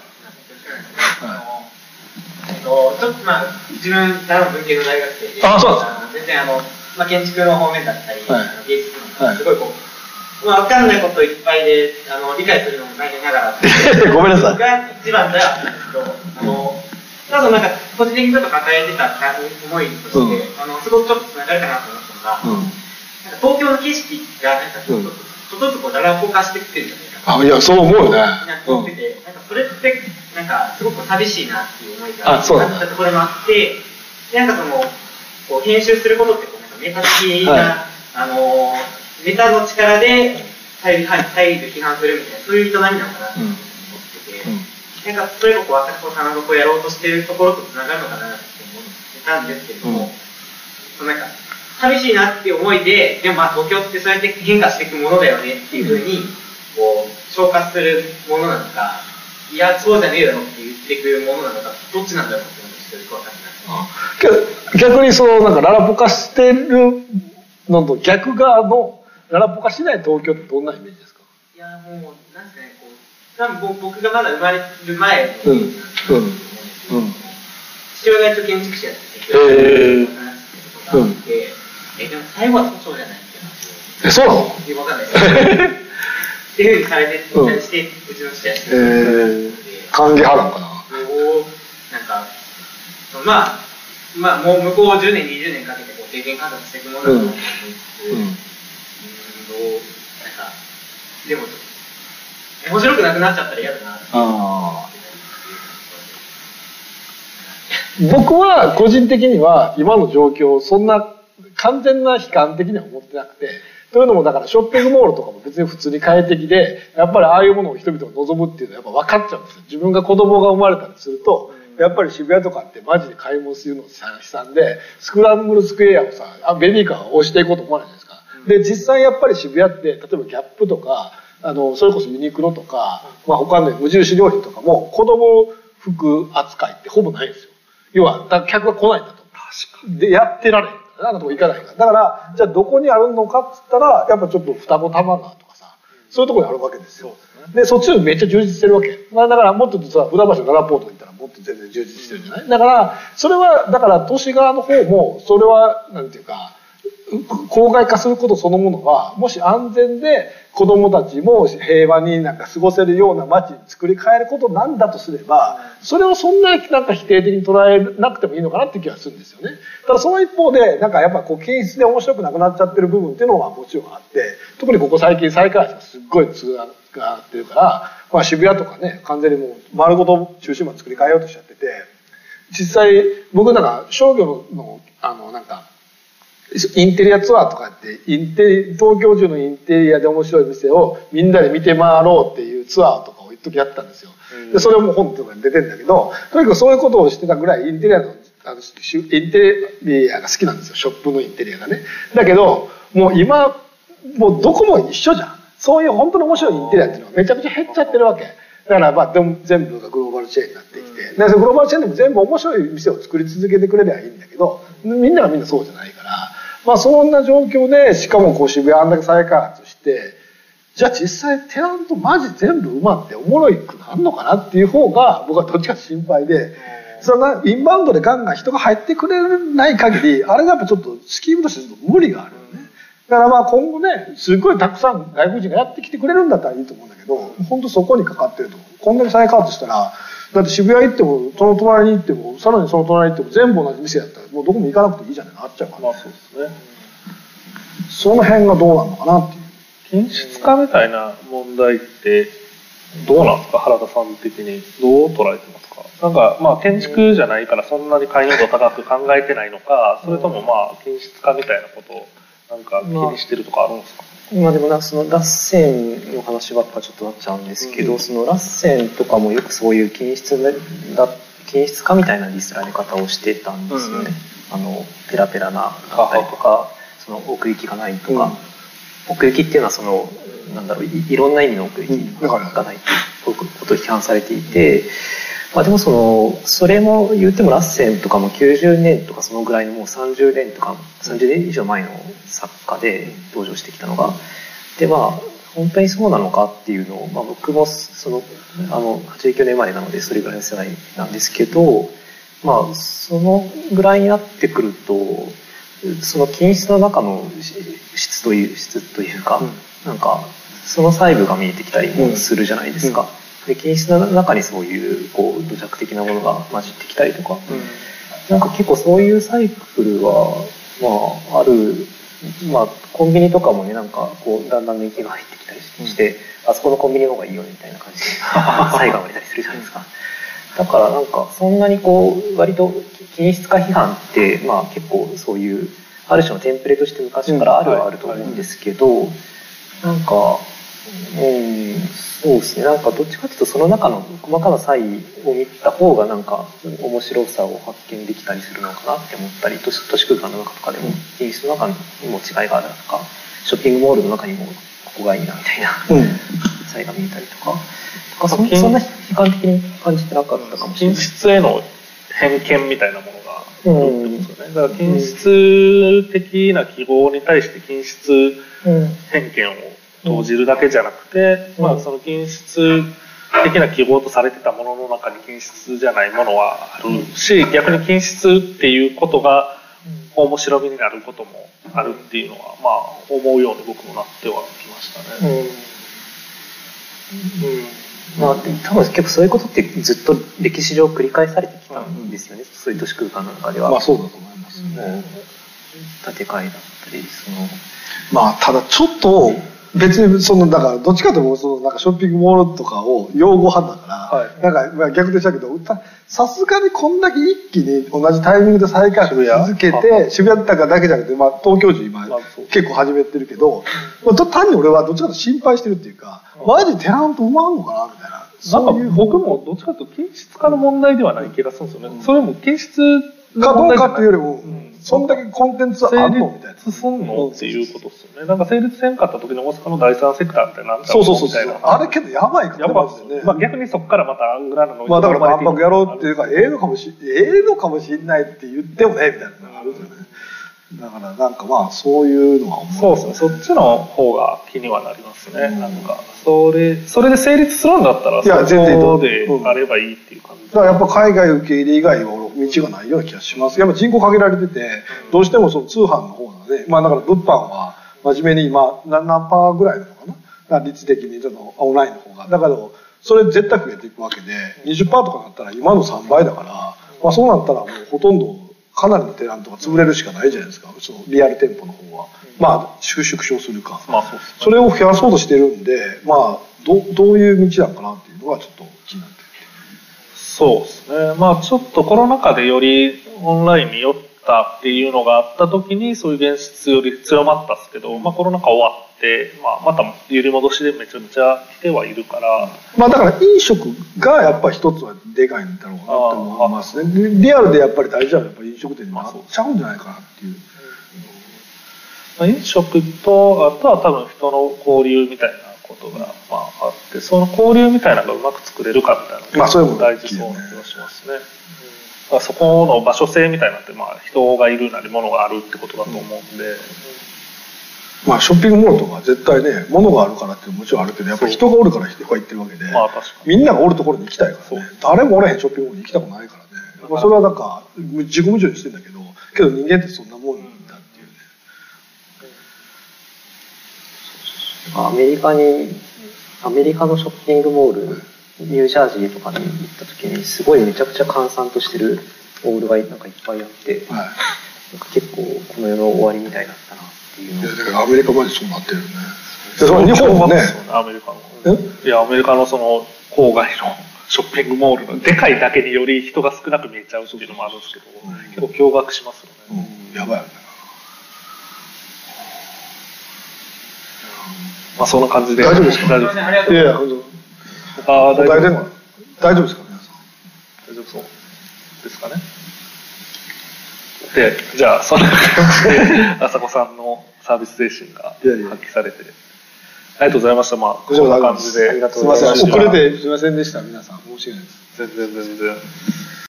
ちょっと自分文系の大学生で、 そうなんです。 全然建築の方面だったり、芸術のすごいこう分かんないこといっぱいで理解するのも大変ながらごめんなさい。 僕が一番だったんですけど、 なんか個人的にちょっと抱えてた思いとして、すごくちょっとつながるかなと思ったのが、なんか東京の景色がなんかちょっとずつこうララポ化してきてるじゃないですか。 いやそう思うよね。 なんか思ってて、なんかそれってなんかすごく寂しいなっていう思いがあったところもあって、なんかそのこう編集することってこうなんかメタ的な、メタの力で対立批判するみたいなそういう営みなのかなと思ってて、なんかそれがこう私と花子をやろうとしているところとつながるのかなって思ってたんですけれども、なんか寂しいなっていう思いで、でもまあ東京ってそうやって変化していくものだよねっていうふうにこう消化するものなのか、いやそうじゃねえだろって言ってくるものなのか、どっちなんだろうっていうのがちょっとよく分かんない。 逆にそのなんかララポ化してるのと逆側のララポ化しない東京ってどんなイメージですか？ いやもうなんですかね、こう多分僕がまだ生まれる前のイメージなんですけど、父親が一応建築士やってて、話してことがあって、でも最後はそうじゃないって話を。 そうなの？ 分かんないです。っていうふうにされて、して、うちの父親歓迎派なのかな？ なんか、まあ、もう向こう10年、20年かけてこう経験観察していくものだと思うんですけど、なんか、でも、面白くなくなっちゃったら嫌だなって。 僕は個人的には今の状況をそんな完全な悲観的には思ってなくて、というのもだからショッピングモールとかも別に普通に快適で、やっぱりああいうものを人々が望むっていうのはやっぱ分かっちゃうんですよ。自分が子供が生まれたりすると、やっぱり渋谷とかってマジで買い物するの悲惨で、スクランブルスクエアをさ、ベビーカーを押していこうと思わないじゃないですか。で、実際やっぱり渋谷って、例えばギャップとか、それこそユニクロとか、他の無印良品とかも子供服扱いってほぼないんですよ。要は、客が来ないんだと。で、やってられへん。なんかとこ行かないから。だから、じゃあどこにあるのかっつったら、やっぱちょっと双子玉川とかさ、そういうところにあるわけですよ。で、そっちめっちゃ充実してるわけ。だからもっとさ、船橋のララポート行ったらもっと全然充実してるんじゃない？だから、それは、だから都市側の方も、それは、なんていうか、公害化することそのものは、もし安全で子供たちも平和になんか過ごせるような街に作り変えることなんだとすれば、それをそんなになんか否定的に捉えなくてもいいのかなって気がするんですよね。ただその一方で、なんかやっぱこう均質で面白くなくなっちゃってる部分っていうのはもちろんあって、特にここ最近再開発がすっごいつながってるから、まあ渋谷とかね、完全にもう丸ごと中心まで作り変えようとしちゃってて、実際僕なんか商業のなんか、インテリアツアーとかって東京中のインテリアで面白い店をみんなで見て回ろうっていうツアーとかを一時やったんですよ。でそれも本とかに出てんだけど、とにかくそういうことをしてたぐらいインテリアが好きなんですよ。ショップのインテリアがね。だけどもう今もうどこも一緒じゃん。そういう本当に面白いインテリアっていうのはめちゃくちゃ減っちゃってるわけ。だからまあでも全部がグローバルチェーンになってきて、でグローバルチェーンでも全部面白い店を作り続けてくれればいいんだけど、みんながみんなそうじゃないから。まあそんな状況で、しかもこう渋谷あんだけ再開発して、じゃあ実際テナントマジ全部埋まっておもろいくなるのかなっていう方が僕はどっちか心配で、そんなインバウンドでガンガン人が入ってくれない限り、あれがやっぱちょっとスキームとしてちょっと無理があるよね。だからまあ今後ね、すごいたくさん外国人がやってきてくれるんだったらいいと思うんだけど、本当そこにかかってると。こんなに再開発したら、だって渋谷行っても、その隣に行っても、さらにその隣に行っても全部同じ店やったら、もうどこも行かなくていいじゃないなっちゃうから、ね。 まあそうですね。 その辺がどうなのかなっていう。 品質化みたいな問題ってどうなんですか、原田さん的にどう捉えてますか？なんかまあ建築じゃないからそんなに解像度高く考えてないのか、それともまあ品質化みたいなことをなんか気にしてるとかあるんですか？ でもそのラッセンの話ばっかちょっとなっちゃうんですけど、そのラッセンとかもよくそういう品質化みたいなディスられ方をしてたんですよね。ペラペラなだったりとか、その奥行きがないとか、奥行きっていうのはそのなんだろう、いろんな意味の奥行きがないということを批判されていて、まあでもそれも言ってもラッセンとかも90年とかそのぐらいのもう30年とか30年以上前の作家で登場してきたのが、でまあ本当にそうなのかっていうのを、まあ、僕も89年生まれなのでそれぐらいの世代なんですけど、まあそのぐらいになってくるとその均質の中の質というか、なんかその細部が見えてきたりもするじゃないですか。 で均質の中にそういうこう土着的なものが混じってきたりとか、なんか結構そういうサイクルはまあある。まあコンビニとかもね、なんかこうだんだん年季が入ってきたりして、あそこのコンビニの方がいいよねみたいな感じで差異が生まれたりするじゃないですか。だからなんかそんなにこう割と均質化批判ってまあ結構そういうある種のテンプレとして昔からあると思うんですけど、なんかそうですね、なんかどっちかというとその中の細かな差異を見た方がなんか面白さを発見できたりするのかなって思ったり、都市空間の中とかでも品質の中にも違いがあるとか、ショッピングモールの中にもここがいいなみたいな差異が見えたりとか、そんな悲観的に感じてなかったかもしれない。 品質への偏見みたいなものがあるってことですよね。だから品質的な記号に対して品質偏見を投じるだけじゃなくて、まあその品質的な記号とされてたものの中に品質じゃないものはあるし、逆に品質っていうことが面白みになることもあるっていうのはまあ思うように僕もなってはきましたね。 まあ多分結構そういうことってずっと歴史上繰り返されてきたんですよね。そういう都市空間の中では。 まあそうだと思いますね。 建て替えだったりまあただちょっと別にだからどっちかというとなんかショッピングモールとかを擁護派だから、なんかまあ逆でしたけど、さすがにこんだけ一気に同じタイミングで再開発続けて、渋谷だけじゃなくて、まあ東京中今結構始めてるけど、単に俺はどっちかというと心配してるっていうか、マジテナント埋まんのかなみたいな。 なんか僕もどっちかというと品質化の問題ではない気がするんですよね。それも品質かどうかっていうよりも、そんだけコンテンツあるのみたいな。 成立すんのっていうことですよね。なんか成立せんかった時の大阪の第三セクターみたいなみたいな。 あれけどやばいからね。 まあ逆にそこからまたアングラのノイズまあだから万博やろうっていうか、ええのかもしれないって言ってもねみたいなのがあるじゃない。だからなんかまあそういうのは思う。そうですね。そっちの方が気にはなりますね。なんかそれで成立するんだったらそこであればいいっていう感じ。 だからやっぱ海外受け入れ以外は道がないような気がします。やっぱ人口限られてて、どうしてもその通販の方なので、まあだから物販は真面目に今何パーぐらいなのかな、率的にオンラインの方が。だけどそれ絶対増えていくわけで、20% とかになったら今の3倍だから、まあそうなったらもうほとんどかなりのテナントが潰れるしかないじゃないですか、そのリアル店舗の方は。まあ縮小するか、それを増やそうとしてるんで、まあどういう道なのかなっていうのはちょっと気になってる。 そうですね。まあちょっとコロナ禍でよりオンラインに寄ったっていうのがあった時にそういう現実より強まったんですけど、まあコロナ禍終わって、また揺り戻しでめちゃめちゃ来てはいるから。 まあだから飲食がやっぱり一つはでかいんだろうなと思いますね。リアルでやっぱり大事なのはやっぱり飲食店になっちゃうんじゃないかなっていう。 飲食とあとは多分人の交流みたいなことがあって、その交流みたいなのがうまく作れるかみたいなのが大事そうな気がしますね。そこの場所性みたいなって人がいるなり物があるってことだと思うんで、 まあショッピングモールとかは絶対ね物があるからってもちろんあるけど、やっぱり人がおるから人が行ってるわけで、みんながおるところに行きたいからね。誰もおらへんショッピングモールに行きたくないからね。それはなんか自己矛盾にしてんだけど人間ってそんなもんだっていうね。 アメリカのショッピングモール、ニュージャージーとかに行った時にすごいめちゃくちゃ閑散としてるモールがなんかいっぱいあって、なんか結構この世の終わりみたいだったなっていうの。 いやだからアメリカまでそうなってるよね。日本もね、 アメリカのアメリカのその郊外のショッピングモールのでかいだけにより人が少なく見えちゃうっていうのもあるんですけど、結構驚愕しますよね。 やばいよね。 まあそんな感じで。 大丈夫ですか？大丈夫です。いやいや、大丈夫ですか皆さん。大丈夫そうですかね。で、じゃあそんな感じで朝子さんのサービス精神が発揮されて、ありがとうございました。まあこんな感じで。 すみません、遅れてすみませんでした皆さん。申し訳ないです。 全然。